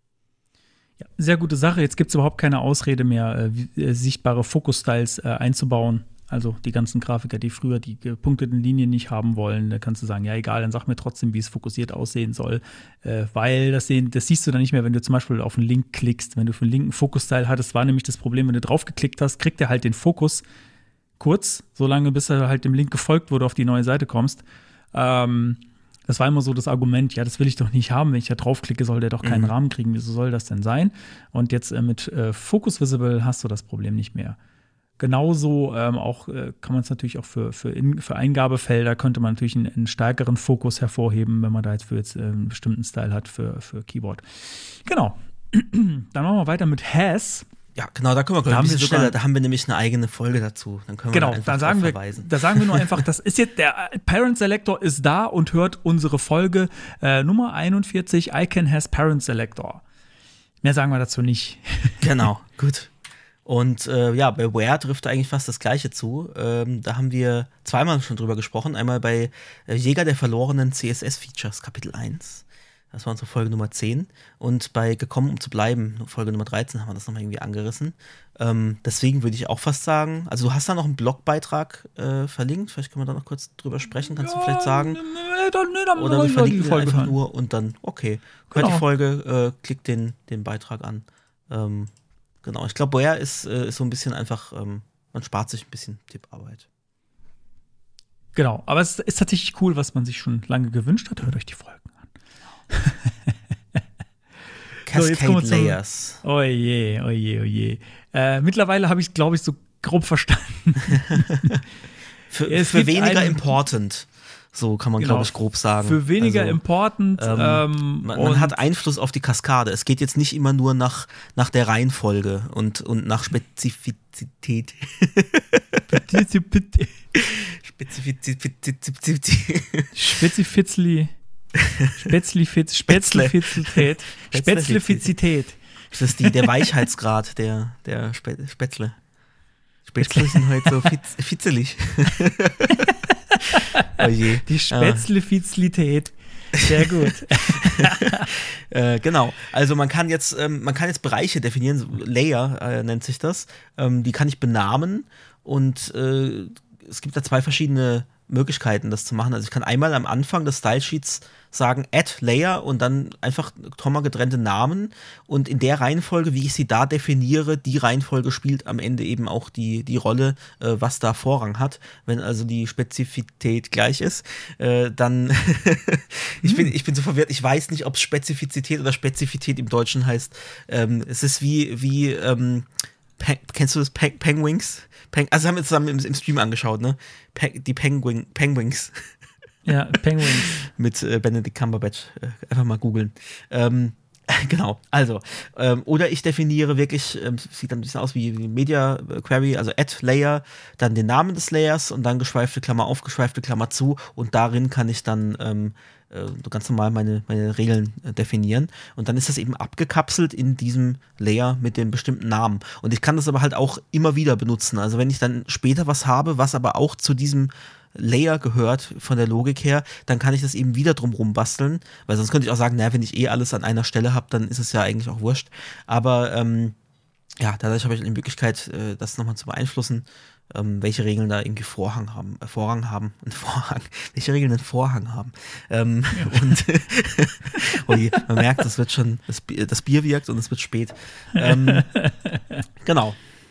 Ja, sehr gute Sache. Jetzt gibt es überhaupt keine Ausrede mehr, äh, wie, äh, sichtbare Fokus-Styles äh, einzubauen. Also die ganzen Grafiker, die früher die gepunkteten Linien nicht haben wollen, da kannst du sagen, ja egal, dann sag mir trotzdem, wie es fokussiert aussehen soll. Äh, weil das, sehen, das siehst du dann nicht mehr, wenn du zum Beispiel auf einen Link klickst. Wenn du für einen linken Fokus-Style hattest, war nämlich das Problem, wenn du draufgeklickt hast, kriegt er halt den Fokus kurz, solange bis er halt dem Link gefolgt wurde, auf die neue Seite kommst. Ähm, das war immer so das Argument, ja, das will ich doch nicht haben, wenn ich da draufklicke, soll der doch keinen
Mhm.
Rahmen kriegen, wieso soll das denn sein? Und jetzt äh, mit äh, Focus Visible hast du das Problem nicht mehr. Genauso ähm, auch äh, kann man es natürlich auch für, für, in, für Eingabefelder könnte man natürlich einen, einen stärkeren Fokus hervorheben, wenn man da jetzt für jetzt äh, einen bestimmten Style hat für, für Keyboard. Genau. Dann machen wir weiter mit Has.
Ja, genau, da können wir
Da
gleich ein
haben
bisschen
wir
schneller,
schon-
da haben wir nämlich eine eigene Folge dazu. Dann können wir
Genau,
einfach
dann sagen
drauf
wir,
verweisen.
da sagen wir nur einfach, das ist jetzt der Parent Selector ist da und hört unsere Folge äh, Nummer einundvierzig, Icon has Parent Selector. Mehr sagen wir dazu nicht.
Genau, gut. Und äh, ja, bei Where trifft eigentlich fast das Gleiche zu. Ähm, da haben wir zweimal schon drüber gesprochen. Einmal bei äh, Jäger der verlorenen C S S-Features, Kapitel eins. Das war unsere Folge Nummer zehn. Und bei Gekommen, um zu bleiben, Folge Nummer dreizehn, haben wir das nochmal irgendwie angerissen. Ähm, deswegen würde ich auch fast sagen, also du hast da noch einen Blogbeitrag äh, verlinkt. Vielleicht können wir da noch kurz drüber sprechen. Kannst du vielleicht sagen?
Nee, dann, nee, dann
Oder
wollen
wir
wir
verlinken
die
den
Folge
einfach
hören.
nur und dann, okay. Hört
Genau.
die Folge, äh, klickt den, den Beitrag an. Ähm, genau, ich glaube, Boyer ist, äh, ist so ein bisschen einfach, ähm, man spart sich ein bisschen Tipparbeit.
Genau, aber es ist tatsächlich cool, was man sich schon lange gewünscht hat. Hört euch die Folgen an. So, jetzt kommen
Cascade
wir zum-
Layers.
Oh je, oh je, oh je. Äh, mittlerweile habe ich, glaube ich, so grob verstanden.
Für,
Es
für
gibt
weniger
einen-
important. So kann man,
Genau.
glaube ich, grob sagen.
Für weniger
Also,
important.
ähm,
Ähm,
Man,
und
man hat Einfluss auf die Kaskade. Es geht jetzt nicht immer nur nach, nach der Reihenfolge und, und nach Spezifizität. Spezifizität.
Spezifizli. Spezlifiz, Spätzlefizität. Spätzlefizität.
Das ist die, der Weichheitsgrad der, der Spe Spätzle. Spätzle sind heute so fitz, fitzelig. Oh je.
Die Spätzlefizität. Sehr gut.
Äh, genau. Also man kann jetzt, ähm, man kann jetzt Bereiche definieren, so Layer äh, nennt sich das. Ähm, die kann ich benamen und äh, es gibt da zwei verschiedene Möglichkeiten, das zu machen. Also ich kann einmal am Anfang des Stylesheets sagen, add Layer und dann einfach Komma getrennte Namen und in der Reihenfolge, wie ich sie da definiere, die Reihenfolge spielt am Ende eben auch die, die Rolle, äh, was da Vorrang hat. Wenn also die Spezifität gleich ist, äh, dann ich, bin, ich bin so verwirrt, ich weiß nicht, ob es Spezifizität oder Spezifität im Deutschen heißt. Ähm, es ist wie, wie ähm, Pe- kennst du das Pe- Penguins? Peng- also haben wir zusammen im, im Stream angeschaut, ne? Pe- die Penguin- Penguins.
Ja, Penguins.
Mit äh, Benedict Cumberbatch. Äh, einfach mal googeln. Ähm, genau, also. Ähm, oder ich definiere wirklich, ähm, sieht dann ein bisschen aus wie Media Query, also Add Layer, dann den Namen des Layers und dann geschweifte Klammer auf, geschweifte Klammer zu und darin kann ich dann ähm, äh, ganz normal meine, meine Regeln äh, definieren und dann ist das eben abgekapselt in diesem Layer mit dem bestimmten Namen. Und ich kann das aber halt auch immer wieder benutzen. Also wenn ich dann später was habe, was aber auch zu diesem Layer gehört von der Logik her, dann kann ich das eben wieder drumrum basteln, weil sonst könnte ich auch sagen, naja, wenn ich eh alles an einer Stelle habe, dann ist es ja eigentlich auch wurscht. Aber ähm, ja, dadurch habe ich die Möglichkeit, äh, das nochmal zu beeinflussen, ähm, welche Regeln da irgendwie Vorrang haben, äh, Vorrang haben, einen Vorhang, welche Regeln einen Vorhang haben. Ähm, ja. Und ui, man merkt, das wird schon, das Bier, das Bier wirkt und es wird spät. Ähm, genau.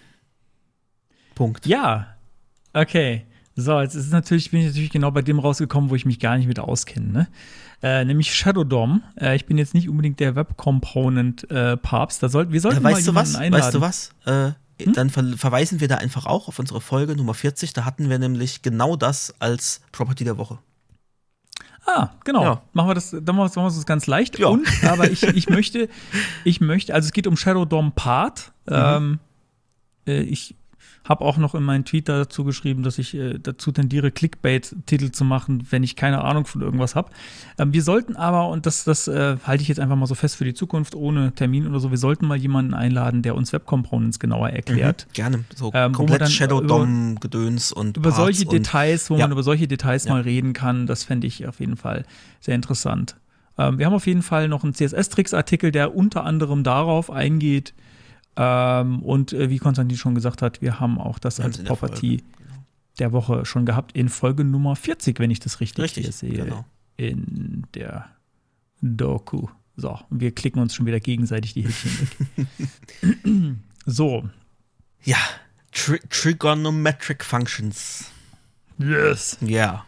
Punkt.
Ja, okay. So, jetzt ist natürlich, bin ich natürlich genau bei dem rausgekommen, wo ich mich gar nicht mit auskenne, ne? Äh, nämlich Shadow D O M. Äh, ich bin jetzt nicht unbedingt der Web-Component-Papst. Da sollten, wir sollten
ja,
mal
weißt
jemanden
du was?
einladen.
Weißt du was? Äh, hm? Dann ver- verweisen wir da einfach auch auf unsere Folge Nummer vierzig. Da hatten wir nämlich genau das als Property der Woche.
Ah, genau.
Ja.
Machen wir das, dann machen wir es ganz leicht.
Ja.
Und, aber ich, ich möchte, ich möchte, also es geht um Shadow D O M Part. Mhm. Ähm, äh, ich habe auch noch in meinen Tweet dazu geschrieben, dass ich äh, dazu tendiere, Clickbait-Titel zu machen, wenn ich keine Ahnung von irgendwas habe. Ähm, wir sollten aber, und das, das äh, halte ich jetzt einfach mal so fest für die Zukunft, ohne Termin oder so, wir sollten mal jemanden einladen, der uns Web Components genauer erklärt.
Mhm, gerne. So
ähm,
komplett Shadow D O M-Gedöns und
über
Parts
solche
und,
Details, wo
ja.
man über solche Details
ja.
mal reden kann, das fände ich auf jeden Fall sehr interessant. Ähm, wir haben auf jeden Fall noch einen C S S-Tricks-Artikel, der unter anderem darauf eingeht. Ähm, und äh, wie Konstantin schon gesagt hat, wir haben auch das
Wir
als
der
Property
genau.
der Woche schon gehabt in Folge Nummer vierzig, wenn ich das richtig,
richtig
hier sehe.
Genau.
In der Doku. So, und wir klicken uns schon wieder gegenseitig die Häkchen weg. So.
Ja, Tri- Trigonometric Functions.
Yes.
Ja.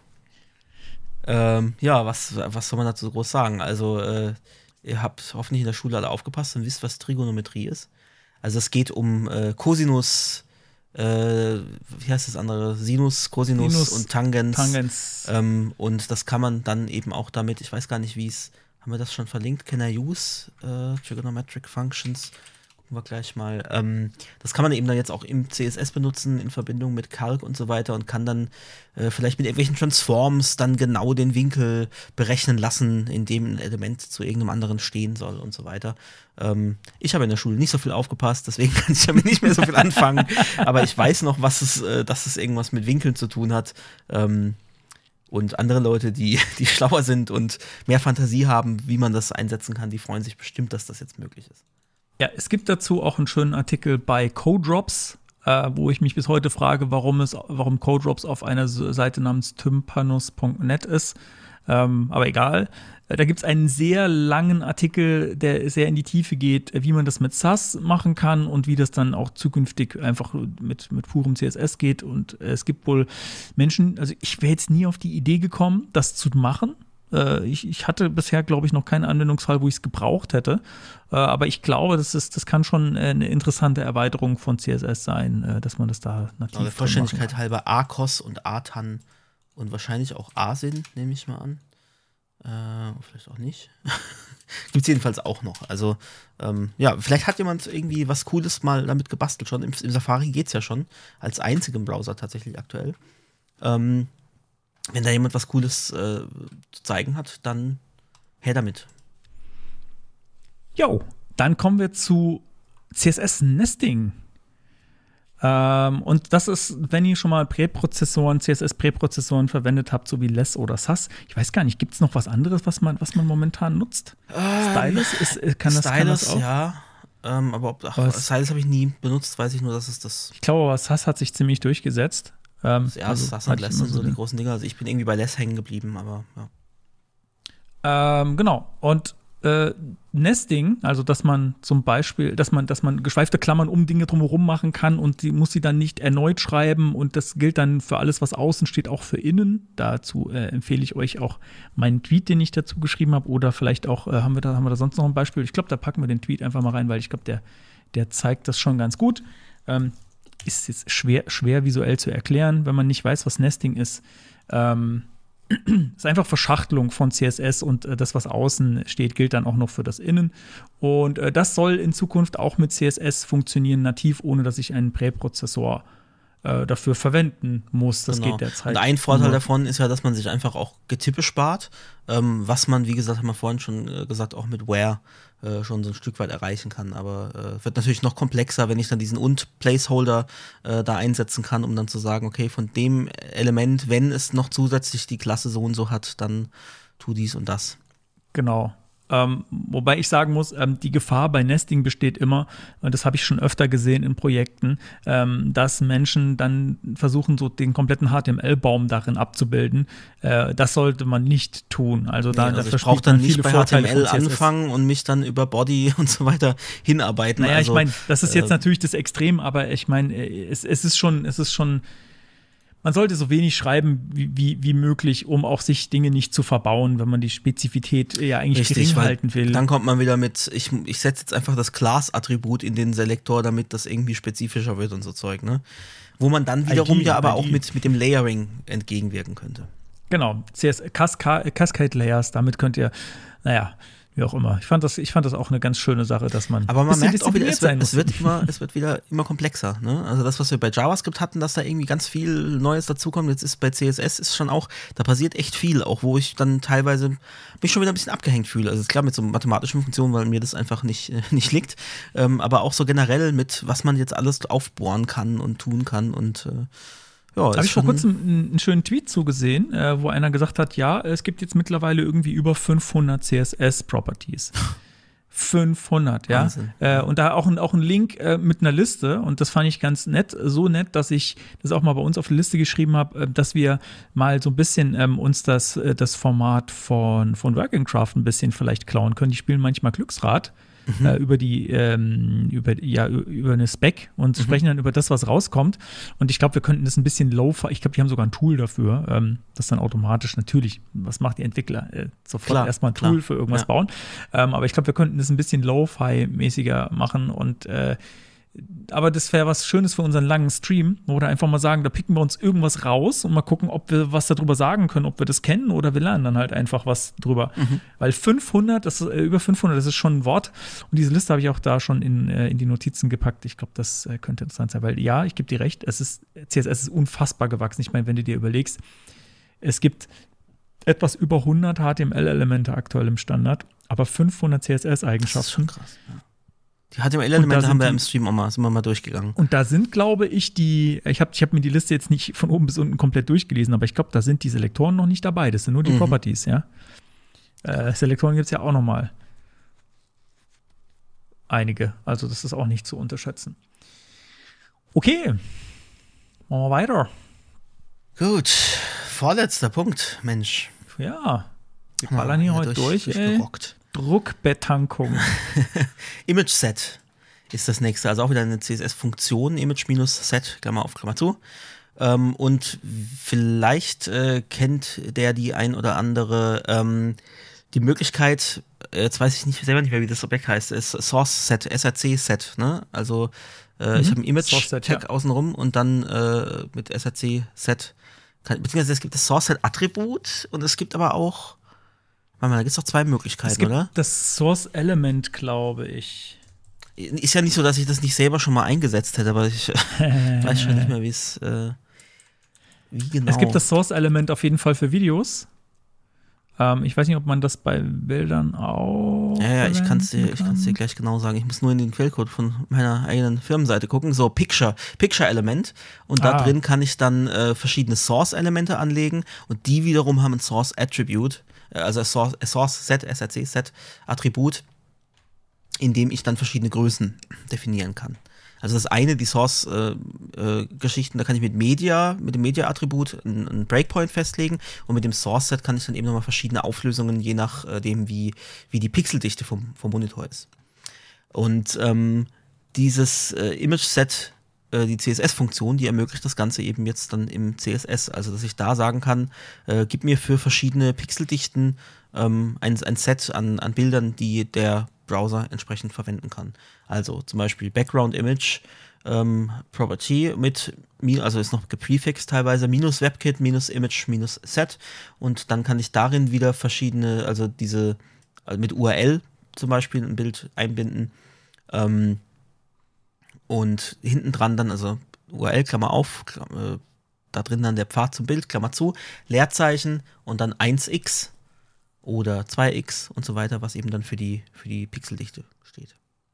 Ähm, ja, was, was soll man dazu groß sagen? Also, äh, ihr habt hoffentlich in der Schule alle aufgepasst und wisst, was Trigonometrie ist. Also es geht um äh, Cosinus, äh, wie heißt das andere? Sinus, Cosinus
Sinus,
und Tangens.
Tangens.
Ähm, und das kann man dann eben auch damit, ich weiß gar nicht, wie es, haben wir das schon verlinkt? Can I use äh, Trigonometric Functions? Gucken wir gleich mal. Ähm, das kann man eben dann jetzt auch im C S S benutzen, in Verbindung mit Calc und so weiter und kann dann äh, vielleicht mit irgendwelchen Transforms dann genau den Winkel berechnen lassen, in dem ein Element zu irgendeinem anderen stehen soll und so weiter. Ähm, ich habe in der Schule nicht so viel aufgepasst, deswegen kann ich damit nicht mehr so viel anfangen. Aber ich weiß noch, was es, äh, dass es irgendwas mit Winkeln zu tun hat. Ähm, Und andere Leute, die, die schlauer sind und mehr Fantasie haben, wie man das einsetzen kann, die freuen sich bestimmt, dass das jetzt möglich ist.
Ja, es gibt dazu auch einen schönen Artikel bei Codrops, äh, wo ich mich bis heute frage, warum es, warum Codrops auf einer Seite namens tympanus punkt net ist. Ähm, aber egal. Da gibt es einen sehr langen Artikel, der sehr in die Tiefe geht, wie man das mit Sass machen kann und wie das dann auch zukünftig einfach mit, mit purem C S S geht. Und äh, es gibt wohl Menschen, also ich wäre jetzt nie auf die Idee gekommen, das zu machen. Äh, ich, ich hatte bisher, glaube ich, noch keinen Anwendungsfall, wo ich es gebraucht hätte. Äh, aber ich glaube, das, ist, das kann schon eine interessante Erweiterung von C S S sein, äh, dass man das da nativ
Aber der Vollständigkeit halber A C O S und A T A N und wahrscheinlich auch A S I N, nehme ich mal an. Äh, vielleicht auch nicht. Gibt es jedenfalls auch noch. Also, ähm, ja, vielleicht hat jemand irgendwie was Cooles mal damit gebastelt schon. Im, im Safari geht es ja schon. Als einzigem Browser tatsächlich aktuell. Ähm, wenn da jemand was Cooles äh, zu zeigen hat, dann her damit.
Jo, dann kommen wir zu C S S-Nesting. Ähm, und das ist, wenn ihr schon mal Präprozessoren, C S S-Präprozessoren verwendet habt, so wie Less oder Sass. Ich weiß gar nicht, gibt es noch was anderes, was man, was man momentan nutzt?
Ähm,
Stylus? Ist, kann das,
Stylus,
kann das auch?
ja. Ähm, aber ob, ach,
Was?
Stylus habe ich nie benutzt, weiß ich nur, dass es das.
Ich glaube, aber Sass hat sich ziemlich durchgesetzt. Ähm,
Ja,
also
Sass und
hatte ich
Less
immer
sind so
den-
die großen Dinger. Also ich bin irgendwie bei Less hängen geblieben, aber ja.
Ähm, genau. Und äh, Nesting, also dass man zum Beispiel, dass man, dass man geschweifte Klammern um Dinge drumherum machen kann und die muss sie dann nicht erneut schreiben und das gilt dann für alles, was außen steht, auch für innen. Dazu äh, empfehle ich euch auch meinen Tweet, den ich dazu geschrieben habe, oder vielleicht auch, äh, haben wir da, haben wir da sonst noch ein Beispiel? Ich glaube, da packen wir den Tweet einfach mal rein, weil ich glaube, der, der zeigt das schon ganz gut. Ähm, ist jetzt schwer, schwer visuell zu erklären, wenn man nicht weiß, was Nesting ist. Ähm, ist einfach Verschachtelung von C S S und äh, das, was außen steht, gilt dann auch noch für das Innen. Und äh, das soll in Zukunft auch mit C S S funktionieren, nativ, ohne dass ich einen Präprozessor äh, dafür verwenden muss. Das
Genau.
geht derzeit.
Und ein Vorteil
nur.
davon ist ja, dass man sich einfach auch Getippe spart, ähm, was man, wie gesagt, haben wir vorhin schon äh, gesagt, auch mit Where äh, schon so ein Stück weit erreichen kann. Aber äh, wird natürlich noch komplexer, wenn ich dann diesen und-Placeholder äh, da einsetzen kann, um dann zu sagen, okay, von dem Element, wenn es noch zusätzlich die Klasse so und so hat, dann tu dies und das.
Genau. Ähm, wobei ich sagen muss, ähm, die Gefahr bei Nesting besteht immer, und das habe ich schon öfter gesehen in Projekten, ähm, dass Menschen dann versuchen, so den kompletten H T M L-Baum darin abzubilden. Äh, das sollte man nicht tun. Also, da,
Nee, also
da
ich brauche dann nicht bei H T M L
Vorteile von C S S.
anfangen und mich dann über Body und so weiter hinarbeiten.
Naja,
also,
ich meine, das ist jetzt
äh,
natürlich das Extrem, aber ich meine, es, es ist schon, es ist schon, man sollte so wenig schreiben wie, wie, wie möglich, um auch sich Dinge nicht zu verbauen, wenn man die Spezifität ja eigentlich
Richtig,
gering
weil
halten will.
Dann kommt man wieder mit, ich, ich setze jetzt einfach das Class-Attribut in den Selektor, damit das irgendwie spezifischer wird und so Zeug, ne? Wo man dann wiederum
I D,
ja aber
I D.
auch mit, mit dem Layering entgegenwirken könnte.
Genau, C S Casca Cascade Layers, damit könnt ihr, naja, wie auch immer. Ich fand das, ich fand das auch eine ganz schöne Sache, dass man.
Aber man
bisschen
merkt auch wieder, es wird,
diszipliniert
es
sein
wird,
muss.
immer, es wird wieder immer komplexer. Ne? Also das, was wir bei JavaScript hatten, dass da irgendwie ganz viel Neues dazukommt, jetzt ist bei C S S ist schon auch, da passiert echt viel, auch wo ich dann teilweise mich schon wieder ein bisschen abgehängt fühle. Also klar mit so mathematischen Funktionen, weil mir das einfach nicht, äh, nicht liegt, ähm, aber auch so generell mit, was man jetzt alles aufbohren kann und tun kann und äh, ja,
Habe
ist
ich vor
schon-
kurzem einen, einen schönen Tweet zugesehen, äh, wo einer gesagt hat, ja, es gibt jetzt mittlerweile irgendwie über fünfhundert C S S-Properties. fünfhundert, ja.
Wahnsinn.
Äh, und da auch ein, auch ein Link äh, mit einer Liste. Und das fand ich ganz nett. So nett, dass ich das auch mal bei uns auf die Liste geschrieben habe, äh, dass wir mal so ein bisschen ähm, uns das, äh, das Format von, von Working Craft ein bisschen vielleicht klauen können. Die spielen manchmal Glücksrad.
Mhm.
Äh, über die ähm, über ja über eine Spec und
Mhm.
sprechen dann über das, was rauskommt. Und ich glaube, wir könnten das ein bisschen low. Ich glaube, die haben sogar ein Tool dafür, ähm, das dann automatisch natürlich. Was macht die Entwickler? Äh, sofort
Klar,
erstmal ein
klar.
Tool für irgendwas
Ja.
bauen. Ähm, aber ich glaube, wir könnten das ein bisschen Lo-Fi-mäßiger machen und äh, aber das wäre was Schönes für unseren langen Stream, wo wir einfach mal sagen, da picken wir uns irgendwas raus und mal gucken, ob wir was darüber sagen können, ob wir das kennen oder wir lernen dann halt einfach was drüber.
Mhm.
Weil fünfhundert, das ist, äh, über fünfhundert, das ist schon ein Wort. Und diese Liste habe ich auch da schon in, äh, in die Notizen gepackt. Ich glaube, das äh, könnte interessant sein, weil ja, ich gebe dir recht, es ist, C S S ist unfassbar gewachsen. Ich meine, wenn du dir überlegst, es gibt etwas über hundert H T M L-Elemente aktuell im Standard, aber fünfhundert C S
Das ist schon
S-Eigenschaften.
krass. Ja. Die H T M
Und
L-Elemente
da
haben wir
sind
im
die-
Stream auch mal, sind wir mal durchgegangen.
Und da sind, glaube ich, die, ich habe ich hab mir die Liste jetzt nicht von oben bis unten komplett durchgelesen, aber ich glaube, da sind die Selektoren noch nicht dabei. Das sind nur die
Mhm.
Properties, ja. Äh, Selektoren gibt es ja auch noch mal einige. Also das ist auch nicht zu unterschätzen. Okay, machen wir weiter.
Gut, vorletzter Punkt, Mensch.
Ja, wir ballern hier
Ja,
heute durch, ey.
durchgerockt.
Druckbetankung.
Image Set ist das nächste, also auch wieder eine C S S-Funktion, Image-Set, Klammer auf, Klammer zu. Ähm, und vielleicht äh, kennt der die ein oder andere ähm, die Möglichkeit, äh, jetzt weiß ich nicht selber nicht mehr, wie das Objekt heißt, ist Source Set, S R C-Set, ne? Also äh,
Mhm.
ich habe ein
Source Set,
Image-Tag
ja.
außenrum und dann äh, mit S R C-Set, kann- beziehungsweise es gibt das Source-Set-Attribut und es gibt aber auch, warte mal, da gibt es doch zwei Möglichkeiten,
Es gibt
oder?
das Source Element, glaube ich.
Ist ja nicht so, dass ich das nicht selber schon mal eingesetzt hätte, aber ich weiß schon nicht mehr, wie es äh, wie genau.
Es gibt das Source-Element auf jeden Fall für Videos. Ähm, ich weiß nicht, ob man das bei Bildern auch.
Ja, ja, ich kann es dir,
verwenden
ich kann's dir
kann.
gleich genau sagen. Ich muss nur in den Quellcode von meiner eigenen Firmenseite gucken. So, Picture, Picture-Element. Und da
Ah.
drin kann ich dann äh, verschiedene Source-Elemente anlegen und die wiederum haben ein Source-Attribute, äh, also Source, Source-Set, S R C-Set-Attribut, in dem ich dann verschiedene Größen definieren kann. Also das eine, die Source-Geschichten, äh, äh, da kann ich mit Media, mit dem Media-Attribut ein, ein Breakpoint festlegen und mit dem Source-Set kann ich dann eben nochmal verschiedene Auflösungen, je nachdem, wie, wie die Pixeldichte vom, vom Monitor ist. Und ähm, dieses äh, Image-Set, äh, die C S S-Funktion, die ermöglicht das Ganze eben jetzt dann im C S S. Also dass ich da sagen kann, äh, gib mir für verschiedene Pixeldichten ähm, ein, ein Set an, an Bildern, die der Browser entsprechend verwenden kann. Also zum Beispiel Background Image ähm, Property mit, also ist noch geprefixt teilweise, minus WebKit, minus Image, minus Set und dann kann ich darin wieder verschiedene, also diese, also mit U R L zum Beispiel ein Bild einbinden ähm, und hinten dran dann, also U R L, Klammer auf, Klammer, äh, da drin dann der Pfad zum Bild, Klammer zu, Leerzeichen und dann eins x oder zwei x und so weiter, was eben dann für die, für die Pixeldichte steht.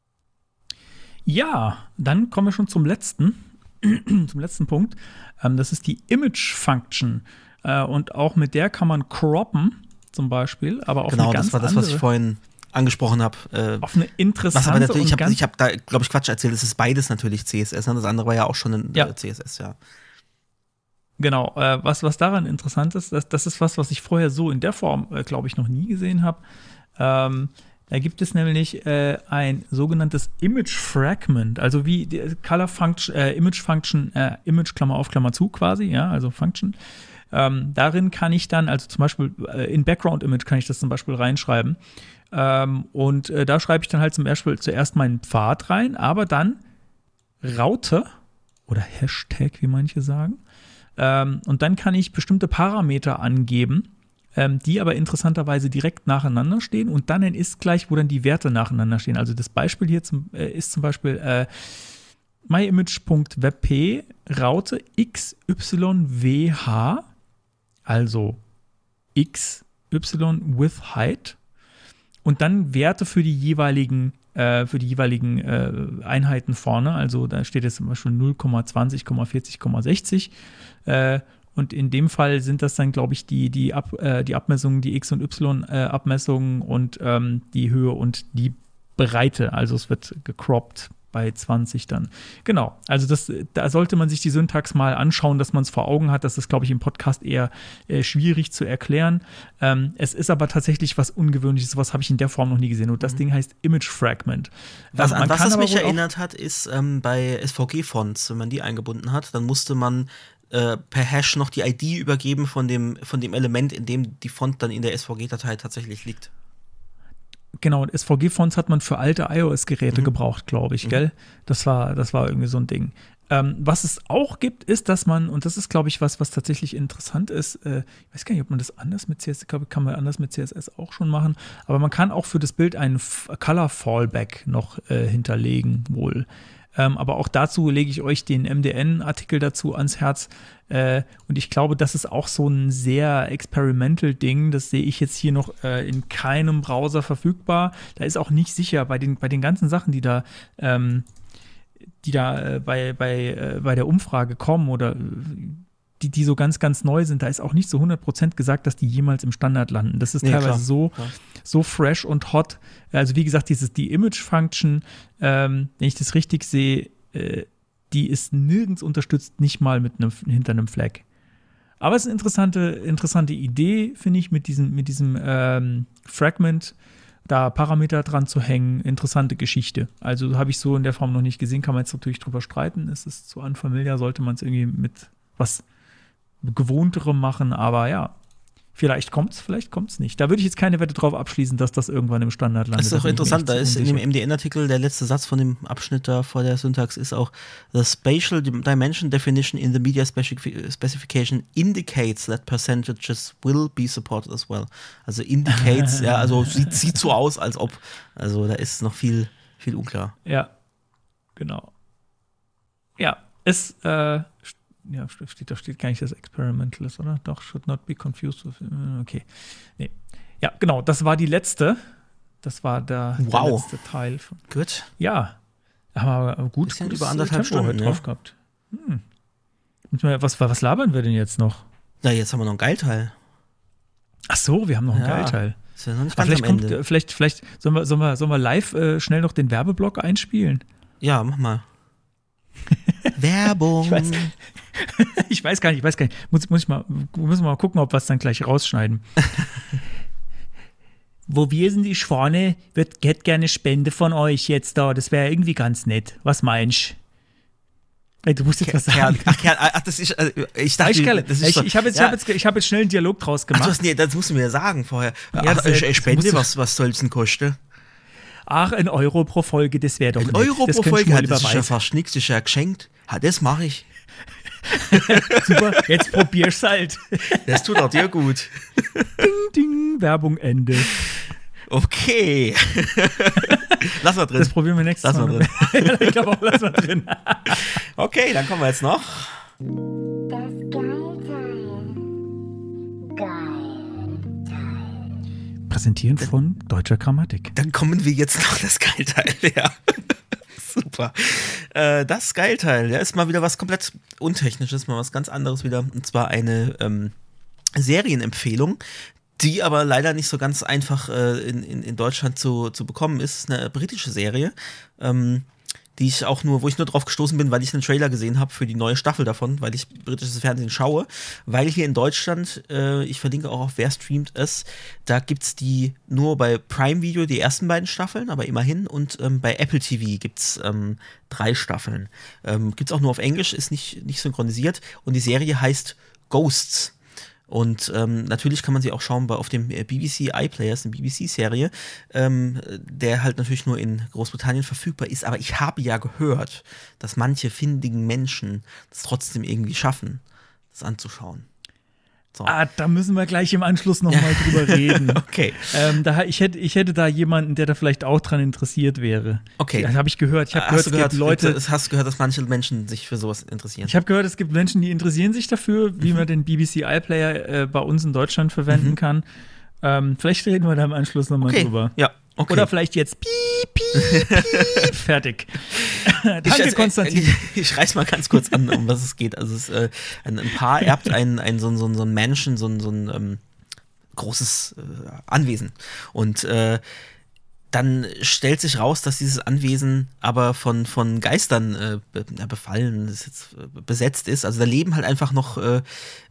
Ja, dann kommen wir schon zum letzten, zum letzten Punkt. Ähm, das ist die Image-Function. Äh, und auch mit der kann man croppen, zum Beispiel, aber auf
genau,
eine ganz
das war das,
andere,
was ich vorhin angesprochen habe. Äh,
auf eine interessante
was aber natürlich,
und
ich habe hab da, glaube ich, Quatsch erzählt. Es ist beides natürlich C S S. Ne? Das andere war ja auch schon ein
ja.
äh, C S S, ja.
Genau, äh, was, was daran interessant ist, das, das ist was, was ich vorher so in der Form, äh, glaube ich, noch nie gesehen habe. Ähm, da gibt es nämlich äh, ein sogenanntes Image Fragment, also wie die Color Function, äh, Image Function, äh, Image Klammer auf Klammer zu quasi, ja, also Function. Ähm, darin kann ich dann, also zum Beispiel äh, in Background Image kann ich das zum Beispiel reinschreiben. Ähm, und äh, da schreibe ich dann halt zum Beispiel zuerst meinen Pfad rein, aber dann Raute oder Hashtag, wie manche sagen. Ähm, und dann kann ich bestimmte Parameter angeben, ähm, die aber interessanterweise direkt nacheinander stehen und dann ein ist gleich, wo dann die Werte nacheinander stehen. Also das Beispiel hier zum, äh, ist zum Beispiel äh, myimage.webp Raute xywh, also xy with height und dann Werte für die jeweiligen äh, für die jeweiligen äh, Einheiten vorne. Also da steht jetzt zum Beispiel null Komma zwanzig Komma vierzig Komma sechzig äh, und in dem Fall sind das dann, glaube ich, die, die, Ab, äh, die Abmessungen, die X- und Y-Abmessungen äh, und ähm, die Höhe und die Breite. Also es wird gecroppt bei zwanzig dann. Genau, also das, da sollte man sich die Syntax mal anschauen, dass man es vor Augen hat. Das ist, glaube ich, im Podcast eher äh, schwierig zu erklären. Ähm, es ist aber tatsächlich was Ungewöhnliches, sowas habe ich in der Form noch nie gesehen. Und das mhm. Ding heißt Image Fragment.
Was,
ähm,
an was es mich erinnert hat, ist ähm, bei S V G-Fonts, wenn man die eingebunden hat, dann musste man äh, per Hash noch die I D übergeben von dem, von dem Element, in dem die Font dann in der S V G-Datei tatsächlich liegt.
Genau, S V G-Fonts hat man für alte iOS-Geräte mhm. gebraucht, glaube ich, mhm. gell? Das war, das war irgendwie so ein Ding. Ähm, was es auch gibt, ist, dass man, und das ist, glaube ich, was, was tatsächlich interessant ist, äh, ich weiß gar nicht, ob man das anders mit C S S, glaube ich, kann man anders mit C S S auch schon machen, aber man kann auch für das Bild einen F- Color-Fallback noch äh, hinterlegen, wohl. Ähm, aber auch dazu lege ich euch den M D N-Artikel dazu ans Herz. Äh, und ich glaube, das ist auch so ein sehr Experimental-Ding. Das sehe ich jetzt hier noch äh, in keinem Browser verfügbar. Da ist auch nicht sicher bei den, bei den ganzen Sachen, die da, ähm, die da äh, bei, bei, äh, bei der Umfrage kommen oder die, die so ganz, ganz neu sind. Da ist auch nicht so hundert Prozent gesagt, dass die jemals im Standard landen. Das ist nee, teilweise klar, so, klar. so fresh und hot. Also wie gesagt, dieses, die Image-Function, ähm, wenn ich das richtig sehe, äh, die ist nirgends unterstützt, nicht mal mit einem, hinter einem Flag. Aber es ist eine interessante, interessante Idee, finde ich, mit diesem, mit diesem ähm, Fragment, da Parameter dran zu hängen. Interessante Geschichte. Also habe ich so in der Form noch nicht gesehen, kann man jetzt natürlich drüber streiten. Es ist zu unfamiliar, sollte man es irgendwie mit was Gewohnterem machen, aber ja, vielleicht kommt's, vielleicht kommt's nicht. Da würde ich jetzt keine Wette drauf abschließen, dass das irgendwann im Standard landet.
Das ist auch interessant, da ist in dem M D N-Artikel der letzte Satz von dem Abschnitt da vor der Syntax ist auch the spatial dimension definition in the media specification indicates that percentages will be supported as well. Also indicates, ja, also sieht, sieht so aus, als ob, also da ist noch viel, viel unklar.
Ja, genau. Ja, es, äh, ja, steht, da steht gar nicht das Experimental ist, oder? Doch, should not be confused with, okay. Nee. Ja, genau, das war die letzte. Das war der,
wow.
der letzte Teil. Von,
gut.
Ja, da haben wir gut,
gut über anderthalb
Tempo
Stunden
drauf
ja.
gehabt. Hm. Was, was labern wir denn jetzt noch?
Na, jetzt haben wir noch einen Geilteil.
Ach so, wir haben noch einen
ja.
Geilteil.
Ist ja noch nicht ganz
vielleicht,
am Ende.
Kommt, vielleicht, vielleicht sollen wir, sollen wir, sollen wir live äh, schnell noch den Werbeblock einspielen?
Ja, mach mal. Werbung.
Ich weiß, ich weiß gar nicht, ich weiß gar nicht. Muss, muss ich mal, müssen wir mal gucken, ob wir es dann gleich rausschneiden. Wo wir sind, die Schwane, wird hätte gerne Spende von euch jetzt da. Das wäre irgendwie ganz nett. Was meinst du? Ey, du musst jetzt was sagen.
Ach, Kern, ach, das ist, also, ich dachte,
ich,
das ist
ich, ich habe jetzt,
ja.
hab jetzt, ich hab jetzt schnell einen Dialog draus gemacht.
Ach, du hast, nee, das musst du mir ja sagen vorher.
Ja,
ach, äh, Spende,
du,
was, was soll es denn kosten?
Ach, ein Euro pro Folge, das wäre doch
ein
nett.
Euro
das
pro Folge,
ja,
das ist ja fast nichts, das ist ja geschenkt. Ha, das mache ich.
Super, jetzt probier's halt.
Das tut auch dir gut.
Ding, ding, Werbung Ende.
Okay. Lass mal drin.
Das probieren wir nächstes
lass
Mal.
Mal drin.
Ich glaube auch, lass mal drin.
Okay, dann kommen wir jetzt noch.
Das Geilteil. Geilteil.
Präsentieren von Deutscher Grammatik.
Dann kommen wir jetzt noch das Geilteil, ja. Super. Äh, das Geilteil, ja, ist mal wieder was komplett Untechnisches, mal was ganz anderes wieder. Und zwar eine ähm, Serienempfehlung, die aber leider nicht so ganz einfach äh, in, in, in Deutschland zu, zu bekommen ist. Es ist eine britische Serie, ähm, die ich auch nur, wo ich nur drauf gestoßen bin, weil ich einen Trailer gesehen habe für die neue Staffel davon, weil ich britisches Fernsehen schaue. Weil hier in Deutschland, äh, ich verlinke auch auf Wer streamt es, da gibt's die nur bei Prime Video die ersten beiden Staffeln, aber immerhin. Und ähm, bei Apple T V gibt's ähm, drei Staffeln. Ähm, gibt's auch nur auf Englisch, ist nicht, nicht synchronisiert. Und die Serie heißt Ghosts. Und ähm, natürlich kann man sie auch schauen bei, auf dem B B C iPlayer, ist eine B B C-Serie, ähm, der halt natürlich nur in Großbritannien verfügbar ist. Aber ich habe ja gehört, dass manche findigen Menschen das trotzdem irgendwie schaffen, das anzuschauen. So.
Ah, da müssen wir gleich im Anschluss nochmal drüber reden.
Okay.
Ähm, da, ich, hätte, ich hätte da jemanden, der da vielleicht auch dran interessiert wäre.
Okay.
Das habe ich gehört. Ich habe gehört,
hast, du
es
gehört,
gibt Leute.
das hast du gehört, dass manche Menschen sich für sowas interessieren?
Ich habe gehört, es gibt Menschen, die interessieren sich dafür, wie
mhm.
man den B B C iPlayer äh, bei uns in Deutschland verwenden mhm. kann. Ähm, vielleicht reden wir da im Anschluss nochmal
okay.
drüber.
Ja. Okay.
Oder vielleicht jetzt piep, piep, piep, fertig. Danke,
ich, also,
Konstantin.
Ich, ich reiß mal ganz kurz an, um was es geht. Also es, äh, ein, ein Paar erbt ein, ein, so, so, so ein Mansion, so ein, so ein ähm, großes äh, Anwesen. Und äh, dann stellt sich raus, dass dieses Anwesen aber von, von Geistern äh, be, ja, befallen, ist jetzt, äh, besetzt ist. Also da leben halt einfach noch äh,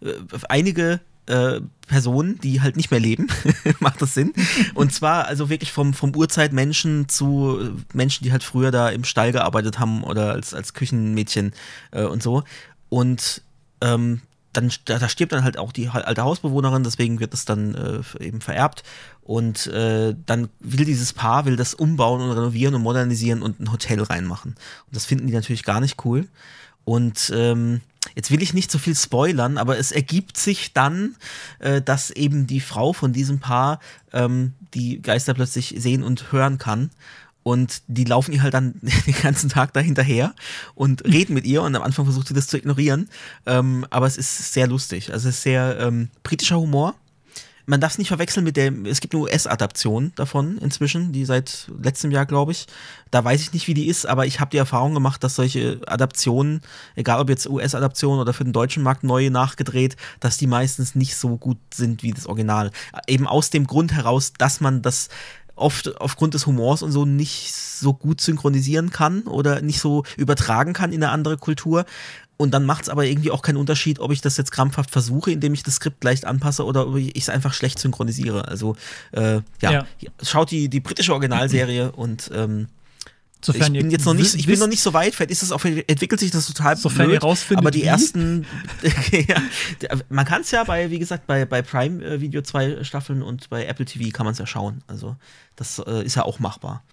einige Äh, Personen, die halt nicht mehr leben. Macht das Sinn? Und zwar also wirklich vom, vom Urzeitmenschen zu Menschen, die halt früher da im Stall gearbeitet haben oder als, als Küchenmädchen äh, und so. Und ähm, dann da, da stirbt dann halt auch die alte Hausbewohnerin, deswegen wird das dann äh, eben vererbt. Und äh, dann will dieses Paar, will das umbauen und renovieren und modernisieren und ein Hotel reinmachen. Und das finden die natürlich gar nicht cool. Und ähm, jetzt will ich nicht so viel spoilern, aber es ergibt sich dann, äh, dass eben die Frau von diesem Paar ähm, die Geister plötzlich sehen und hören kann. Und die laufen ihr halt dann den ganzen Tag da hinterher und reden mit ihr. Und am Anfang versucht sie das zu ignorieren. Ähm, aber es ist sehr lustig. Also es ist sehr ähm, britischer Humor. Man darf es nicht verwechseln mit der, es gibt eine U S-Adaption davon inzwischen, die seit letztem Jahr, glaube ich. Da weiß ich nicht, wie die ist, aber ich habe die Erfahrung gemacht, dass solche Adaptionen, egal ob jetzt U S-Adaptionen oder für den deutschen Markt neue nachgedreht, dass die meistens nicht so gut sind wie das Original. Eben aus dem Grund heraus, dass man das oft aufgrund des Humors und so nicht so gut synchronisieren kann oder nicht so übertragen kann in eine andere Kultur. Und dann macht es aber irgendwie auch keinen Unterschied, ob ich das jetzt krampfhaft versuche, indem ich das Skript leicht anpasse oder ob ich es einfach schlecht synchronisiere. Also, äh, ja. ja, schaut die, die britische Originalserie und ähm,
Sofern
ich bin jetzt noch nicht, ich bin noch nicht so weit, vielleicht ist das auch, entwickelt sich das total
sofern
blöd,
ihr rausfindet,
aber die
wie?
ersten, ja, man kann es ja bei, wie gesagt, bei, bei Prime Video zwei Staffeln und bei Apple T V kann man es ja schauen, also das äh, ist ja auch machbar.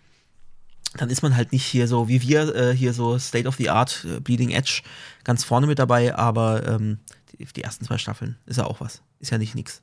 Dann ist man halt nicht hier so, wie wir, äh, hier so State of the Art, äh, Bleeding Edge, ganz vorne mit dabei, aber ähm, die, die ersten zwei Staffeln ist ja auch was, ist ja nicht nix.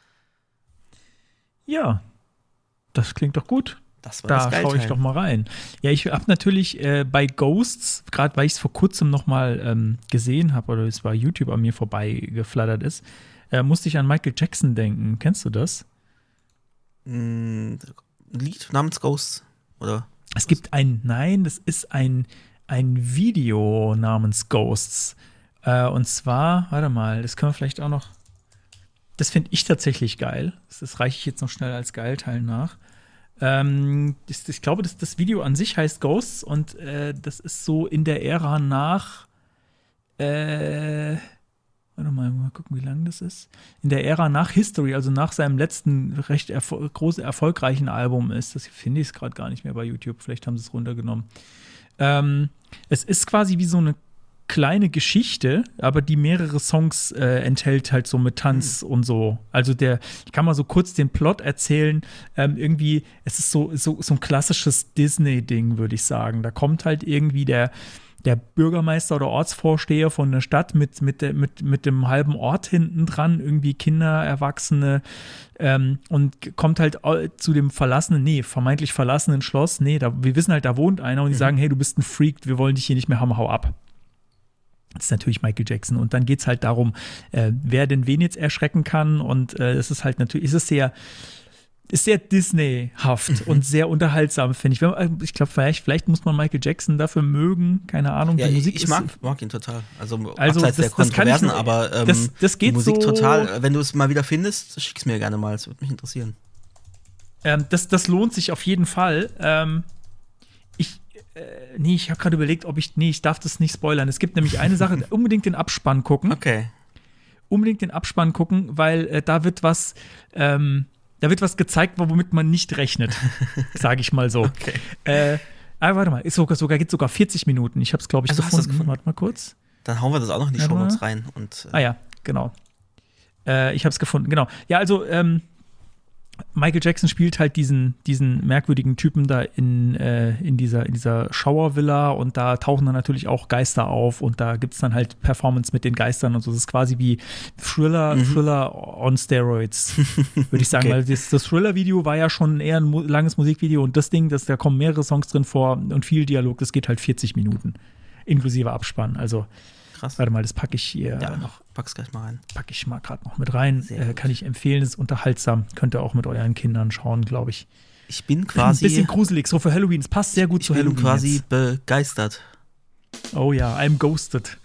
Ja, das klingt doch gut.
Das war
da
das
schaue ich doch mal rein. Ja, ich habe natürlich äh, bei Ghosts, gerade weil ich es vor kurzem noch mal ähm, gesehen habe oder es bei YouTube an mir vorbeigeflattert ist, äh, musste ich an Michael Jackson denken. Kennst du das?
Ein Lied namens Ghosts, oder?
Es gibt ein, nein, das ist ein, ein Video namens Ghosts. Äh, und zwar, warte mal, das können wir vielleicht auch noch, das finde ich tatsächlich geil. Das, das reiche ich jetzt noch schnell als Geilteil nach. Ähm, das, ich glaube, das, das Video an sich heißt Ghosts und äh, das ist so in der Ära nach äh, warte mal, mal gucken, wie lang das ist. In der Ära nach History, also nach seinem letzten recht erfol- großen, erfolgreichen Album ist. Das finde ich gerade gar nicht mehr bei YouTube. Vielleicht haben sie es runtergenommen. Ähm, es ist quasi wie so eine kleine Geschichte, aber die mehrere Songs äh, enthält halt so mit Tanz mhm. und so. Also der, ich kann mal so kurz den Plot erzählen. Ähm, irgendwie, es ist so, so, so ein klassisches Disney-Ding, würde ich sagen. Da kommt halt irgendwie der der Bürgermeister oder Ortsvorsteher von der Stadt mit, mit, der, mit, mit dem halben Ort hinten dran, irgendwie Kinder, Erwachsene, ähm, und kommt halt zu dem verlassenen, nee, vermeintlich verlassenen Schloss. Nee, da, wir wissen halt, da wohnt einer und die mhm. sagen, hey, du bist ein Freak, wir wollen dich hier nicht mehr haben, hau ab. Das ist natürlich Michael Jackson. Und dann geht es halt darum, äh, wer denn wen jetzt erschrecken kann. Und äh, es ist halt natürlich, es ist sehr ist sehr Disney-haft mhm. und sehr unterhaltsam, finde ich. Wenn, ich glaube, vielleicht, vielleicht muss man Michael Jackson dafür mögen, keine Ahnung.
Ja,
die Musik
ich
ist,
mag, mag ihn total. Also,
also
abseits
das,
der Kontroversen, nur, aber ähm,
das, das geht
die Musik
so,
total. Wenn du es mal wieder findest, schick's mir gerne mal, das würde mich interessieren.
Ähm, das, das lohnt sich auf jeden Fall. Ähm, ich, äh, nee, ich habe gerade überlegt, ob ich, nee, ich darf das nicht spoilern. Es gibt nämlich eine Sache, unbedingt den Abspann gucken.
Okay. Unbedingt
den Abspann gucken, weil äh, da wird was, ähm, Da wird was gezeigt, womit man nicht rechnet, sage ich mal so.
Okay.
Äh, aber warte mal, ist sogar, sogar, geht sogar vierzig Minuten. Ich habe es, glaube ich,
also
gefunden.
gefunden.
Warte mal kurz.
Dann hauen wir das auch noch in die
Warte
Shownotes rein. Und, äh
ah ja, genau. Äh, ich habe es gefunden, genau. Ja, also ähm, Michael Jackson spielt halt diesen, diesen merkwürdigen Typen da in, äh, in dieser, in dieser Schauervilla und da tauchen dann natürlich auch Geister auf und da gibt es dann halt Performance mit den Geistern und so. Das ist quasi wie Thriller, mhm. Thriller on Steroids, würde ich sagen, okay. Weil das, das Thriller-Video war ja schon eher ein mu- langes Musikvideo und das Ding, das, da kommen mehrere Songs drin vor und viel Dialog, das geht halt vierzig Minuten, inklusive Abspann, also krass. Warte mal, das packe ich hier
ja,
noch.
Pack's gleich mal rein.
Packe ich mal gerade noch mit rein. Äh, kann ich empfehlen, ist unterhaltsam. Könnt ihr auch mit euren Kindern schauen, glaube ich.
Ich bin quasi.
Ein bisschen gruselig, so für Halloween. Es passt sehr gut
ich
zu Halloween.
Ich bin quasi
jetzt.
begeistert.
Oh ja, I'm ghosted.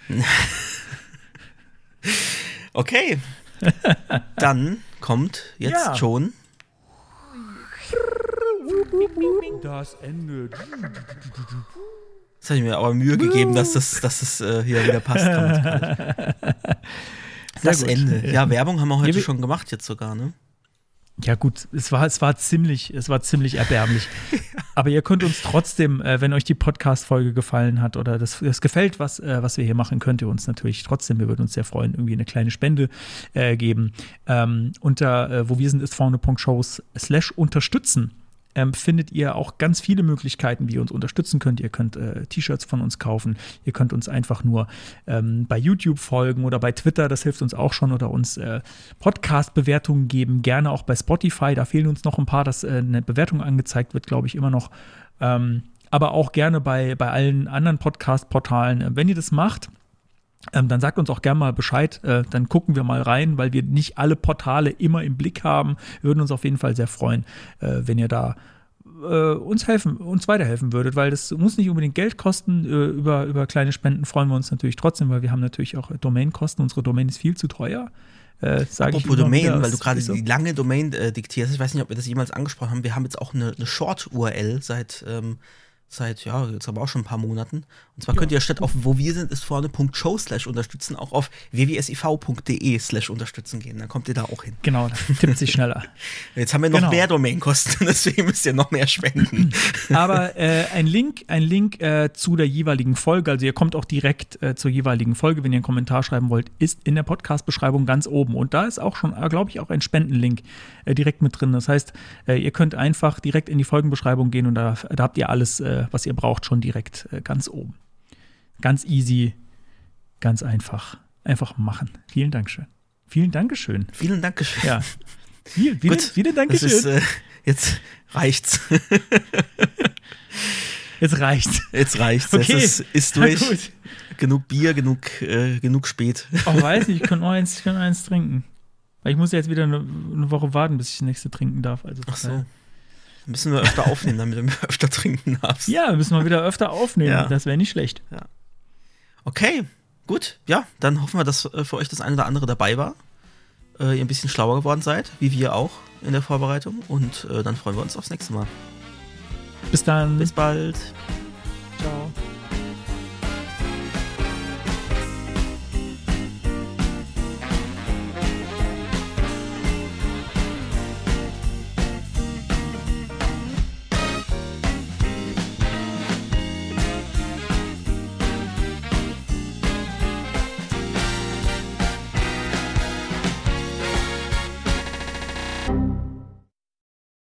Okay. Dann kommt jetzt ja. schon
das Ende.
Jetzt habe ich mir aber Mühe gegeben, dass das, dass das äh, hier wieder passt. Das Ende. Ja, Werbung haben wir heute ja, schon gemacht jetzt sogar, ne?
Ja gut, es war, es war ziemlich, es war ziemlich erbärmlich. Aber ihr könnt uns trotzdem, äh, wenn euch die Podcast-Folge gefallen hat oder das, das gefällt, was, äh, was wir hier machen, könnt ihr uns natürlich trotzdem, wir würden uns sehr freuen, irgendwie eine kleine Spende äh, geben. Ähm, unter äh, wo wir sind, ist vorne Punkt shows slash unterstützen. Ähm, findet ihr auch ganz viele Möglichkeiten, wie ihr uns unterstützen könnt. Ihr könnt äh, T-Shirts von uns kaufen. Ihr könnt uns einfach nur ähm, bei YouTube folgen oder bei Twitter, das hilft uns auch schon, oder uns äh, Podcast-Bewertungen geben. Gerne auch bei Spotify, da fehlen uns noch ein paar, dass äh, eine Bewertung angezeigt wird, glaube ich, immer noch. Ähm, aber auch gerne bei, bei allen anderen Podcast-Portalen. Wenn ihr das macht, Ähm, dann sagt uns auch gerne mal Bescheid, äh, dann gucken wir mal rein, weil wir nicht alle Portale immer im Blick haben. Wir würden uns auf jeden Fall sehr freuen, äh, wenn ihr da äh, uns helfen, uns weiterhelfen würdet, weil das muss nicht unbedingt Geld kosten. Äh, über, über kleine Spenden freuen wir uns natürlich trotzdem, weil wir haben natürlich auch Domainkosten. Unsere Domain ist viel zu teuer. Äh,
Apropos Domain, wieder, weil du gerade so die lange Domain äh, diktierst, ich weiß nicht, ob wir das jemals angesprochen haben, wir haben jetzt auch eine, eine Short-U R L seit ähm Seit, ja, jetzt aber auch schon ein paar Monaten. Und zwar ja. könnt ihr statt auf wo wir sind, ist vorne Punkt show slash unterstützen, auch auf w w s i v punkt d e slash unterstützen gehen. Dann kommt ihr da auch hin.
Genau, da tippt sich schneller.
Jetzt haben wir noch genau. mehr Domainkosten, deswegen müsst ihr noch mehr spenden.
Aber äh, ein Link, ein Link äh, zu der jeweiligen Folge, also ihr kommt auch direkt äh, zur jeweiligen Folge, wenn ihr einen Kommentar schreiben wollt, ist in der Podcast-Beschreibung ganz oben. Und da ist auch schon, äh, glaube ich, auch ein Spendenlink äh, direkt mit drin. Das heißt, äh, ihr könnt einfach direkt in die Folgenbeschreibung gehen und da, da habt ihr alles, äh, was ihr braucht, schon direkt äh, ganz oben. Ganz easy, ganz einfach. Einfach machen. Vielen Dankeschön. Vielen Dankeschön.
Vielen Dankeschön.
Ja. Viel, vielen,
Gut,
vielen Dankeschön.
Das ist, äh, jetzt reicht's.
Jetzt reicht's.
Jetzt reicht's.
Okay.
Es ist, ist durch. Genug Bier, genug, äh, genug spät.
Oh, weiß nicht, ich kann nur eins, ich kann eins trinken. Weil ich muss ja jetzt wieder eine, eine Woche warten, bis ich das nächste trinken darf. Also,
ach so. Müssen wir öfter aufnehmen, damit du öfter trinken darfst.
Ja, müssen wir wieder öfter aufnehmen. Ja. Das wäre nicht schlecht.
Ja. Okay, gut. Ja, dann hoffen wir, dass für euch das eine oder andere dabei war. Äh, ihr ein bisschen schlauer geworden seid, wie wir auch in der Vorbereitung. Und äh, dann freuen wir uns aufs nächste Mal.
Bis dann.
Bis bald.